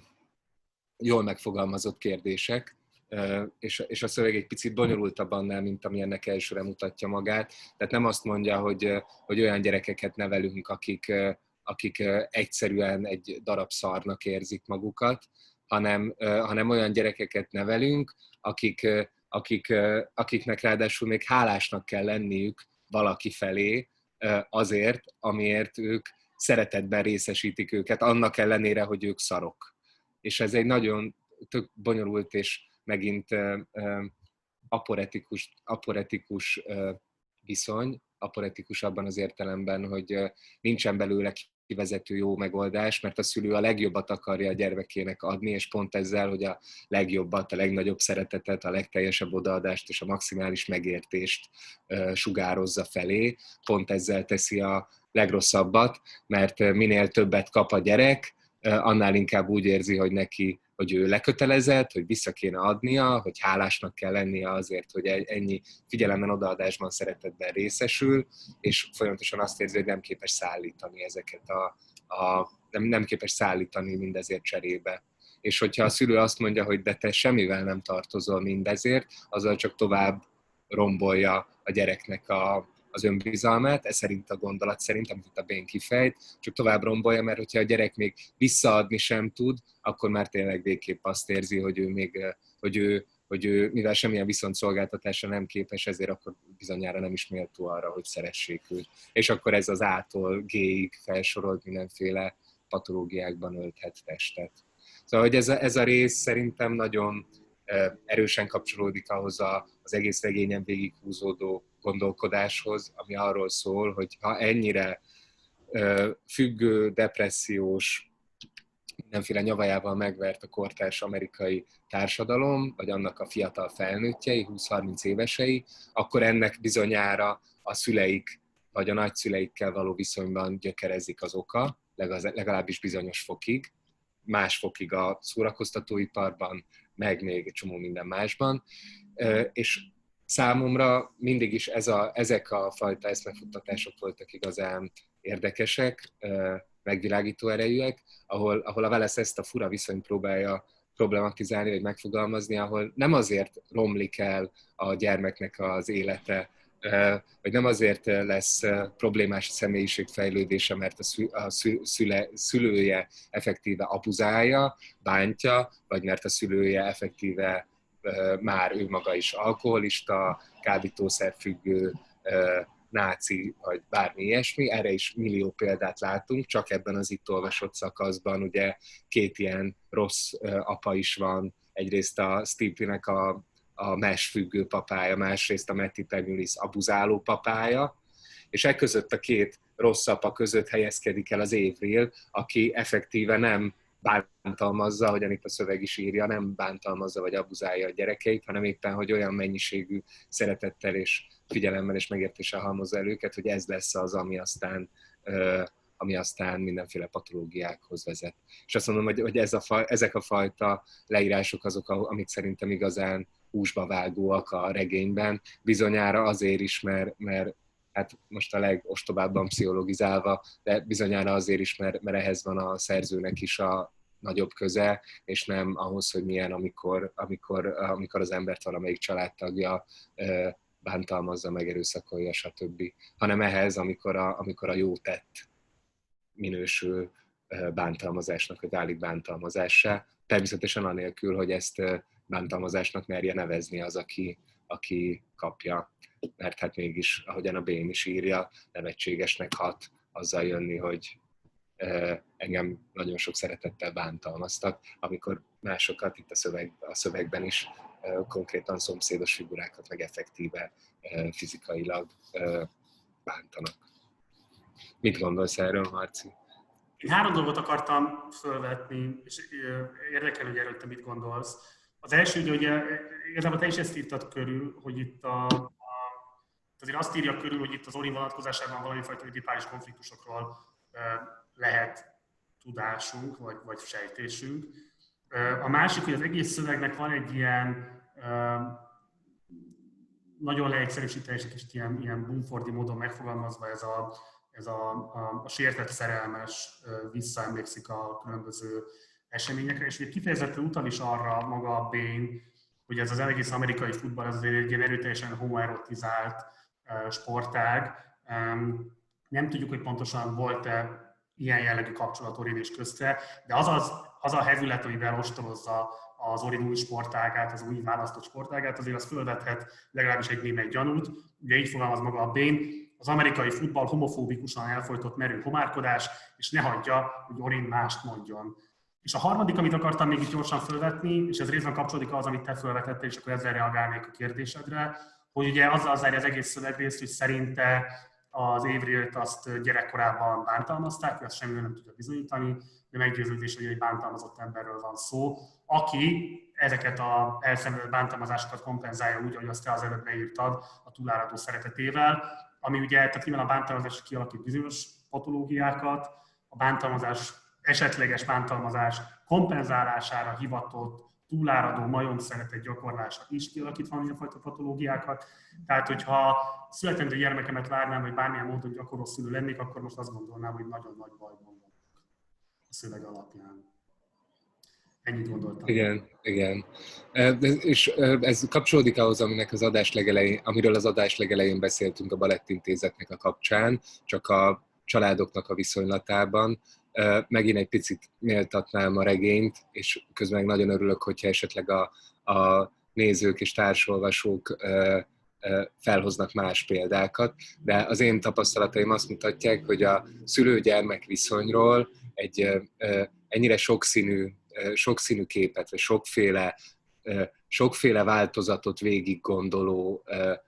jól megfogalmazott kérdések, és a szöveg egy picit bonyolultabb annál, mint ami ennek elsőre mutatja magát. Tehát nem azt mondja, hogy, hogy olyan gyerekeket nevelünk, akik, akik egyszerűen egy darab szarnak érzik magukat, hanem, hanem olyan gyerekeket nevelünk, akik, akik, akiknek ráadásul még hálásnak kell lenniük valaki felé azért, amiért ők szeretetben részesítik őket, annak ellenére, hogy ők szarok. És ez egy nagyon tök bonyolult és megint aporetikus, aporetikus viszony, aporetikus abban az értelemben, hogy nincsen belőle kivezető jó megoldás, mert a szülő a legjobbat akarja a gyermekének adni, és pont ezzel, hogy a legjobbat, a legnagyobb szeretetet, a legteljesebb odaadást és a maximális megértést sugározza felé, pont ezzel teszi a legrosszabbat, mert minél többet kap a gyerek, annál inkább úgy érzi, hogy neki, hogy ő lekötelezett, hogy vissza kéne adnia, hogy hálásnak kell lennie azért, hogy ennyi figyelemben, odaadásban, szeretetben részesül, és folyamatosan azt érzi, hogy nem képes szállítani ezeket a, a nem, nem képes szállítani mindezért cserébe. És hogyha a szülő azt mondja, hogy de te semmivel nem tartozol mindezért, azzal csak tovább rombolja a gyereknek a az önbizalmát, ez szerint a gondolat szerint, amit itt a Bain kifejt, csak tovább rombolja, mert hogyha a gyerek még visszaadni sem tud, akkor már tényleg végképp azt érzi, hogy ő még, hogy ő, hogy ő mivel semmilyen viszontszolgáltatásra nem képes, ezért akkor bizonyára nem is méltó arra, hogy szeressék őt. És akkor ez az A-tól G-ig felsorolt mindenféle patológiákban ölthet testet. Szóval, hogy ez a, ez a rész szerintem nagyon erősen kapcsolódik ahhoz a, az egész regényen végighúzódó gondolkodáshoz, ami arról szól, hogy ha ennyire függő, depressziós, mindenféle nyavajával megvert a kortárs amerikai társadalom, vagy annak a fiatal felnőttjei, húsz-harminc évesei, akkor ennek bizonyára a szüleik, vagy a nagyszüleikkel való viszonyban gyökerezik az oka, legalábbis bizonyos fokig, más fokig a szórakoztatóiparban, meg még egy csomó minden másban, és számomra mindig is ez a, ezek a fajta eszmefuttatások voltak igazán érdekesek, megvilágító erejűek, ahol, ahol a Wallace ezt a fura viszonyt próbálja problematizálni, vagy megfogalmazni, ahol nem azért romlik el a gyermeknek az élete, vagy nem azért lesz problémás személyiségfejlődése, mert a szüle, szülője effektíve abuzálja, bántja, vagy mert a szülője effektíve már ő maga is alkoholista, kábítószerfüggő, náci, vagy bármi ilyesmi. Erre is millió példát látunk, csak ebben az itt olvasott szakaszban ugye két ilyen rossz apa is van. Egyrészt a Stimpynek a, a mes függő papája, másrészt a Matty Pegulis abuzáló papája, és e között a két rossz apa között helyezkedik el az Avril, aki effektíve nem bántalmazza, ahogyan itt a szöveg is írja, nem bántalmazza vagy abuzálja a gyerekeit, hanem éppen, hogy olyan mennyiségű szeretettel és figyelemmel és megértéssel halmozza el őket, hogy ez lesz az, ami aztán, ami aztán mindenféle patológiákhoz vezet. És azt mondom, hogy, hogy ez a faj, ezek a fajta leírások azok, amik szerintem igazán húsba vágóak a regényben, bizonyára azért is, mert, mert hát most a legostobábban pszichologizálva, de bizonyára azért is, mert, mert ehhez van a szerzőnek is a nagyobb köze, és nem ahhoz, hogy milyen, amikor, amikor, amikor az embert valamelyik családtagja bántalmazza, megerőszakolja, stb. Hanem ehhez, amikor a, amikor a jó tett minősül bántalmazásnak, vagy válik bántalmazássá. Természetesen anélkül, hogy ezt bántalmazásnak merje nevezni az, aki, aki kapja. Mert hát mégis, ahogyan a Bain is írja, nevetségesnek hat azzal jönni, hogy engem nagyon sok szeretettel bántalmaztak, amikor másokat itt a, szöveg, a szövegben is konkrétan szomszédos figurákat meg effektíve fizikailag bántanak. Mit gondolsz erről, Marci? Én három dolgot akartam felvetni, és érdekel, hogy erről te mit gondolsz. Az első, hogy ugye, igazából te is ezt írtad körül, hogy itt a, a azért azt írja körül, hogy itt az Orin vonatkozásában valamifajta ödipális konfliktusokról lehet tudásunk, vagy, vagy sejtésünk. A másik, hogy az egész szövegnek van egy ilyen nagyon leegyszerűsítve és egy kicsit ilyen, ilyen Bumfordi módon megfogalmazva ez a, ez a, a, a sértett szerelmes visszaemlékszik a különböző eseményekre, és kifejezetten utal is arra maga a Bain, hogy ez az egész amerikai futball az egy ilyen erőteljesen homoerotizált sportág. Nem tudjuk, hogy pontosan volt-e ilyen jellegű kapcsolat Orin és közte, de az, az, az a hevület, amivel ostorozza az Orin új sportágát, az új választott sportágát, azért az fölvethet legalábbis egy némely gyanút. Ugye így fogalmaz maga a Bain, az amerikai futball homofóbikusan elfojtott merő homárkodás, és ne hagyja, hogy Orin mást mondjon. És a harmadik, amit akartam még itt gyorsan fölvetni, és ez részben kapcsolódik az, amit te fölvetettél, és akkor ezzel reagálnék a kérdésedre, hogy ugye azzal zárja az egész szövegrészt, hogy szerinte az Averilt azt gyerekkorában bántalmazták, hogy azt semmiről nem tudja bizonyítani, de meggyőződés, hogy egy bántalmazott emberről van szó, aki ezeket az elszenvedett bántalmazásokat kompenzálja úgy, ahogy azt te az előbb leírtad, a túláradó szeretetével, ami ugye, tehát nyilván a bántalmazás kialakít bizonyos patológiákat, a bántalmazás, esetleges bántalmazás kompenzálására hivatott túláradó majom szeretet gyakorlása is kialakít valamilyen fajta patológiákat. Tehát, hogyha születendő gyermekemet várnám, hogy bármilyen módon gyakorló szülő lennék, akkor most azt gondolnám, hogy nagyon nagy bajban vagyok a szöveg alapján. Ennyit gondoltam. Igen, igen. És ez kapcsolódik ahhoz, aminek az adás legelején, amiről az adás legelején beszéltünk a Balettintézetnek a kapcsán, csak a családoknak a viszonylatában. Megint egy picit méltatnám a regényt, és közben meg nagyon örülök, hogyha esetleg a, a nézők és társolvasók felhoznak más példákat, de az én tapasztalataim azt mutatják, hogy a szülő-gyermek viszonyról egy ennyire sokszínű, sokszínű képet, vagy sokféle, sokféle változatot végig gondoló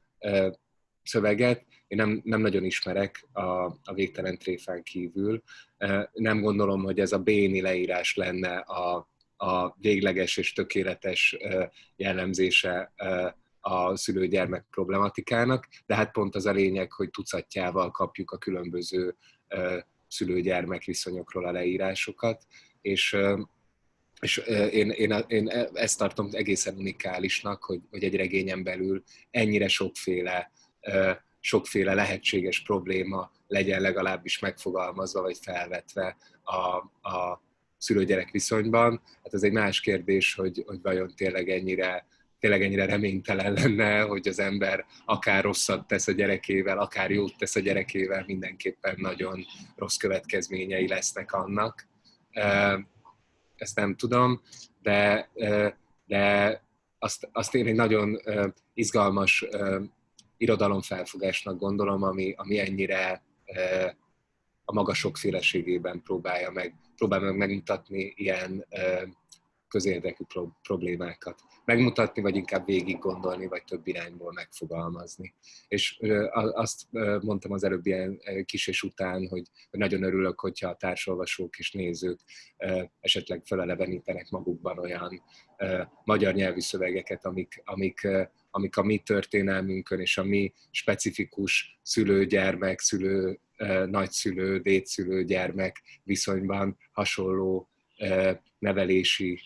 szöveget én nem, nem nagyon ismerek a, a Végtelen tréfán kívül. Nem gondolom, hogy ez a Bain-i leírás lenne a, a végleges és tökéletes jellemzése a szülő-gyermek problematikának, de hát pont az a lényeg, hogy tucatjával kapjuk a különböző szülő-gyermek viszonyokról a leírásokat, és, és én, én, én ezt tartom egészen unikálisnak, hogy, hogy egy regényen belül ennyire sokféle sokféle lehetséges probléma legyen legalábbis megfogalmazva vagy felvetve a, a szülő-gyerek viszonyban. Hát ez egy más kérdés, hogy, hogy vajon tényleg ennyire, tényleg ennyire reménytelen lenne, hogy az ember akár rosszat tesz a gyerekével, akár jót tesz a gyerekével, mindenképpen nagyon rossz következményei lesznek annak. Ezt nem tudom, de, de azt, azt én egy nagyon izgalmas irodalomfelfogásnak gondolom, ami, ami ennyire e, a maga sokféleségében próbálja meg, próbál meg megmutatni ilyen e, közérdekű pro, problémákat. Megmutatni, vagy inkább végig gondolni, vagy több irányból megfogalmazni. És e, azt mondtam az előbb ilyen kis és után, hogy, hogy nagyon örülök, hogyha a társolvasók és nézők e, esetleg felelevenítenek magukban olyan e, magyar nyelvű szövegeket, amik, amik e, amik a mi történelmünkön és a mi specifikus szülő-gyermek, szülő, nagyszülő, dédszülő-gyermek viszonyban hasonló nevelési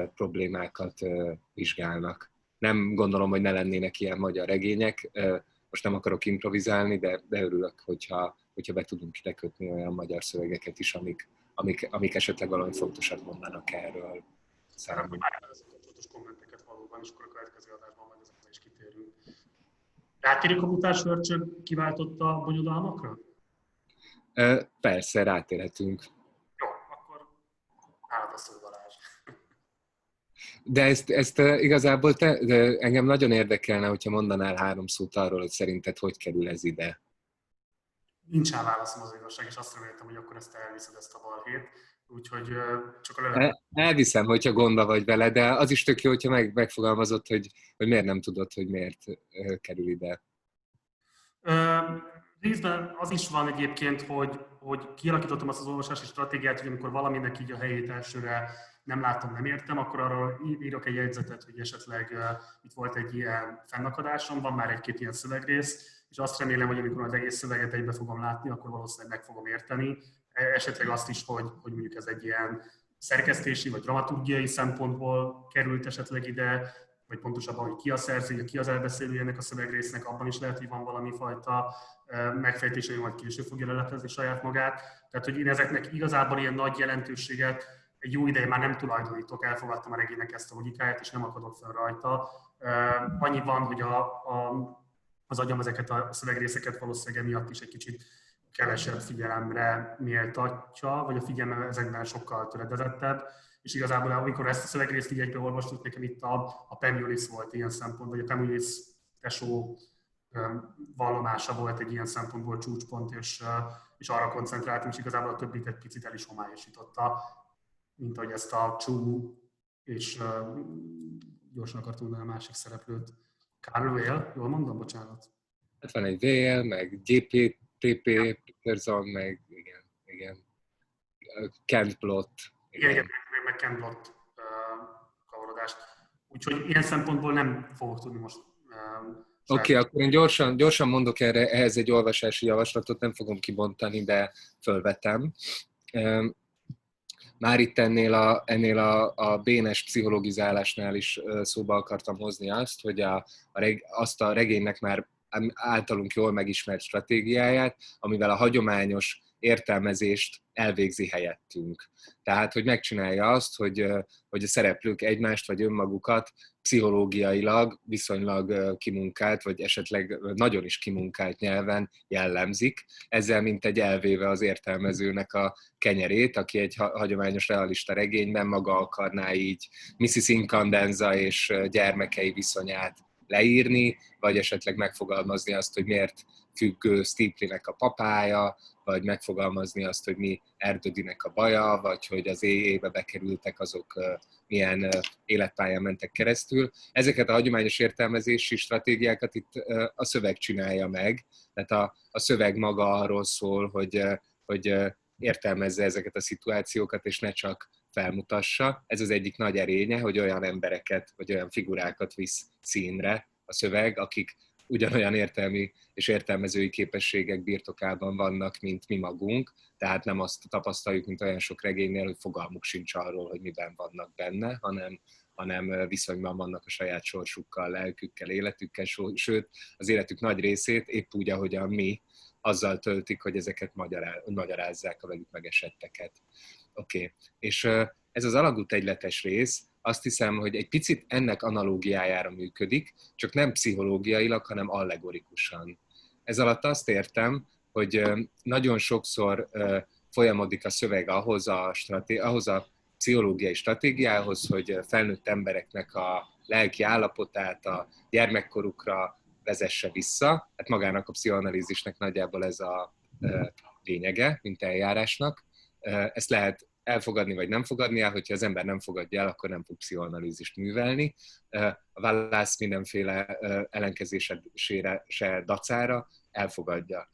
problémákat vizsgálnak. Nem gondolom, hogy ne lennének ilyen magyar regények, most nem akarok improvizálni, de, de örülök, hogyha, hogyha be tudunk ide kötni olyan magyar szövegeket is, amik, amik, amik esetleg valami fontosat mondanak erről. Akkor várjuk ezzel kapcsolatos kommenteket valóban, és akkor a következő adásban majd ezekre is kitérünk. Rátérjük a mutásörcsög kiváltotta bonyodalmakra? Persze, rátérhetünk. Jó, akkor nálad a szó, Balázs. De ezt, ezt igazából te, de engem nagyon érdekelne, hogyha mondanál három szót arról, hogy szerinted hogy kerül ez ide. Nincs rá válaszom az igazság, és azt reméltem, hogy akkor ezt elviszed, ezt a balhét. Úgyhogy csak a El, elviszem, hogyha gondba vagy vele, de az is tök jó, hogyha meg, megfogalmazott, hogy, hogy miért nem tudod, hogy miért kerül ide. Részben az is van egyébként, hogy, hogy kialakítottam azt az olvasási stratégiát, hogy amikor valaminek így a helyét elsőre nem látom, nem értem, akkor arról írok egy jegyzetet, hogy esetleg uh, itt volt egy ilyen fennakadásom, van már egy-két ilyen szövegrész, és azt remélem, hogy amikor az egész szöveget egybe fogom látni, akkor valószínűleg meg fogom érteni. Esetleg azt is, hogy, hogy mondjuk ez egy ilyen szerkesztési vagy dramaturgiai szempontból került esetleg ide, vagy pontosabban, hogy ki a szerzője, ki az elbeszélője ennek a szövegrésznek, abban is lehet, hogy van valami fajta megfejtés, hogy majd később fogja leleplezni saját magát. Tehát, hogy én ezeknek igazából ilyen nagy jelentőséget egy jó ideje már nem tulajdonítok, elfogadtam a regénynek ezt a logikáját, és nem akadok fel rajta. Annyi van, hogy a, a, az agyam ezeket a szövegrészeket valószínűleg emiatt is egy kicsit kevesebb figyelemre méltatja, vagy a figyelmem ezekben sokkal töredezettebb. És igazából, amikor ezt a szövegrészt így egybe olvastuk, nekem itt a, a Pemulis volt ilyen szempontból, vagy a Pemulis tesó vallomása volt egy ilyen szempontból csúcspont, és, és arra koncentráltam, és igazából a többit egy picit el is homályosította, mint ahogy ezt a Chu, és uh, gyorsan akartunk mondani a másik szereplőt, Carl Whale, jól mondom, bocsánat? Hát van egy Whale, meg gé pé té pé, Peterson, meg igen, igen, Kent Blott. Igen, igen, meg, meg Kent Blott uh, kavarodást. Úgyhogy ilyen szempontból nem fogok tudni most. Uh, Oké, okay, akkor én gyorsan, gyorsan mondok erre, ehhez egy olvasási javaslatot, nem fogom kibontani, de fölvetem. Már itt ennél a, ennél a, a bénes pszichologizálásnál is szóba akartam hozni azt, hogy a, a reg, azt a regénynek már általunk jól megismert stratégiáját, amivel a hagyományos értelmezést elvégzi helyettünk. Tehát, hogy megcsinálja azt, hogy, hogy a szereplők egymást vagy önmagukat pszichológiailag viszonylag kimunkált, vagy esetleg nagyon is kimunkált nyelven jellemzik, ezzel mint egy elvéve az értelmezőnek a kenyerét, aki egy hagyományos realista regényben maga akarná így missziss Incandenza és gyermekei viszonyát leírni, vagy esetleg megfogalmazni azt, hogy miért függ Stipleynek a papája, vagy megfogalmazni azt, hogy mi Erdődinek a baja, vagy hogy az éjébe bekerültek, azok milyen életpályán mentek keresztül. Ezeket a hagyományos értelmezési stratégiákat itt a szöveg csinálja meg, tehát a, a szöveg maga arról szól, hogy, hogy értelmezze ezeket a szituációkat, és ne csak felmutassa. Ez az egyik nagy erénye, hogy olyan embereket, vagy olyan figurákat visz színre a szöveg, akik ugyanolyan értelmi és értelmezői képességek birtokában vannak, mint mi magunk, tehát nem azt tapasztaljuk, mint olyan sok regénynél, hogy fogalmuk sincs arról, hogy miben vannak benne, hanem, hanem viszonyban vannak a saját sorsukkal, lelkükkel, életükkel, sőt, az életük nagy részét épp úgy, ahogyan mi, azzal töltik, hogy ezeket magyarázzák a velük megesetteket. Oké, okay. És ez az alagút egyletes rész, azt hiszem, hogy egy picit ennek analógiájára működik, csak nem pszichológiailag, hanem allegorikusan. Ez alatt azt értem, hogy nagyon sokszor folyamodik a szöveg ahhoz a, straté- ahhoz a pszichológiai stratégiához, hogy felnőtt embereknek a lelki állapotát a gyermekkorukra vezesse vissza. Hát magának a pszichoanalízisnek nagyjából ez a lényege, mint eljárásnak. Ezt lehet elfogadni vagy nem fogadni el, hogyha az ember nem fogadja el, akkor nem fog pszichoanalízist művelni. A Wallace mindenféle ellenkezésére se dacára elfogadja.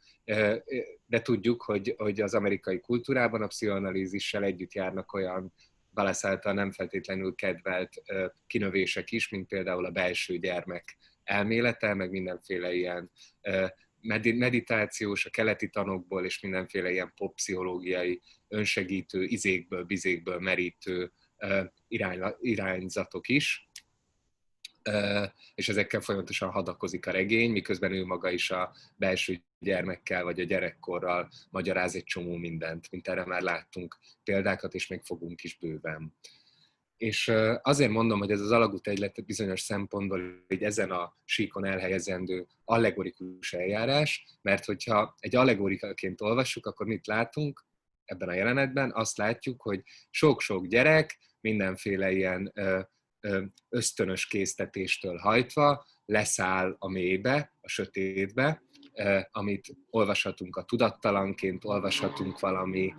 De tudjuk, hogy, hogy az amerikai kultúrában a pszichoanalízissel együtt járnak olyan Wallace által nem feltétlenül kedvelt kinövések is, mint például a belső gyermek elmélete, meg mindenféle ilyen meditációs, a keleti tanokból és mindenféle ilyen pop-pszichológiai önsegítő, izékből, bizékből merítő irány, irányzatok is. és ezekkel folyamatosan hadakozik a regény, miközben ő maga is a belső gyermekkel vagy a gyerekkorral magyaráz egy csomó mindent, mint erre már láttunk példákat, és még fogunk is bőven. És azért mondom, hogy ez az alagút egylet bizonyos szempontból így ezen a síkon elhelyezendő allegorikus eljárás, mert hogyha egy allegorikaként olvassuk, akkor mit látunk ebben a jelenetben? Azt látjuk, hogy sok-sok gyerek mindenféle ilyen ösztönös késztetéstől hajtva leszáll a mélybe, a sötétbe, amit olvashatunk a tudattalanként, olvashatunk valami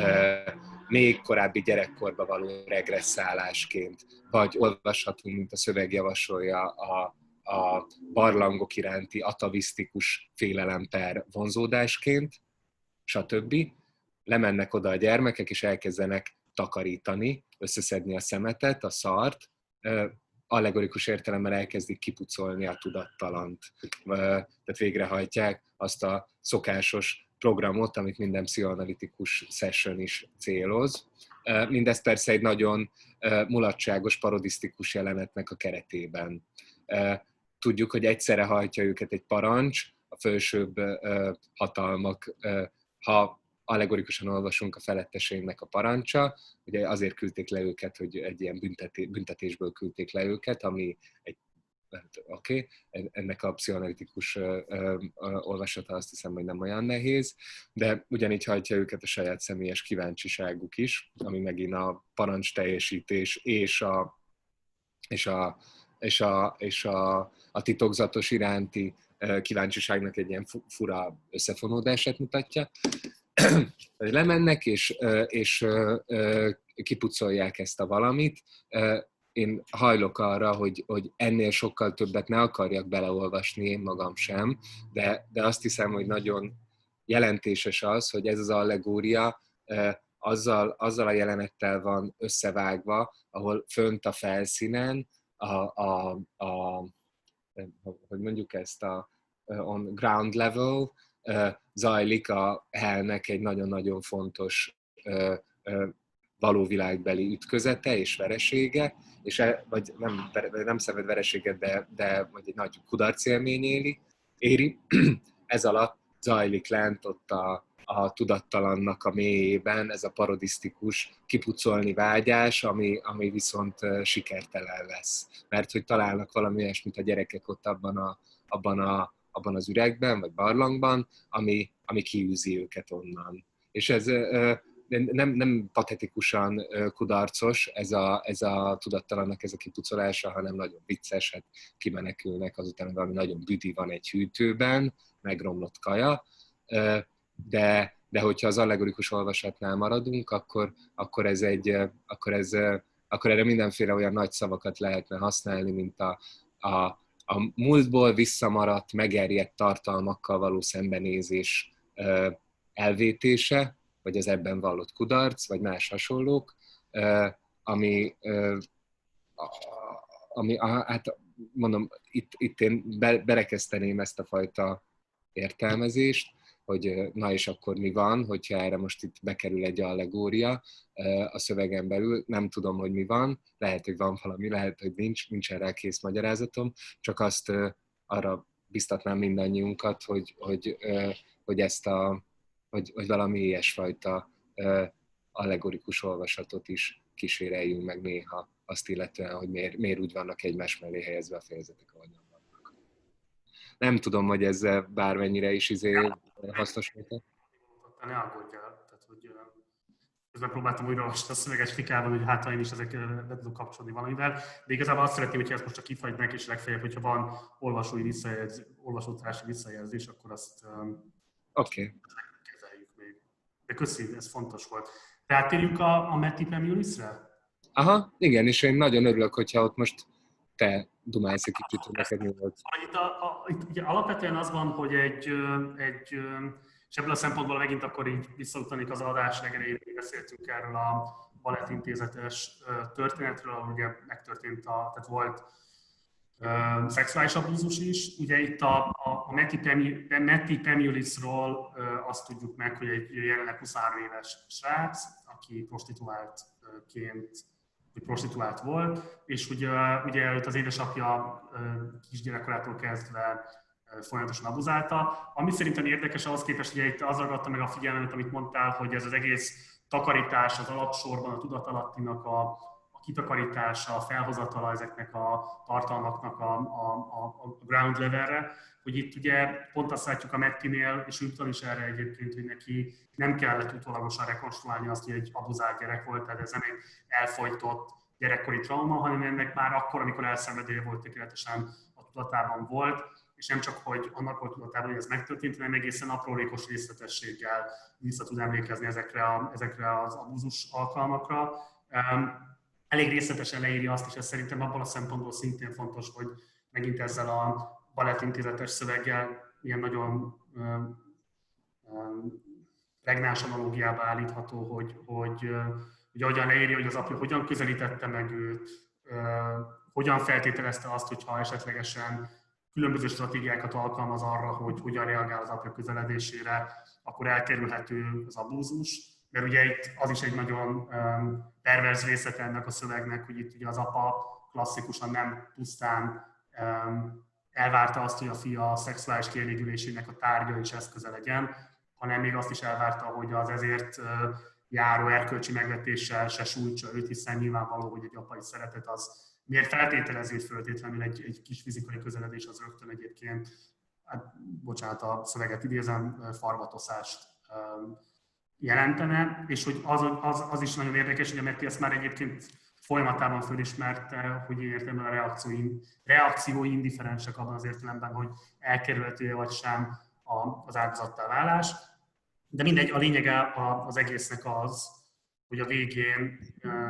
még korábbi gyerekkorba való regresszálásként, vagy olvashatunk, mint a szöveg javasolja, a, a barlangok iránti atavisztikus félelem per vonzódásként, stb. Lemennek oda a gyermekek, és elkezdenek takarítani, összeszedni a szemetet, a szart, allegorikus értelemben elkezdik kipucolni a tudattalant. Tehát végrehajtják azt a szokásos programot, amit minden pszichoanalitikus session is céloz. Mindez persze egy nagyon mulatságos, parodisztikus jelenetnek a keretében. Tudjuk, hogy egyszerre hajtja őket egy parancs, a felsőbb hatalmak, ha allegorikusan olvasunk, a feletteségnek a parancsa, ugye azért küldték le őket, hogy egy ilyen büntetésből küldték le őket, ami egy, oké, okay, ennek a pszichoanalitikus olvasata azt hiszem, hogy nem olyan nehéz, de ugyanígy hajtja őket a saját személyes kíváncsiságuk is, ami megint a parancs teljesítés és a, és a, és a, és a, a titokzatos iránti kíváncsiságnak egy ilyen fura összefonódását mutatja. Lemennek, és, és kipucolják ezt a valamit. Én hajlok arra, hogy, hogy ennél sokkal többet ne akarjak beleolvasni, én magam sem, de, de azt hiszem, hogy nagyon jelentéses az, hogy ez az allegória azzal, azzal a jelenettel van összevágva, ahol fönt a felszínen, a, a, a, hogy mondjuk ezt a on ground level, zajlik a hellnek egy nagyon-nagyon fontos valóvilágbeli ütközete és veresége, és e, vagy nem, nem szenved vereséget, de, de vagy egy nagy kudarcélmény éli, éri. Ez alatt zajlik lent ott a, a tudattalannak a mélyében ez a parodisztikus kipucolni vágyás, ami, ami viszont sikertelen lesz. Mert hogy találnak valami olyasmit a gyerekek ott abban, a, abban, a, abban az üregben, vagy barlangban, ami, ami kiűzi őket onnan. És ez nem, nem patetikusan kudarcos ez a, ez a tudattalannak ez a kipucolása, hanem nagyon vicces, hát kimenekülnek azután, valami nagyon büdi van egy hűtőben, megromlott kaja, de, de hogyha az allegorikus olvasatnál maradunk, akkor, akkor, ez egy, akkor, ez, akkor erre mindenféle olyan nagy szavakat lehetne használni, mint a, a, a múltból visszamaradt, megerjedt tartalmakkal való szembenézés elvétése, vagy az ebben vallott kudarc, vagy más hasonlók, ami, ami hát mondom, itt, itt én berekeszteném ezt a fajta értelmezést, hogy na és akkor mi van, hogyha erre most itt bekerül egy allegória a szövegen belül, nem tudom, hogy mi van, lehet, hogy van valami, lehet, hogy nincs, nincs erre kész magyarázatom, csak azt arra biztatnám mindannyiunkat, hogy, hogy, hogy ezt a Hogy, hogy valami ilyesfajta uh, allegorikus olvasatot is kíséreljünk meg néha, azt illetően, hogy miért, miért úgy vannak egymás mellé helyezve a fejezetek, ahogyan vannak. Nem tudom, hogy ez bármennyire is izé hasznos volt. Ne aggódjál, tehát hogy közben próbáltam újra olvasni a szöveges fikában, hogy hát ha én is ezekkel be tudok kapcsolni valamivel, de igazából azt szeretném, hogyha ezt most csak kifagynak, és legfeljebb, hogyha van olvasói visszajelzés, olvasótársi visszajelzés, akkor azt um, okay. kezeljük még. De köszi, ez fontos volt. Rátérjünk a, a Matty Pamulisre? Aha, igen, és én nagyon örülök, hogyha ott most te dumálsz egy kicsit, hogy neked mi volt. Itt, a, a, itt ugye alapvetően az van, hogy egy, egy és ebből a szempontból megint akkor így visszautanik az adás legelejére, beszéltünk erről a Balett Intézetes történetről, ahol ugye megtörtént, a, tehát volt uh, szexuális abúzus is. Ugye itt a, a, a Matty Pamulisról uh, azt tudjuk meg, hogy egy jelenleg huszonhárom éves srác, aki prostituáltként hogy prostituált volt, és ugye, ugye őt az édesapja kisgyerekkorától kezdve folyamatosan abuzálta. Ami szerintem érdekes, ahhoz képest, hogy itt az ragadta meg a figyelmet, amit mondtál, hogy ez az egész takarítás az alapsorban, a tudatalattinak a, a kitakarítása, a felhozatala ezeknek a tartalmaknak a, a, a, a ground levelre, hogy itt ugye pont azt látjuk a Mattinél, és ő is erre egyébként, hogy neki nem kellett utólagosan rekonstruálni azt, hogy egy abuzált gyerek volt, tehát ez nem egy elfojtott gyerekkori trauma, hanem ennek már akkor, amikor elszenvedője volt, tökéletesen a tudatában volt, és nem csak, hogy annak volt tudatában, hogy ez megtörtént, hanem egészen aprólékos részletességgel vissza tud emlékezni ezekre, a, ezekre az abúzus alkalmakra. Elég részletesen leírja azt, és ez szerintem abban a szempontból szintén fontos, hogy megint ezzel a balettintézetes szöveggel ilyen nagyon pregnáns analógiába állítható, hogy, hogy, hogy ahogyan leírja, hogy az apja hogyan közelítette meg őt, hogyan feltételezte azt, hogyha esetlegesen különböző stratégiákat alkalmaz arra, hogy hogyan reagál az apja közeledésére, akkor elkerülhető az abúzus. Mert ugye itt az is egy nagyon perverz részlet ennek a szövegnek, hogy itt ugye az apa klasszikusan nem pusztán elvárta azt, hogy a fia a szexuális kielégülésének a tárgya és eszköze legyen, hanem még azt is elvárta, hogy az ezért járó erkölcsi megvetéssel se sújtsa őt, hiszen nyilvánvaló, hogy egy apai szeretet az miért feltételező föltétlenül egy, egy kis fizikai közeledés az rögtön egyébként, hát, bocsánat, a szöveget idézem, farmatoszást jelentene, és hogy az, az, az is nagyon érdekes, hogy a Matti ezt már egyébként folyamatában fölismerte, hogy én értem a reakciói, reakciói indifferensek abban az értelemben, hogy elkerülhető-e vagy sem az áldozattá válás. De mindegy, a lényege az egésznek az, hogy a végén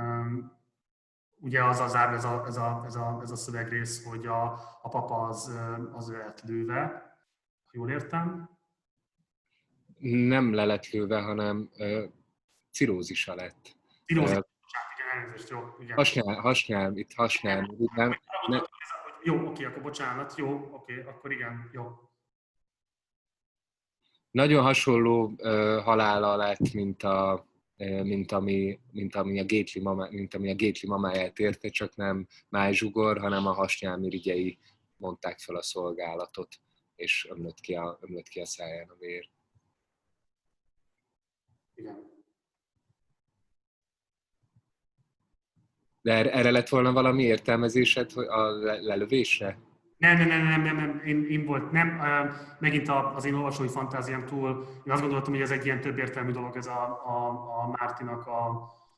ugye az az zár, ez a, ez a, ez a, ez a szövegrész, hogy a, a papa az, az ő lett lőve, ha jól értem. Nem le lett lőve, hanem uh, cirózisa lett. Cirózis, uh, igen, elnézést, jó, igen. Hasnyál, hasnyál, itt hasnyál. Nem, ne... Jó, oké, akkor bocsánat, jó, oké, akkor igen, jó. Nagyon hasonló uh, halála lett, mint a mint ami, mint ami a Gately mamá, mint ami a Gately mamáját érte, csak nem májzsugor, hanem a hasnyálmirigyei mondták fel a szolgálatot, és ömlött ki a, ömlött ki a száján a vér. Igen. De erre lett volna valami értelmezésed a lelövésre? Nem, nem, nem, nem, nem, nem. Én, én volt, nem. Megint az én olvasói fantáziám túl, én azt gondoltam, hogy ez egy ilyen több értelmű dolog, ez a, a, a Mártinak a,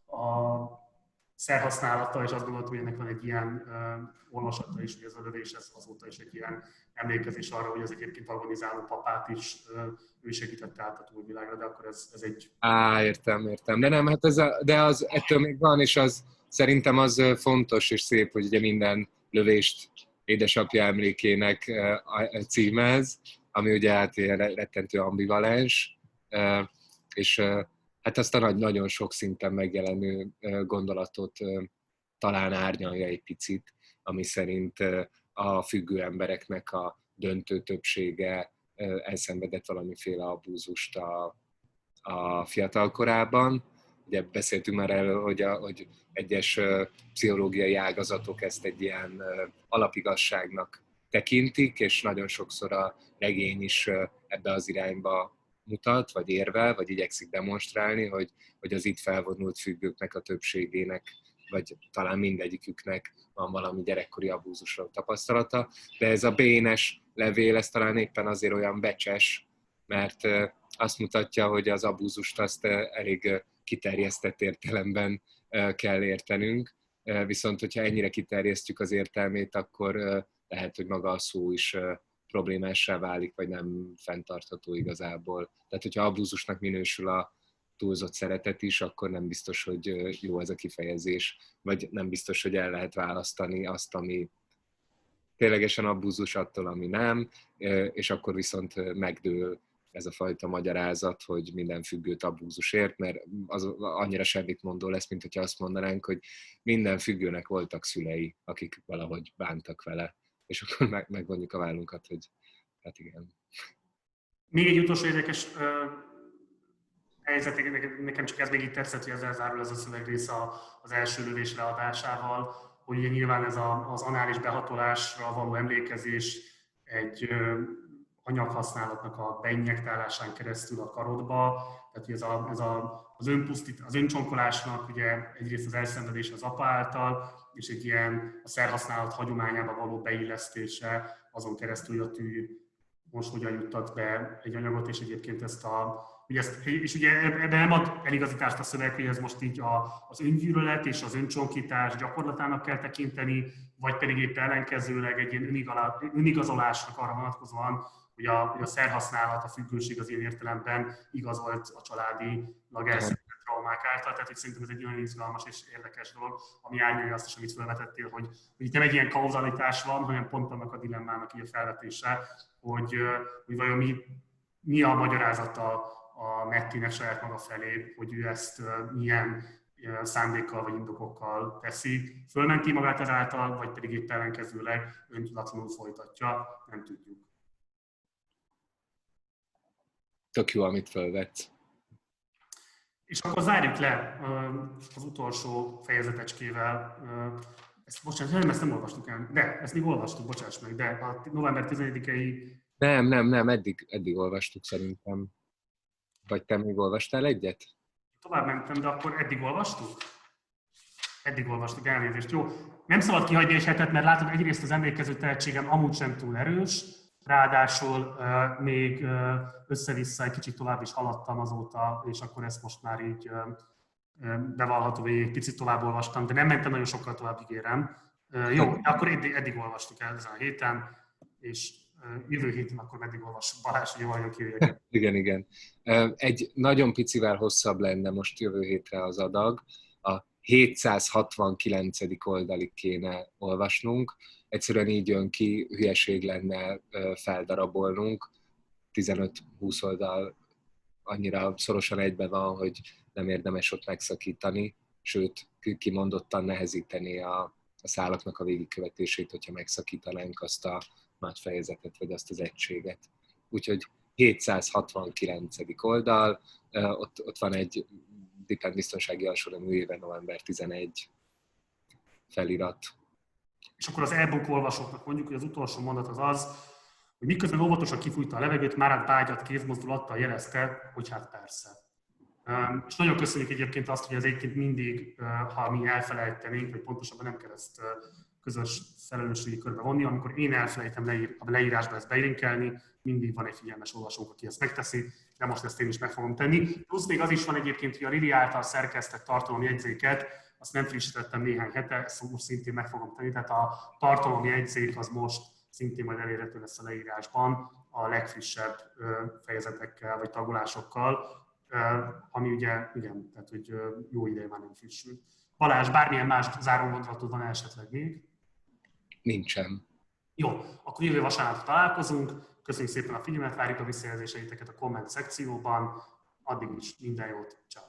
a szerhasználata, és azt gondoltam, hogy ennek van egy ilyen uh, olvasata is, hogy ez a lövés, ez azóta is egy ilyen emlékezés arra, hogy ez egyébként agonizáló papát is uh, ő segítette át a túlvilágra, de akkor ez, ez egy... Á, értem, értem. De nem, hát ez a, de az ettől még van, és az szerintem az fontos és szép, hogy ugye minden lövést édesapja emlékének címez, ami ugye hát ilyen rettentő ambivalens, és hát azt a nagyon sok szinten megjelenő gondolatot talán árnyalja egy picit, ami szerint a függő embereknek a döntő többsége elszenvedett valamiféle abúzust a, a fiatal korában. Ugye beszéltünk már erről, hogy, a, hogy egyes pszichológiai ágazatok ezt egy ilyen alapigasságnak tekintik, és nagyon sokszor a regény is ebbe az irányba mutat, vagy érvel, vagy igyekszik demonstrálni, hogy, hogy az itt felvonult függőknek a többségének, vagy talán mindegyiküknek van valami gyerekkori abúzusról tapasztalata. De ez a bénes levél, ez talán éppen azért olyan becses, mert azt mutatja, hogy az abúzust azt elég kiterjesztett értelemben kell értenünk, viszont hogyha ennyire kiterjesztjük az értelmét, akkor lehet, hogy maga a szó is problémássá válik, vagy nem fenntartható igazából. Tehát, hogyha abúzusnak minősül a túlzott szeretet is, akkor nem biztos, hogy jó ez a kifejezés, vagy nem biztos, hogy el lehet választani azt, ami ténylegesen abúzus attól, ami nem, és akkor viszont megdől ez a fajta magyarázat, hogy minden függőt abúzus ért, mert az annyira semmit mondó lesz, mint hogyha azt mondanánk, hogy minden függőnek voltak szülei, akik valahogy bántak vele, és akkor meg, megvonjuk a vállunkat, hogy hát igen. Még egy utolsó érdekes helyzet, nekem csak ez még így tetszett, hogy ezzel zárul ez a szövegrész az első lövés leadásával, hogy ugye nyilván ez a, az anális behatolásra való emlékezés egy anyaghasználatnak a beinjektálásán keresztül a karodba, tehát ez, a, ez a, az, önpusztít, az öncsonkolásnak ugye egyrészt az elszenvedés az apa által, és egy ilyen a szerhasználat hagyományába való beillesztése, azon keresztül, hogy a tű most hogyan juttat be egy anyagot, és egyébként ezt a Ugye ezt, és ugye ebben nem ad eligazítást a szöveg, hogy ez most így a, az öngyűlölet és az öncsonkítás gyakorlatának kell tekinteni, vagy pedig épp ellenkezőleg egy ilyen önigazolásnak arra vonatkozóan, hogy a, hogy a szerhasználat, a függőség az ilyen értelemben igazolt a családilag elszenvedett traumák által. Tehát itt szerintem ez egy nagyon izgalmas és érdekes dolog, ami árnyalja azt is, amit felvetettél, hogy, hogy itt nem egy ilyen kauzalitás van, hanem pont annak a dilemmának így a felvetése, hogy, hogy vajon mi, mi a magyarázata a Mattynek saját maga felé, hogy ő ezt milyen szándékkal vagy indokokkal teszi. Fölmenti magát ezáltal, vagy pedig épp ellenkezőleg öntudatlanul folytatja, nem tudjuk. Tök jó, amit felvetsz. És akkor zárjuk le az utolsó fejezetecskével. Ezt, bocsánat, nem, ezt nem olvastuk el, de ezt még olvastuk, bocsáss meg, de a november tizenegyedikei... Nem, nem, nem, eddig, eddig olvastuk szerintem. Vagy te még olvastál egyet? Tovább mentem, de akkor eddig olvastuk? Eddig olvastuk, elnézést. Jó, nem szabad kihagyni egy hetet, mert látod, egyrészt az emlékező tehetségem amúgy sem túl erős, ráadásul uh, még uh, össze-vissza egy kicsit tovább is haladtam azóta, és akkor ezt most már így uh, bevallható, hogy egy picit tovább olvastam, de nem mentem nagyon sokkal tovább, ígérem. Uh, jó, de akkor eddig, eddig olvastuk el ezen a héten, és jövő héten akkor meddig olvassuk. Balázs, hogy vajon kijöjjek. Igen, igen. Egy nagyon picivel hosszabb lenne most jövő hétre az adag. A hétszázhatvankilencedik oldalig kéne olvasnunk. Egyszerűen így jön ki, hülyeség lenne feldarabolnunk. tizenöt-húsz oldal annyira szorosan egybe van, hogy nem érdemes ott megszakítani, sőt, kimondottan nehezíteni a, a szálaknak a végigkövetését, hogyha megszakítanánk azt a nagy fejezetet, vagy azt az egységet. Úgyhogy hétszázhatvankilencedik oldal, ott, ott van egy diplomabiztonsági alsóra műéve november tizenegy felirat. És akkor az e-book olvasóknak mondjuk, hogy az utolsó mondat az az, hogy miközben óvatosan kifújta a levegőt, már vágyat kézmozdulattal jelezte, hogy hát persze. És nagyon köszönjük egyébként azt, hogy az egyébként mindig, ha mi elfelejtenénk, vagy pontosabban nem kell ezt közös felelősségi körbe vonni, amikor én elfelejtem leír, a leírásba ezt beérinkelni, mindig van egy figyelmes olvasónk, aki ezt megteszi, de most ezt én is meg fogom tenni. Plusz még az is van egyébként, hogy a Lili által szerkesztett tartalomjegyzéket, azt nem frissítettem néhány hete, ezt most szintén meg fogom tenni, tehát a tartalomjegyzék az most szintén majd elérhető lesz a leírásban a legfrissebb fejezetekkel vagy tagulásokkal, ami ugye, igen, tehát hogy jó ideje már nem frissült. Balázs, bármilyen más zárógondolatod van esetleg még? Nincsen. Jó, akkor jövő vasárnap találkozunk. Köszönjük szépen a figyelmet, várjuk a visszajelzéseiteket a komment szekcióban. Addig is minden jót, ciao.